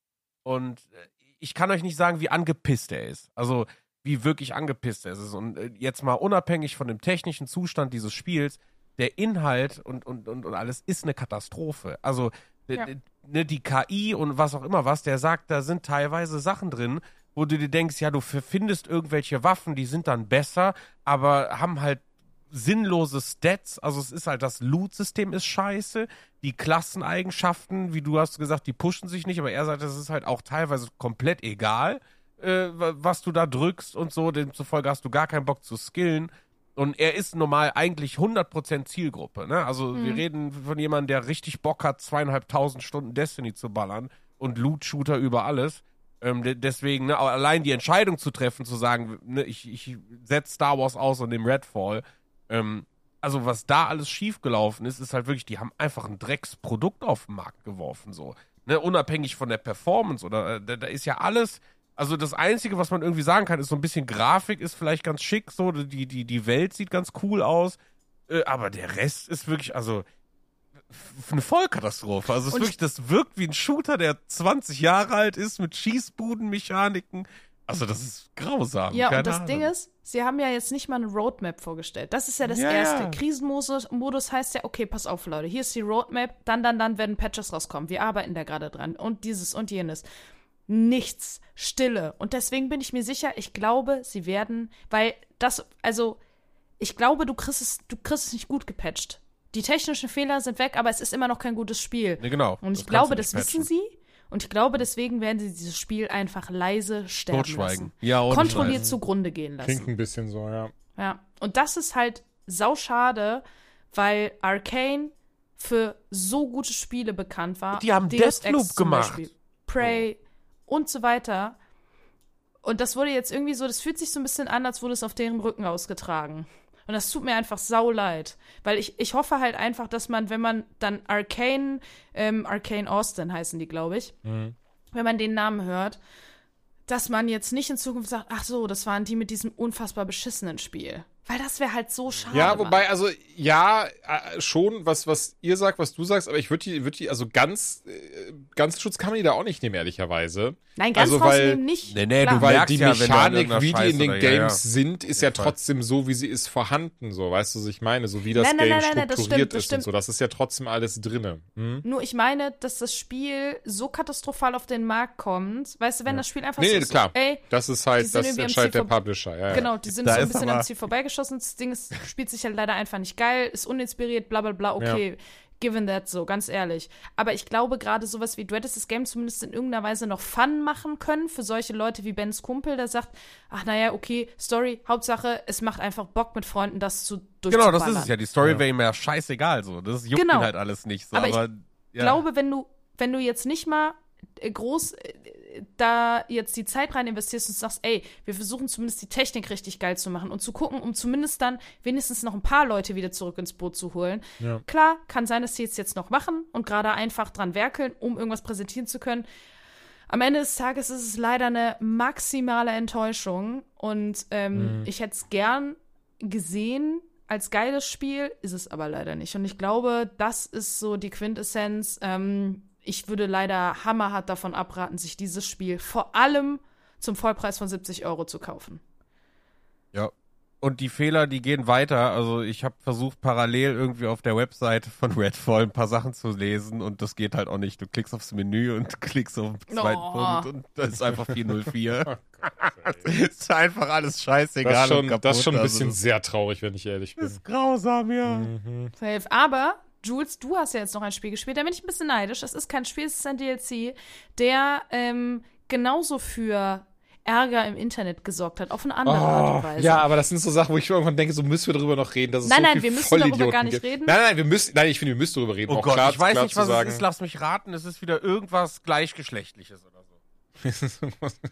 Und ich kann euch nicht sagen, wie angepisst er ist. Also, wie wirklich angepisst er ist. Und jetzt mal unabhängig von dem technischen Zustand dieses Spiels, der Inhalt und alles ist eine Katastrophe. Also, die KI und was auch immer was, der sagt, da sind teilweise Sachen drin, wo du dir denkst, ja, du findest irgendwelche Waffen, die sind dann besser, aber haben halt sinnlose Stats. Also es ist halt, das Loot-System ist scheiße, die Klasseneigenschaften, wie du hast gesagt, die pushen sich nicht, aber er sagt, es ist halt auch teilweise komplett egal, was du da drückst und so, demzufolge hast du gar keinen Bock zu skillen. Und er ist normal eigentlich 100% Zielgruppe, ne? Also wir reden von jemandem, der richtig Bock hat, 2500 Stunden Destiny zu ballern und Loot-Shooter über alles. Deswegen, ne, allein die Entscheidung zu treffen, zu sagen, ne, ich setze Star Wars aus und nehme Redfall. Also was da alles schiefgelaufen ist, ist halt wirklich, die haben einfach ein Drecksprodukt auf den Markt geworfen, so. Ne, unabhängig von der Performance oder da ist ja alles. Also das Einzige, was man irgendwie sagen kann, ist so ein bisschen Grafik, ist vielleicht ganz schick, so, die Welt sieht ganz cool aus, aber der Rest ist wirklich, also eine Vollkatastrophe. Also das wirkt wie ein Shooter, der 20 Jahre alt ist, mit Schießbudenmechaniken. Also das ist grausam. Ja, keine und das Ahnung. Ding ist, sie haben ja jetzt nicht mal eine Roadmap vorgestellt. Das ist ja das Erste. Ja. Krisenmodus heißt ja, okay, pass auf, Leute, hier ist die Roadmap, dann werden Patches rauskommen. Wir arbeiten da gerade dran. Und dieses und jenes. Nichts, Stille. Und deswegen bin ich mir sicher, ich glaube, sie werden, weil ich glaube, du kriegst es nicht gut gepatcht. Die technischen Fehler sind weg, aber es ist immer noch kein gutes Spiel. Nee, genau. Und ich glaube, das wissen sie. Und ich glaube, deswegen werden sie dieses Spiel einfach leise sterben lassen. Ja, Kontrolliert zugrunde gehen lassen. Klingt ein bisschen so, ja. Ja, und das ist halt sauschade, weil Arcane für so gute Spiele bekannt war. Die haben Deus Ex Deathloop zum gemacht. Beispiel, Prey und so weiter. Und das wurde jetzt irgendwie so, das fühlt sich so ein bisschen an, als wurde es auf deren Rücken ausgetragen. Und das tut mir einfach sau leid. Weil ich hoffe halt einfach, dass man, wenn man dann Arcane Austin heißen die, glaube ich, wenn man den Namen hört, dass man jetzt nicht in Zukunft sagt, ach so, das waren die mit diesem unfassbar beschissenen Spiel. Weil das wäre halt so schade. Ja, wobei, also, ja, schon, was ihr sagt, was du sagst, aber ich würde die, also ganz Schutz kann man die da auch nicht nehmen, ehrlicherweise. Nein, ganz also, rausnehmen nicht. Nee, klar. du Weil merkst die ja, wenn du an Mechanik, irgendeiner wie die in den Scheiße Games oder- sind, ist ja trotzdem so, wie sie ist, vorhanden, so, weißt du, was ich meine? So wie das Nein, Game das strukturiert stimmt. ist und so, das ist ja trotzdem alles drinne. Nur ich meine, dass das Spiel so katastrophal auf den Markt kommt. Weißt du, wenn das Spiel einfach Nee, so ist, klar. ey, Das ist die halt, sind das irgendwie am entscheidet Ziel der Publisher, ja. genau, die sind Da so ein ist bisschen aber- am Ziel vorbeigeschossen. Das Ding spielt sich halt leider einfach nicht geil, ist uninspiriert, bla bla bla, okay. Given that so, ganz ehrlich. Aber ich glaube gerade sowas wie, du hättest das Game zumindest in irgendeiner Weise noch Fun machen können für solche Leute wie Bens Kumpel, der sagt, ach naja, okay, Story, Hauptsache, es macht einfach Bock mit Freunden, das durchzuballern. Genau, das ist es ja. Die Story wäre ihm ja scheißegal, so. Das juckt Genau. ihn halt alles nicht so. Aber ich ja. glaube, wenn du jetzt nicht mal groß da jetzt die Zeit rein investierst und sagst, ey, wir versuchen zumindest die Technik richtig geil zu machen und zu gucken, um zumindest dann wenigstens noch ein paar Leute wieder zurück ins Boot zu holen. Ja. Klar, kann sein, dass die es jetzt noch machen und gerade einfach dran werkeln, um irgendwas präsentieren zu können. Am Ende des Tages ist es leider eine maximale Enttäuschung und ich hätte es gern gesehen als geiles Spiel, ist es aber leider nicht. Und ich glaube, das ist so die Quintessenz. Ich würde leider hammerhart davon abraten, sich dieses Spiel vor allem zum Vollpreis von 70 € zu kaufen. Ja. Und die Fehler, die gehen weiter. Also ich habe versucht, parallel irgendwie auf der Webseite von Redfall ein paar Sachen zu lesen und das geht halt auch nicht. Du klickst aufs Menü und klickst auf den zweiten Punkt und das ist einfach 404. Ist einfach alles scheißegal und kaputt. Das ist schon ein bisschen also, sehr traurig, wenn ich ehrlich bin. Das ist grausam, ja. Safe. Aber Jules, du hast ja jetzt noch ein Spiel gespielt, da bin ich ein bisschen neidisch. Es ist kein Spiel, es ist ein DLC, der genauso für Ärger im Internet gesorgt hat, auf eine andere Art und Weise. Ja, aber das sind so Sachen, wo ich irgendwann denke, so müssen wir darüber noch reden. Dass es Nein, so nein, viel wir müssen darüber Vollidioten gar nicht gibt. reden. Nein, ich finde, wir müssen darüber reden. Oh auch Gott, klar, ich weiß klar nicht, zu was sagen. es ist. Lass mich raten, es ist wieder irgendwas Gleichgeschlechtliches oder so.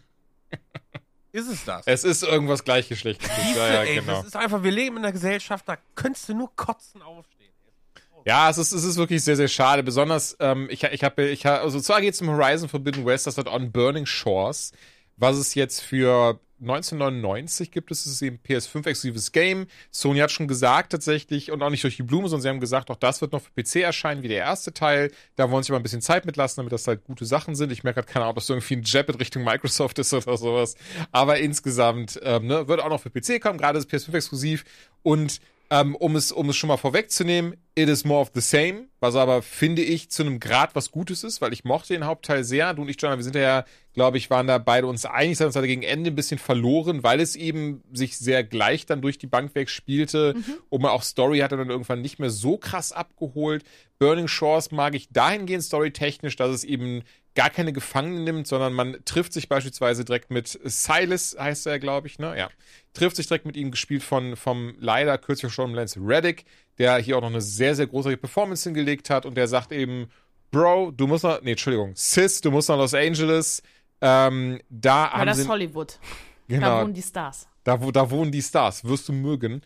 Ist es das? Es ist irgendwas Gleichgeschlechtliches. Ja, Ey, genau. das ist einfach, wir leben in einer Gesellschaft, da könntest du nur kotzen aufstehen. Ja, es ist wirklich sehr, sehr schade. Besonders, also zwar geht es um Horizon Forbidden West, das wird On Burning Shores, was es jetzt für 1999 gibt es eben PS5-exklusives Game. Sony hat schon gesagt tatsächlich, und auch nicht durch die Blume, sondern sie haben gesagt, auch das wird noch für PC erscheinen, wie der erste Teil. Da wollen sie mal ein bisschen Zeit mitlassen, damit das halt gute Sachen sind. Ich merke halt keine Ahnung, ob das irgendwie ein Jab in Richtung Microsoft ist oder sowas. Aber insgesamt wird auch noch für PC kommen, gerade das PS5-exklusiv. Und um es schon mal vorwegzunehmen, it is more of the same, was aber, finde ich, zu einem Grad was Gutes ist, weil ich mochte den Hauptteil sehr. Du und ich, John, wir sind ja, glaube ich, waren da beide uns einig, dass uns gegen Ende ein bisschen verloren, weil es eben sich sehr gleich dann durch die Bank weg spielte und man auch Story hatte dann irgendwann nicht mehr so krass abgeholt. Burning Shores mag ich dahingehend storytechnisch, dass es eben gar keine Gefangenen nimmt, sondern man trifft sich beispielsweise direkt mit Silas, heißt er, glaube ich, ne? Ja. Trifft sich direkt mit ihm, gespielt vom leider kürzlich verstorbenem Lance Reddick, der hier auch noch eine sehr, sehr großartige Performance hingelegt hat und der sagt eben, Bro, du musst noch, Sis, du musst nach Los Angeles, da Aber haben das sie, ist Hollywood. genau, Da wohnen die Stars. da wohnen die Stars, wirst du mögen.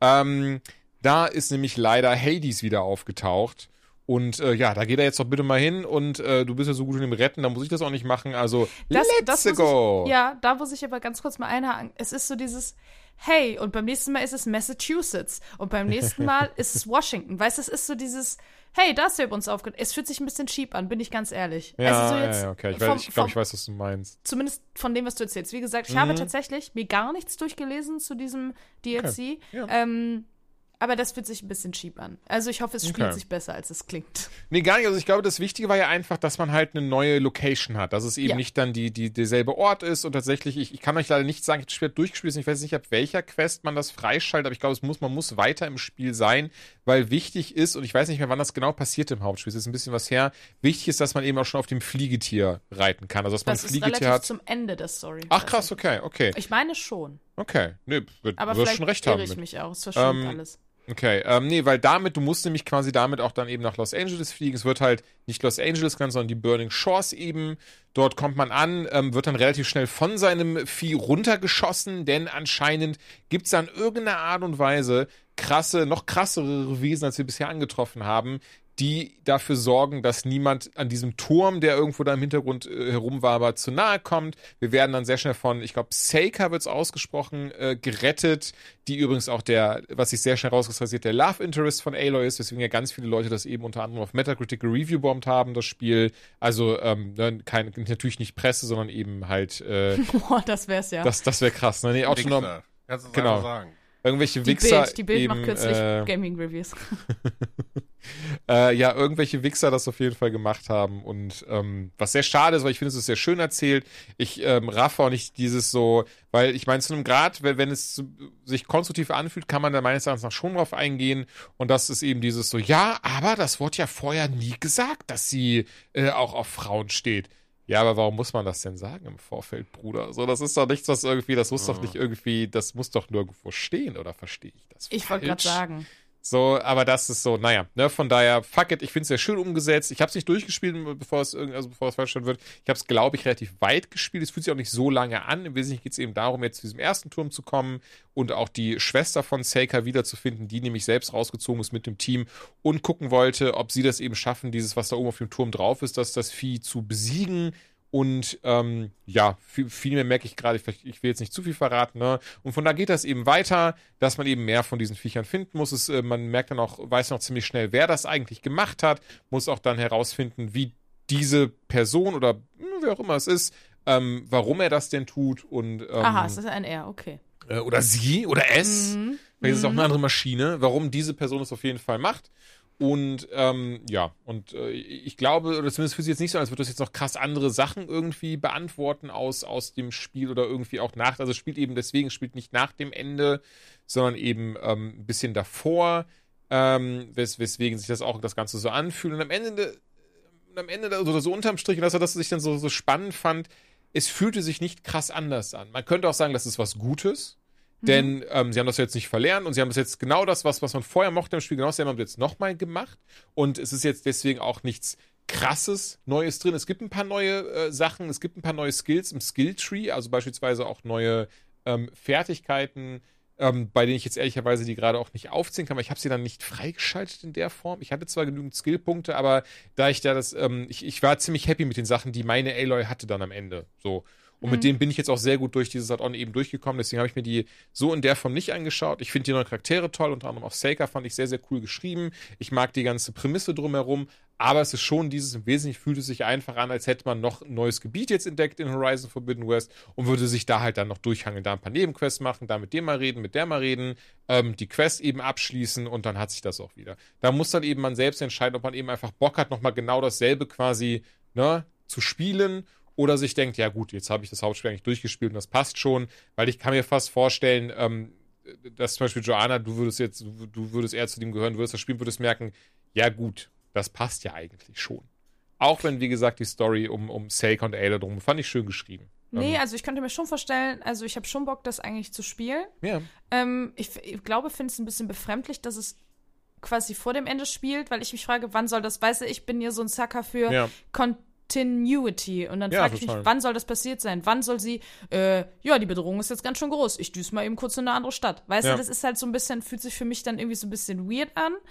Da ist nämlich leider Hades wieder aufgetaucht. Und da geht er jetzt doch bitte mal hin und du bist ja so gut in dem Retten, da muss ich das auch nicht machen. Also, let's go! Da muss ich aber ganz kurz mal einhaken. Es ist so dieses, hey, und beim nächsten Mal ist es Massachusetts und beim nächsten Mal ist es Washington. Weißt du, es ist so dieses, hey, da ist er übrigens aufgetaucht. Es fühlt sich ein bisschen cheap an, bin ich ganz ehrlich. Ja, also so jetzt okay. Ich glaube, ich weiß, was du meinst. Zumindest von dem, was du erzählst. Wie gesagt, ich habe tatsächlich mir gar nichts durchgelesen zu diesem DLC. Okay. Ja. Aber das fühlt sich ein bisschen cheap an. Also ich hoffe, es spielt sich besser, als es klingt. Nee, gar nicht. Also ich glaube, das Wichtige war ja einfach, dass man halt eine neue Location hat. Dass es eben nicht dann derselbe Ort ist. Und tatsächlich, ich kann euch leider nicht sagen, ich habe das Spiel durchgespielt. Ich weiß nicht, ab welcher Quest man das freischaltet. Aber ich glaube, man muss weiter im Spiel sein, weil wichtig ist, und ich weiß nicht mehr, wann das genau passiert im Hauptspiel. Es ist ein bisschen was her. Wichtig ist, dass man eben auch schon auf dem Fliegetier reiten kann. Also dass man ein Fliegetier relativ hat. Zum Ende der Story. Ach krass, okay. Ich meine schon. Okay, nee, Aber wirst schon recht haben. irre ich mich auch. Es verschwimmt alles. Okay, weil du musst nämlich quasi damit auch dann eben nach Los Angeles fliegen. Es wird halt nicht Los Angeles genannt, sondern die Burning Shores eben. Dort kommt man an, wird dann relativ schnell von seinem Vieh runtergeschossen, denn anscheinend gibt es an irgendeiner Art und Weise noch krassere Wesen, als wir bisher angetroffen haben, die dafür sorgen, dass niemand an diesem Turm, der irgendwo da im Hintergrund herumwabert, zu nahe kommt. Wir werden dann sehr schnell von, ich glaube, Seika wird es ausgesprochen, gerettet, die übrigens auch was sich sehr schnell rauskristallisiert, der Love Interest von Aloy ist, weswegen ja ganz viele Leute das eben unter anderem auf Metacritic reviewbombt haben, das Spiel. Also natürlich nicht Presse, sondern eben halt Boah, das wär's ja. Das wäre krass. Ne? Nee, auch schon noch, Kannst du genau. sagen. Irgendwelche Wichser. Die Bild eben, macht kürzlich Gaming-Reviews. Irgendwelche Wichser das auf jeden Fall gemacht haben und was sehr schade ist, weil ich finde, es ist sehr schön erzählt. Ich raffe auch nicht dieses so, weil ich meine, zu einem Grad, wenn es sich konstruktiv anfühlt, kann man da meines Erachtens nach schon drauf eingehen und das ist eben dieses so, ja, aber das wurde ja vorher nie gesagt, dass sie auch auf Frauen steht. Ja, aber warum muss man das denn sagen im Vorfeld, Bruder? So, das ist doch nichts, was irgendwie, das muss doch nicht irgendwie, das muss doch nirgendwo stehen, oder verstehe ich das falsch? Ich wollte gerade sagen. So, aber das ist so, naja, ne, von daher, fuck it, ich finde es sehr schön umgesetzt. Ich habe es nicht durchgespielt, bevor es falsch wird. Ich habe es, glaube ich, relativ weit gespielt. Es fühlt sich auch nicht so lange an. Im Wesentlichen geht es eben darum, jetzt zu diesem ersten Turm zu kommen und auch die Schwester von Seika wiederzufinden, die nämlich selbst rausgezogen ist mit dem Team und gucken wollte, ob sie das eben schaffen, dieses, was da oben auf dem Turm drauf ist, das Vieh zu besiegen. Und viel mehr merke ich gerade, ich will jetzt nicht zu viel verraten, ne? Und von da geht das eben weiter, dass man eben mehr von diesen Viechern finden muss. Man merkt dann auch, weiß noch ziemlich schnell, wer das eigentlich gemacht hat, muss auch dann herausfinden, wie diese Person oder wer auch immer es ist, warum er das denn tut. Und, aha, es ist ein R, okay. Oder sie oder es, weil es ist auch eine andere Maschine, warum diese Person es auf jeden Fall macht. Und ich glaube, oder zumindest fühlt sich jetzt nicht so an, als würde das jetzt noch krass andere Sachen irgendwie beantworten aus dem Spiel oder irgendwie auch nach. Also spielt nicht nach dem Ende, sondern eben ein bisschen davor, weswegen sich das Ganze so anfühlt. Und am Ende oder so unterm Strich, das war das, was ich dann so spannend fand, es fühlte sich nicht krass anders an. Man könnte auch sagen, das ist was Gutes. Denn sie haben das jetzt nicht verlernt und sie haben das jetzt genau das, was man vorher mochte im Spiel, genau das haben sie jetzt nochmal gemacht. Und es ist jetzt deswegen auch nichts Krasses Neues drin. Es gibt ein paar neue Sachen, es gibt ein paar neue Skills im Skilltree, also beispielsweise auch neue Fertigkeiten, bei denen ich jetzt ehrlicherweise die gerade auch nicht aufziehen kann, weil ich habe sie dann nicht freigeschaltet in der Form. Ich hatte zwar genügend Skillpunkte, aber ich war ziemlich happy mit den Sachen, die meine Aloy hatte dann am Ende. So. Und mit denen bin ich jetzt auch sehr gut durch dieses Add-on eben durchgekommen. Deswegen habe ich mir die so in der Form nicht angeschaut. Ich finde die neuen Charaktere toll, unter anderem auch Seika fand ich sehr, sehr cool geschrieben. Ich mag die ganze Prämisse drumherum. Aber es ist schon im Wesentlichen fühlt es sich einfach an, als hätte man noch ein neues Gebiet jetzt entdeckt in Horizon Forbidden West und würde sich da halt dann noch durchhangeln, da ein paar Nebenquests machen, da mit dem mal reden, mit der mal reden, die Quest eben abschließen und dann hat sich das auch wieder. Da muss dann eben man selbst entscheiden, ob man eben einfach Bock hat, nochmal genau dasselbe quasi, ne, zu spielen oder sich denkt, ja gut, jetzt habe ich das Hauptspiel eigentlich durchgespielt und das passt schon, weil ich kann mir fast vorstellen, dass zum Beispiel Joanna, du würdest eher zu dem gehören, würdest das spielen, würdest merken, ja gut, das passt ja eigentlich schon. Auch wenn, wie gesagt, die Story um Seika und Ayla drum, fand ich schön geschrieben. Nee, also ich könnte mir schon vorstellen, also ich habe schon Bock, das eigentlich zu spielen. Ja. Ich glaube, finde es ein bisschen befremdlich, dass es quasi vor dem Ende spielt, weil ich mich frage, wann soll das, weißt du, ich bin ja so ein Sucker für Continuity. Und dann frage ich mich, wann soll das passiert sein? Wann soll sie, die Bedrohung ist jetzt ganz schön groß. Ich düse mal eben kurz in eine andere Stadt. Weißt du, das ist halt so ein bisschen, fühlt sich für mich dann irgendwie so ein bisschen weird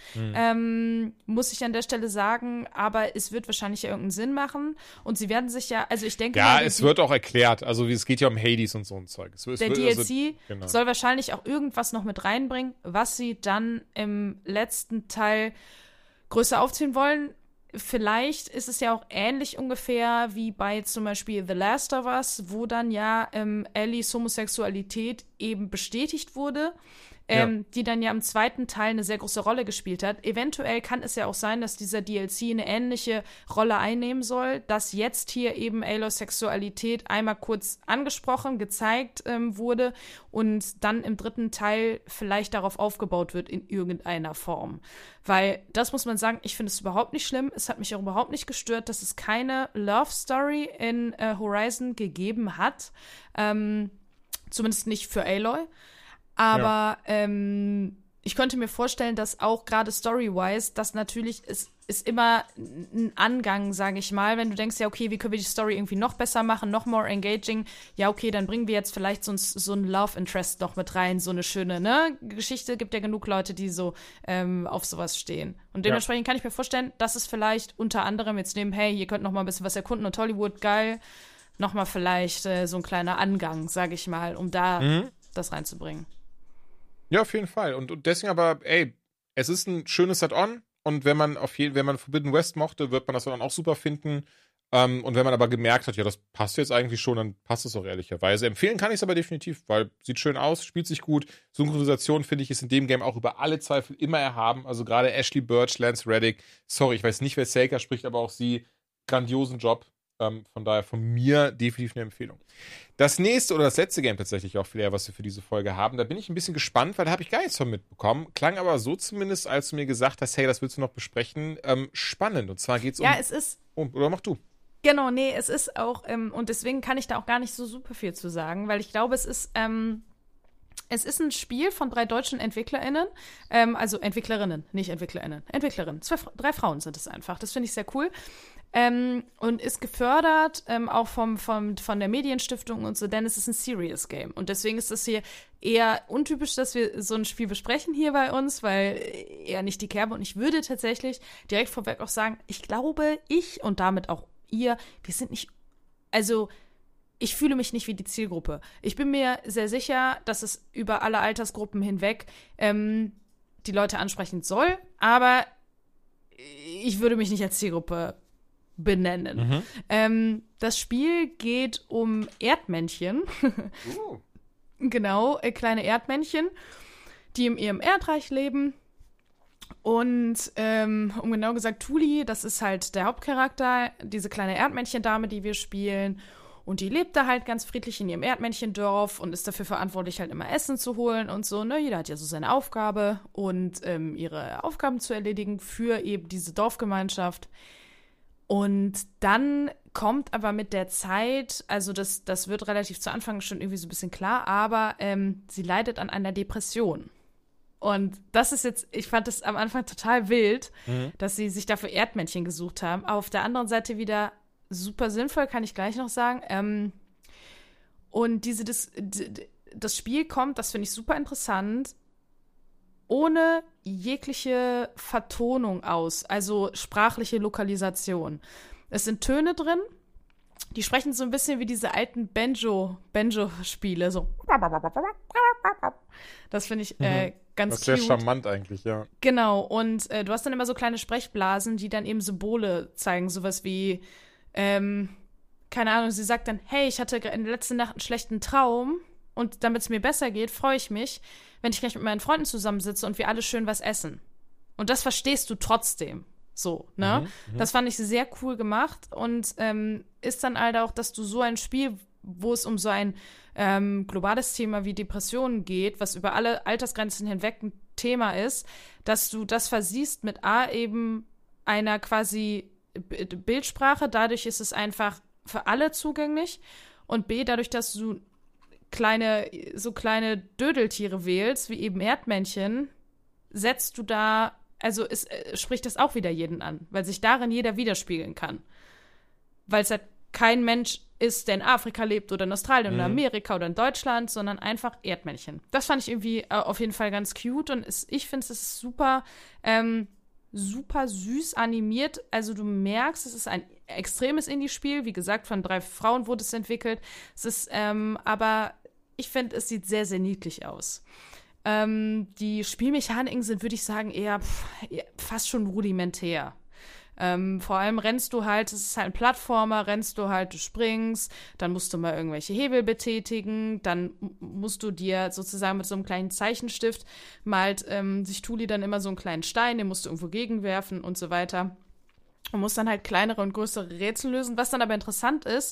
an. Muss ich an der Stelle sagen, aber es wird wahrscheinlich ja irgendeinen Sinn machen. Und sie werden sich ja, also ich denke mal, es wird auch erklärt. Also es geht ja um Hades und so ein Zeug. Der DLC soll wahrscheinlich auch irgendwas noch mit reinbringen, was sie dann im letzten Teil größer aufziehen wollen. Vielleicht ist es ja auch ähnlich ungefähr wie bei zum Beispiel The Last of Us, wo dann ja Ellies Homosexualität eben bestätigt wurde, die dann ja im zweiten Teil eine sehr große Rolle gespielt hat. Eventuell kann es ja auch sein, dass dieser DLC eine ähnliche Rolle einnehmen soll, dass jetzt hier eben Aloys Sexualität einmal kurz angesprochen, gezeigt wurde und dann im dritten Teil vielleicht darauf aufgebaut wird in irgendeiner Form. Weil, das muss man sagen, ich finde es überhaupt nicht schlimm. Es hat mich auch überhaupt nicht gestört, dass es keine Love Story in Horizon gegeben hat. Zumindest nicht für Aloy. Aber ich könnte mir vorstellen, dass auch gerade story-wise, das natürlich ist immer ein Angang, sage ich mal, wenn du denkst, ja, okay, wie können wir die Story irgendwie noch besser machen, noch more engaging, ja, okay, dann bringen wir jetzt vielleicht so ein Love Interest noch mit rein, so eine schöne, ne, Geschichte, gibt ja genug Leute, die so auf sowas stehen. Und dementsprechend kann ich mir vorstellen, dass es vielleicht unter anderem jetzt neben, hey, ihr könnt noch mal ein bisschen was erkunden und Hollywood, geil, noch mal vielleicht so ein kleiner Angang, sage ich mal, um da das reinzubringen. Ja, auf jeden Fall. Und deswegen aber, es ist ein schönes Add-on und wenn man Forbidden West mochte, wird man das dann auch super finden. Und wenn man aber gemerkt hat, ja, das passt jetzt eigentlich schon, dann passt es auch ehrlicherweise. Empfehlen kann ich es aber definitiv, weil sieht schön aus, spielt sich gut. Synchronisation, finde ich, ist in dem Game auch über alle Zweifel immer erhaben. Also gerade Ashley Birch, Lance Reddick, sorry, ich weiß nicht, wer Seika spricht, aber auch sie, grandiosen Job. Von daher von mir definitiv eine Empfehlung. Das nächste oder das letzte Game tatsächlich auch, was wir für diese Folge haben, da bin ich ein bisschen gespannt, weil da habe ich gar nichts von mitbekommen. Klang aber so zumindest, als du mir gesagt hast, hey, das willst du noch besprechen, spannend. Und zwar geht es um... Ja, es ist... oder mach du. Genau, nee, es ist auch, und deswegen kann ich da auch gar nicht so super viel zu sagen, weil ich glaube, es ist ein Spiel von 3 deutschen EntwicklerInnen, also Entwicklerinnen, nicht EntwicklerInnen, Entwicklerinnen, 3 Frauen sind es einfach, das finde ich sehr cool. Und ist gefördert, auch von der Medienstiftung und so, denn es ist ein Serious Game. Und deswegen ist es hier eher untypisch, dass wir so ein Spiel besprechen hier bei uns, weil eher nicht die Kerbe. Und ich würde tatsächlich direkt vorweg auch sagen, ich glaube, und damit auch ihr, wir sind nicht, also ich fühle mich nicht wie die Zielgruppe. Ich bin mir sehr sicher, dass es über alle Altersgruppen hinweg die Leute ansprechen soll, aber ich würde mich nicht als Zielgruppe benennen. Das Spiel geht um Erdmännchen. Genau, kleine Erdmännchen, die in ihrem Erdreich leben. Und um genau gesagt, Tuli, das ist halt der Hauptcharakter, diese kleine Erdmännchen-Dame, die wir spielen. Und die lebt da halt ganz friedlich in ihrem Erdmännchen-Dorf und ist dafür verantwortlich, halt immer Essen zu holen und so. Ne? Jeder hat ja so seine Aufgabe und ihre Aufgaben zu erledigen für eben diese Dorfgemeinschaft. Und dann kommt aber mit der Zeit, also das wird relativ zu Anfang schon irgendwie so ein bisschen klar, aber sie leidet an einer Depression. Und das ist jetzt, ich fand das am Anfang total wild, dass sie sich dafür Erdmännchen gesucht haben. Aber auf der anderen Seite wieder super sinnvoll, kann ich gleich noch sagen. Und das Spiel kommt, das finde ich super interessant, ohne jegliche Vertonung aus, also sprachliche Lokalisation. Es sind Töne drin, Die sprechen so ein bisschen wie diese alten Banjo-Spiele, so. Das finde ich ganz Das ist sehr cute. charmant eigentlich, ja. Genau, und du hast dann immer so kleine Sprechblasen, die dann eben Symbole zeigen, sowas wie, keine Ahnung, sie sagt dann, hey, ich hatte in der letzten Nacht einen schlechten Traum und damit es mir besser geht, freue ich mich, wenn ich gleich mit meinen Freunden zusammensitze und wir alle schön was essen. Und das verstehst du trotzdem. So, ne? Das fand ich sehr cool gemacht und ist dann halt auch, dass du so ein Spiel, wo es um so ein globales Thema wie Depressionen geht, was über alle Altersgrenzen hinweg ein Thema ist, dass du das versiehst mit eben einer quasi Bildsprache, dadurch ist es einfach für alle zugänglich und B, dadurch, dass du kleine Dödeltiere wählst, wie eben Erdmännchen, setzt du da, also spricht das auch wieder jeden an, weil sich darin jeder widerspiegeln kann. Weil es halt kein Mensch ist, der in Afrika lebt oder in Australien oder Amerika oder in Deutschland, sondern einfach Erdmännchen. Das fand ich irgendwie auf jeden Fall ganz cute und ich finde, es ist super, super süß animiert. Also du merkst, es ist ein extremes Indie-Spiel. Wie gesagt, von 3 Frauen wurde es entwickelt. Es ist, aber ich finde, es sieht sehr, sehr niedlich aus. Die Spielmechaniken sind, würde ich sagen, eher fast schon rudimentär. Vor allem rennst du halt, es ist halt ein Plattformer, rennst du halt, du springst, dann musst du mal irgendwelche Hebel betätigen, dann musst du dir sozusagen mit so einem kleinen Zeichenstift malt sich Thuli dann immer so einen kleinen Stein, den musst du irgendwo gegenwerfen und so weiter. Und musst dann halt kleinere und größere Rätsel lösen. Was dann aber interessant ist,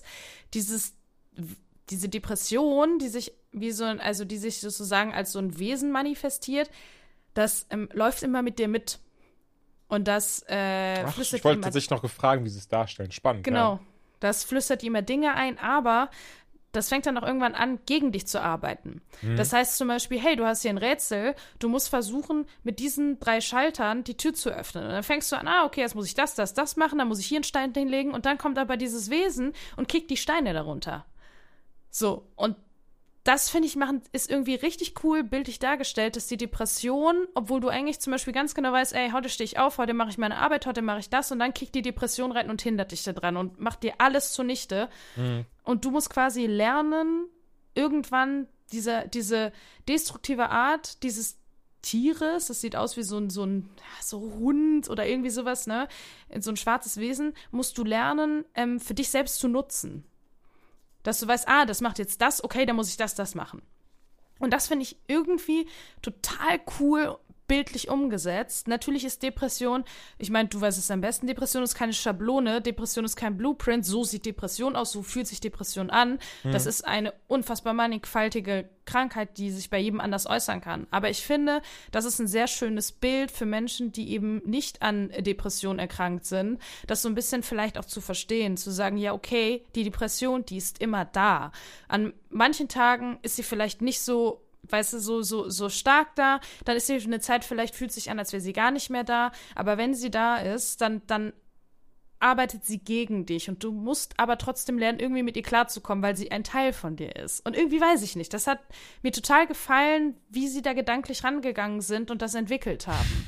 diese Depression, die sich die sich sozusagen als so ein Wesen manifestiert, das läuft immer mit dir mit. Und das flüstert ich wollte tatsächlich noch gefragt, wie sie es darstellen. Spannend. Genau. Ja. Das flüstert dir immer Dinge ein, aber das fängt dann auch irgendwann an, gegen dich zu arbeiten. Das heißt zum Beispiel, hey, du hast hier ein Rätsel, du musst versuchen, mit diesen 3 Schaltern die Tür zu öffnen. Und dann fängst du an, okay, jetzt muss ich das machen, dann muss ich hier einen Stein hinlegen und dann kommt aber dieses Wesen und kickt die Steine darunter. So, und das, finde ich, ist irgendwie richtig cool bildlich dargestellt, dass die Depression, obwohl du eigentlich zum Beispiel ganz genau weißt, ey, heute stehe ich auf, heute mache ich meine Arbeit, heute mache ich das und dann kickt die Depression rein und hindert dich da dran und macht dir alles zunichte. Und du musst quasi lernen, irgendwann diese destruktive Art dieses Tieres, das sieht aus wie so ein Hund oder irgendwie sowas, ne, so ein schwarzes Wesen, musst du lernen, für dich selbst zu nutzen. Dass du weißt, das macht jetzt das, okay, dann muss ich das machen. Und das finde ich irgendwie total cool bildlich umgesetzt. Natürlich ist Depression, ich meine, du weißt es am besten, Depression ist keine Schablone, Depression ist kein Blueprint, so sieht Depression aus, so fühlt sich Depression an. Das ist eine unfassbar mannigfaltige Krankheit, die sich bei jedem anders äußern kann. Aber ich finde, das ist ein sehr schönes Bild für Menschen, die eben nicht an Depression erkrankt sind, das so ein bisschen vielleicht auch zu verstehen, zu sagen, ja, okay, die Depression, die ist immer da. An manchen Tagen ist sie vielleicht nicht so, weißt du, so stark da, dann ist sie eine Zeit, vielleicht fühlt sich an, als wäre sie gar nicht mehr da, aber wenn sie da ist, dann arbeitet sie gegen dich und du musst aber trotzdem lernen, irgendwie mit ihr klarzukommen, weil sie ein Teil von dir ist. Und irgendwie weiß ich nicht, das hat mir total gefallen, wie sie da gedanklich rangegangen sind und das entwickelt haben.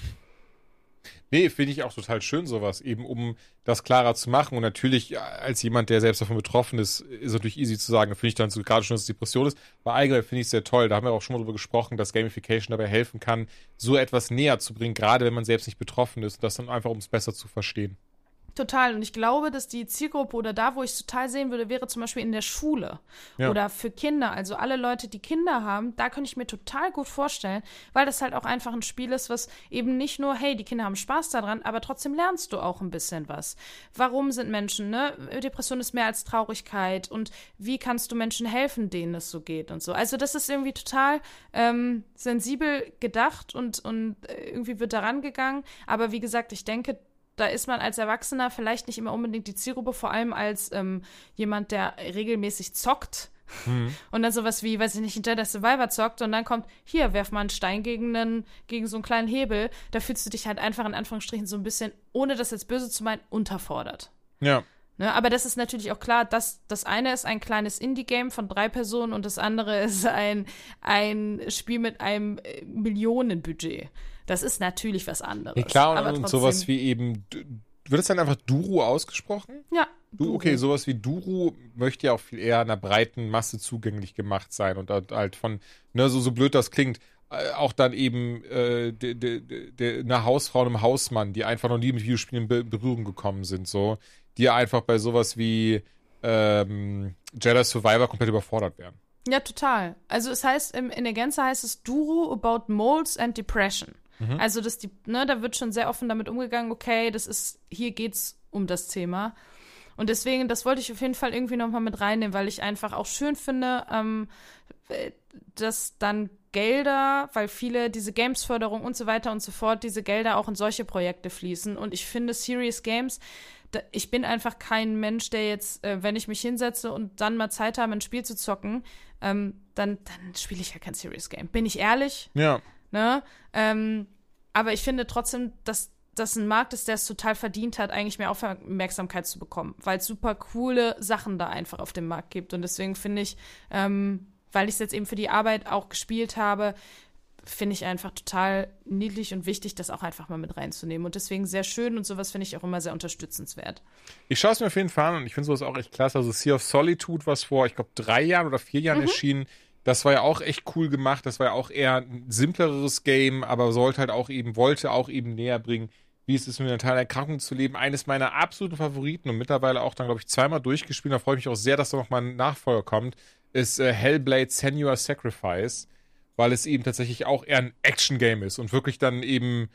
Nee, finde ich auch total schön, sowas, eben um das klarer zu machen. Und natürlich, als jemand, der selbst davon betroffen ist, ist natürlich easy zu sagen, finde ich dann so gerade schon, dass es Depression ist. Bei allgemein finde ich es sehr toll. Da haben wir auch schon mal drüber gesprochen, dass Gamification dabei helfen kann, so etwas näher zu bringen, gerade wenn man selbst nicht betroffen ist. Und das dann einfach, um es besser zu verstehen. Total. Und ich glaube, dass die Zielgruppe oder da, wo ich es total sehen würde, wäre zum Beispiel in der Schule oder für Kinder. Also alle Leute, die Kinder haben, da könnte ich mir total gut vorstellen, weil das halt auch einfach ein Spiel ist, was eben nicht nur, hey, die Kinder haben Spaß daran, aber trotzdem lernst du auch ein bisschen was. Warum sind Menschen, ne? Depression ist mehr als Traurigkeit und wie kannst du Menschen helfen, denen es so geht und so. Also das ist irgendwie total sensibel gedacht und irgendwie wird daran gegangen. Aber wie gesagt, ich denke, da ist man als Erwachsener vielleicht nicht immer unbedingt die Zielgruppe, vor allem als jemand, der regelmäßig zockt und dann sowas wie, weiß ich nicht, Jedi Survivor zockt und dann kommt, hier, werf mal einen Stein gegen so einen kleinen Hebel. Da fühlst du dich halt einfach in Anführungsstrichen so ein bisschen, ohne das jetzt böse zu meinen, unterfordert. Ja. Ne, aber das ist natürlich auch klar, dass das eine ist ein kleines Indie-Game von 3 Personen und das andere ist ein Spiel mit einem Millionenbudget. Das ist natürlich was anderes. Ja, klar, aber und trotzdem, sowas wie eben, wird es dann einfach Duru ausgesprochen? Ja, Okay, sowas wie Duru möchte ja auch viel eher einer breiten Masse zugänglich gemacht sein und halt von, ne, so blöd das klingt, auch dann eben einer Hausfrau, einem Hausmann, die einfach noch nie mit Videospielen in Berührung gekommen sind, so, die einfach bei sowas wie Jedi Survivor komplett überfordert werden. Ja, total. Also es heißt, in der Gänze heißt es Duru about Moles and Depression. Also da wird schon sehr offen damit umgegangen, okay, hier geht's um das Thema. Und deswegen, das wollte ich auf jeden Fall irgendwie nochmal mit reinnehmen, weil ich einfach auch schön finde, dass dann Gelder, weil viele diese Games-Förderung und so weiter und so fort, diese Gelder auch in solche Projekte fließen. Und ich finde Serious Games, ich bin einfach kein Mensch, der jetzt, wenn ich mich hinsetze und dann mal Zeit habe, ein Spiel zu zocken, dann spiele ich ja kein Serious Game. Bin ich ehrlich? Ja. Ne? Aber ich finde trotzdem, dass das ein Markt ist, der es total verdient hat, eigentlich mehr Aufmerksamkeit zu bekommen, weil es super coole Sachen da einfach auf dem Markt gibt. Und deswegen finde ich, weil ich es jetzt eben für die Arbeit auch gespielt habe, finde ich einfach total niedlich und wichtig, das auch einfach mal mit reinzunehmen. Und deswegen sehr schön und sowas finde ich auch immer sehr unterstützenswert. Ich schaue es mir auf jeden Fall an und ich finde sowas auch echt klasse. Also Sea of Solitude, was vor, ich glaube, 3 Jahren oder 4 Jahren erschienen, das war ja auch echt cool gemacht. Das war ja auch eher ein simpleres Game, aber wollte auch eben näher bringen, wie es ist, mit einer mentalen Erkrankung zu leben. Eines meiner absoluten Favoriten und mittlerweile auch dann, glaube ich, 2-mal durchgespielt. Da freue ich mich auch sehr, dass da nochmal ein Nachfolger kommt, ist Hellblade Senua's Sacrifice, weil es eben tatsächlich auch eher ein Action-Game ist und wirklich dann eben,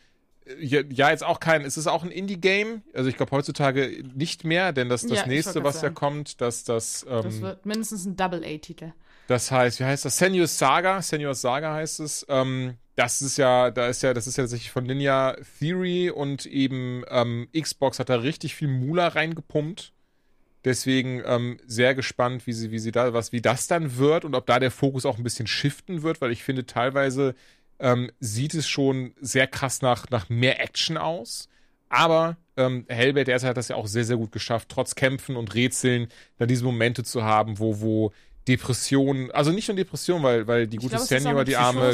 es ist auch ein Indie-Game. Also ich glaube heutzutage nicht mehr, denn das nächste, was ja kommt, das wird mindestens ein Double-A-Titel. Das heißt, wie heißt das? Senua's Saga heißt es. Das ist ja tatsächlich von Ninja Theory und eben Xbox hat da richtig viel Mula reingepumpt. Deswegen sehr gespannt, wie das dann wird und ob da der Fokus auch ein bisschen shiften wird, weil ich finde, teilweise sieht es schon sehr krass nach mehr Action aus. Aber Hellblade, der hat das ja auch sehr, sehr gut geschafft, trotz Kämpfen und Rätseln, dann diese Momente zu haben, wo Depressionen, also nicht nur Depression, weil die gute Senua, die Arme,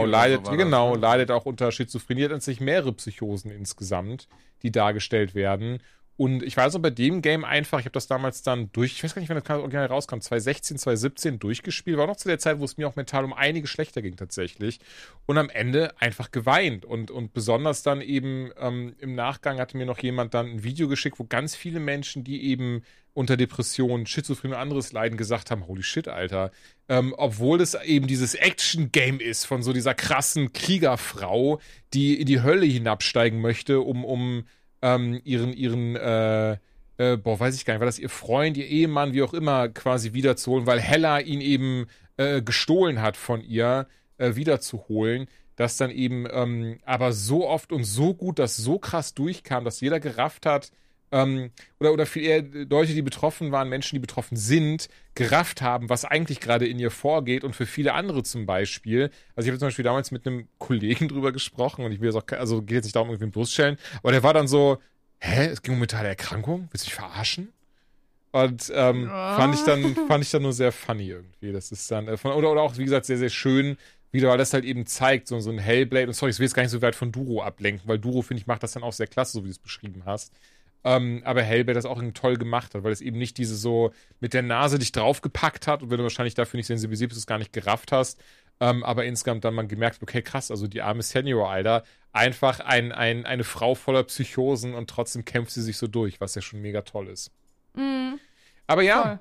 leidet auch unter Schizophrenie, hat an sich mehrere Psychosen insgesamt, die dargestellt werden. Und ich weiß auch bei dem Game einfach, ich habe das damals dann ich weiß gar nicht, wann das original rauskam, 2016, 2017 durchgespielt, war noch zu der Zeit, wo es mir auch mental um einige schlechter ging tatsächlich. Und am Ende einfach geweint. Und besonders dann eben im Nachgang hatte mir noch jemand dann ein Video geschickt, wo ganz viele Menschen, die eben unter Depressionen, Schizophrenie und anderes leiden, gesagt haben, holy shit, Alter. Obwohl es eben dieses Action-Game ist von so dieser krassen Kriegerfrau, die in die Hölle hinabsteigen möchte, um ihren weiß ich gar nicht, war das ihr Freund, ihr Ehemann, wie auch immer, quasi wiederzuholen, weil Hella ihn eben gestohlen hat von ihr, wiederzuholen, dass dann eben aber so oft und so gut das so krass durchkam, dass jeder gerafft hat, oder viel eher Leute, die betroffen waren, Menschen, die betroffen sind, gerafft haben, was eigentlich gerade in ihr vorgeht und für viele andere zum Beispiel. Also ich habe zum Beispiel damals mit einem Kollegen drüber gesprochen und ich will jetzt auch, also geht jetzt nicht darum, irgendwie bloßstellen, aber der war dann so, es ging um mentale Erkrankung? Willst du mich verarschen? Und fand ich dann nur sehr funny irgendwie. Das ist dann, oder auch, wie gesagt, sehr, sehr schön, wieder, weil das halt eben zeigt, so ein Hellblade, und sorry, ich will jetzt gar nicht so weit von Duro ablenken, weil Duro, finde ich, macht das dann auch sehr klasse, so wie du es beschrieben hast. Aber Hellblade das auch toll gemacht hat, weil es eben nicht diese so mit der Nase dich draufgepackt hat und wenn du wahrscheinlich dafür nicht sensibilisiert bist, es gar nicht gerafft hast. Aber insgesamt dann man gemerkt, okay, krass, also die arme Senua, Alter, einfach eine Frau voller Psychosen und trotzdem kämpft sie sich so durch, was ja schon mega toll ist. Mhm. Aber ja,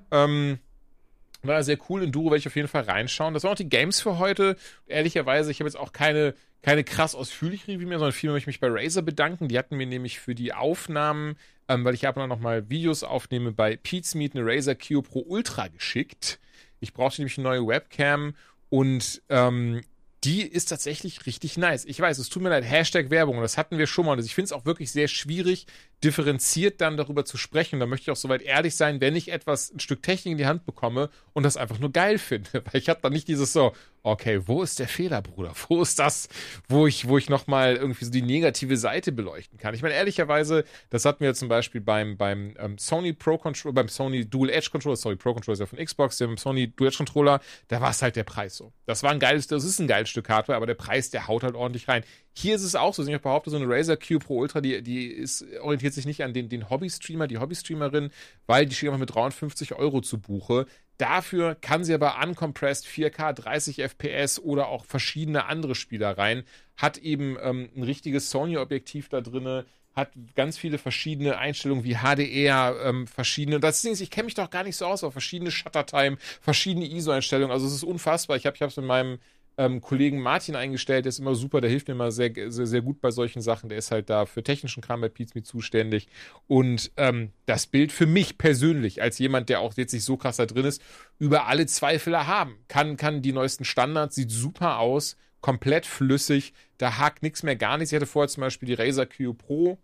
war sehr cool. In Duro werde ich auf jeden Fall reinschauen. Das waren auch die Games für heute. Ehrlicherweise, ich habe jetzt auch keine krass ausführliche Review mehr, sondern vielmehr möchte ich mich bei Razer bedanken. Die hatten mir nämlich für die Aufnahmen, weil ich ab und an noch mal Videos aufnehme, bei Pete's Meet eine Razer Kiyo Pro Ultra geschickt. Ich brauchte nämlich eine neue Webcam und die ist tatsächlich richtig nice. Ich weiß, es tut mir leid, Hashtag-Werbung, das hatten wir schon mal. Also ich finde es auch wirklich sehr schwierig, differenziert dann darüber zu sprechen. Da möchte ich auch soweit ehrlich sein, wenn ich ein Stück Technik in die Hand bekomme und das einfach nur geil finde. Weil ich habe dann nicht dieses so, okay, wo ist der Fehler, Bruder? Wo ist das, wo ich nochmal irgendwie so die negative Seite beleuchten kann? Ich meine, ehrlicherweise, das hatten wir zum Beispiel beim Sony Pro Controller, beim Sony Dual Edge Controller, sorry, Pro Controller ist ja von Xbox, beim Sony Dual Edge Controller, da war es halt der Preis so. Das ist ein geiles Stück Hardware, aber der Preis, der haut halt ordentlich rein. Hier ist es auch so, ich behaupte, so eine Razer Q Pro Ultra, die orientiert hält sich nicht an den Hobby-Streamer, die Hobby-Streamerin, weil die steht einfach mit 53 € zu Buche. Dafür kann sie aber uncompressed 4K, 30 FPS oder auch verschiedene andere Spielereien, hat eben ein richtiges Sony-Objektiv da drinne, hat ganz viele verschiedene Einstellungen wie HDR, verschiedene, das Ding ist, ich kenne mich doch gar nicht so aus, aber verschiedene Shutter-Time, verschiedene ISO-Einstellungen, also es ist unfassbar. Ich habe es mit meinem Kollegen Martin eingestellt, der ist immer super, der hilft mir immer sehr, sehr, sehr gut bei solchen Sachen, der ist halt da für technischen Kram bei Pizme zuständig und das Bild für mich persönlich, als jemand, der auch jetzt nicht so krass da drin ist, über alle Zweifel erhaben. Kann die neuesten Standards, sieht super aus, komplett flüssig, da hakt nichts mehr, gar nichts. Ich hatte vorher zum Beispiel die Razer Q Pro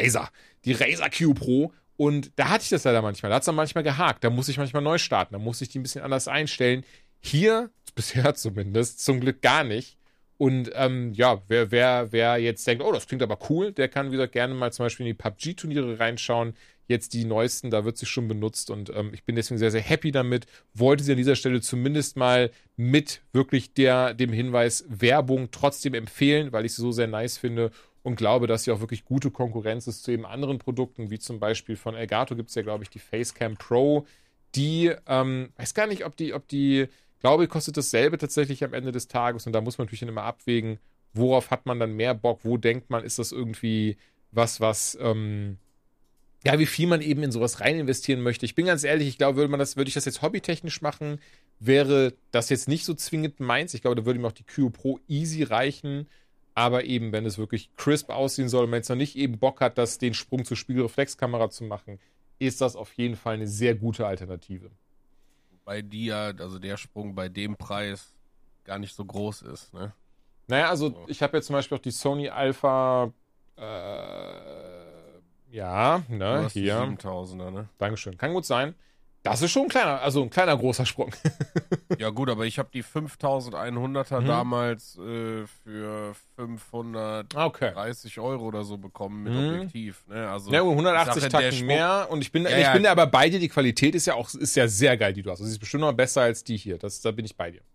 und da hatte ich das leider manchmal, da hat es dann manchmal gehakt, da muss ich manchmal neu starten, da muss ich die ein bisschen anders einstellen. Hier, bisher zumindest, zum Glück gar nicht. Und wer jetzt denkt, oh, das klingt aber cool, der kann, wie gesagt, gerne mal zum Beispiel in die PUBG-Turniere reinschauen. Jetzt die neuesten, da wird sie schon benutzt und ich bin deswegen sehr, sehr happy damit. Wollte sie an dieser Stelle zumindest mal mit wirklich dem Hinweis Werbung trotzdem empfehlen, weil ich sie so sehr nice finde und glaube, dass sie auch wirklich gute Konkurrenz ist zu eben anderen Produkten, wie zum Beispiel von Elgato gibt es ja, glaube ich, die Facecam Pro, die, weiß gar nicht, ob die, glaube ich, kostet dasselbe tatsächlich am Ende des Tages und da muss man natürlich dann immer abwägen, worauf hat man dann mehr Bock, wo denkt man, ist das irgendwie wie viel man eben in sowas rein investieren möchte. Ich bin ganz ehrlich, ich glaube, würde ich das jetzt hobbytechnisch machen, wäre das jetzt nicht so zwingend meins. Ich glaube, da würde mir auch die Q Pro easy reichen, aber eben, wenn es wirklich crisp aussehen soll und wenn es noch nicht eben Bock hat, den Sprung zur Spiegelreflexkamera zu machen, ist das auf jeden Fall eine sehr gute Alternative. Bei dir, also der Sprung bei dem Preis gar nicht so groß ist, ne? Naja, also ich habe jetzt zum Beispiel auch die Sony Alpha, hier. Die 7000er, ne? Dankeschön. Kann gut sein. Das ist schon ein kleiner großer Sprung. Ja gut, aber ich habe die 5100er damals für 530 € oder so bekommen mit Objektiv. Ne? Also ja, 180 Tacken mehr und ich bin aber bei dir, die Qualität ist ja sehr geil, die du hast. Also sie ist bestimmt noch besser als die hier. Da bin ich bei dir.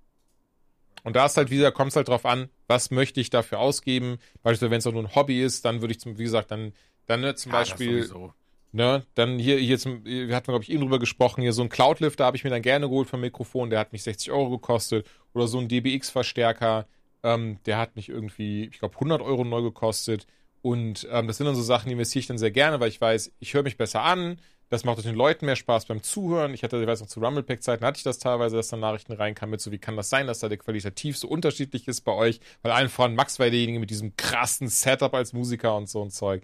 Und da ist halt wieder, kommt es halt drauf an, was möchte ich dafür ausgeben. Beispielsweise, wenn es auch nur ein Hobby ist, dann würde ich zum Beispiel, dann hier wir hatten, glaube ich, eben drüber gesprochen, hier so ein Cloudlifter habe ich mir dann gerne geholt vom Mikrofon, der hat mich 60 € gekostet. Oder so ein DBX-Verstärker, der hat mich irgendwie, ich glaube, 100 € neu gekostet. Und das sind dann so Sachen, die investiere ich dann sehr gerne, weil ich weiß, ich höre mich besser an, das macht auch den Leuten mehr Spaß beim Zuhören. Ich weiß noch, zu Rumblepack-Zeiten hatte ich das teilweise, dass da Nachrichten reinkamen mit so, wie kann das sein, dass da der qualitativ so unterschiedlich ist bei euch? Weil allen voran Max war derjenige mit diesem krassen Setup als Musiker und so ein Zeug.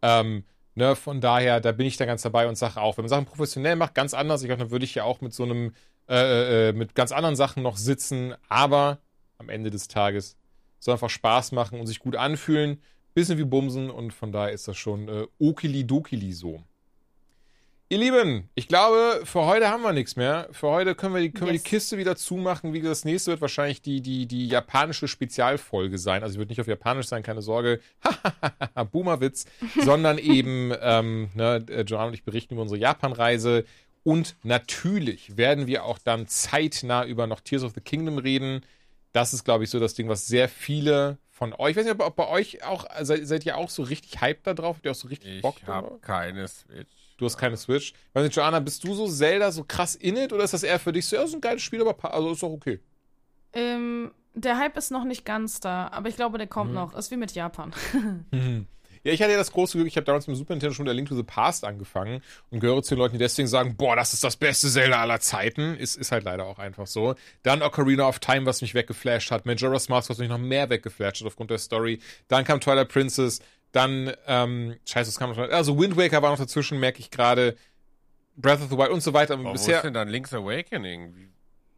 Von daher, da bin ich da ganz dabei und sage auch, wenn man Sachen professionell macht, ganz anders. Ich glaube, dann würde ich ja auch mit so einem, mit ganz anderen Sachen noch sitzen, aber am Ende des Tages soll einfach Spaß machen und sich gut anfühlen. Bisschen wie Bumsen und von daher ist das schon okili-dokili so. Ihr Lieben, ich glaube, für heute haben wir nichts mehr. Für heute können wir die Kiste wieder zumachen. Wie gesagt, das nächste wird wahrscheinlich die japanische Spezialfolge sein. Also, sie wird nicht auf Japanisch sein, keine Sorge. Boomerwitz. Sondern eben, Joanna und ich berichten über unsere Japan-Reise. Und natürlich werden wir auch dann zeitnah über noch Tears of the Kingdom reden. Das ist, glaube ich, so das Ding, was sehr viele von euch, ich weiß nicht, ob bei euch auch, seid ihr auch so richtig hyped da drauf? Habt ihr auch so richtig Bock drauf? Ich habe keine Switch. Du hast keine Switch. Weiß nicht, Joanna, bist du so Zelda so krass in it oder ist das eher für dich so, ja, so ein geiles Spiel, aber also ist doch okay? Der Hype ist noch nicht ganz da, aber ich glaube, der kommt noch. Ist wie mit Japan. Ja, ich hatte ja das große Glück, ich habe damals mit dem Super Nintendo schon mit der Link to the Past angefangen und gehöre zu den Leuten, die deswegen sagen, boah, das ist das beste Zelda aller Zeiten. Ist halt leider auch einfach so. Dann Ocarina of Time, was mich weggeflasht hat. Majora's Mask, was mich noch mehr weggeflasht hat aufgrund der Story. Dann kam Twilight Princess. Dann, was kam noch? Also Wind Waker war noch dazwischen, merke ich gerade. Breath of the Wild und so weiter. Wo ist denn dann Link's Awakening?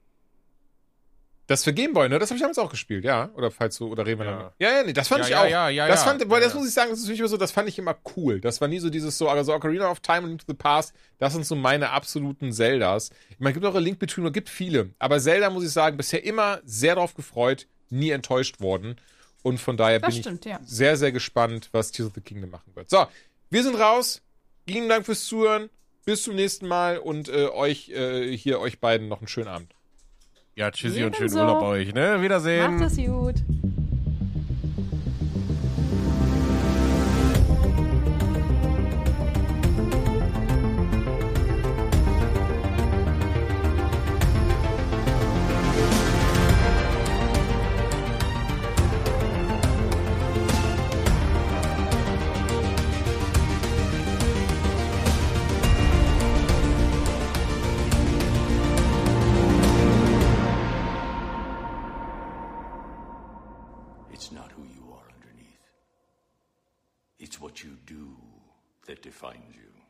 Das für Gameboy, ne? Das habe ich damals auch gespielt, ja. Oder reden wir dann? Ja, nee, das fand ich auch. Das muss ich sagen, das ist wirklich immer so, das fand ich immer cool. Das war nie so dieses so, also Ocarina of Time und Into the Past, das sind so meine absoluten Zeldas. Ich meine, es gibt auch A Link Between, es gibt viele. Aber Zelda, muss ich sagen, bisher immer sehr drauf gefreut, nie enttäuscht worden. Und von daher bin ich sehr, sehr gespannt, was Tears of the Kingdom machen wird. So, wir sind raus. Vielen Dank fürs Zuhören. Bis zum nächsten Mal und euch beiden noch einen schönen Abend. Ja, tschüssi und schönen Urlaub euch, ne? Wiedersehen. Macht es gut. It's what you do that defines you.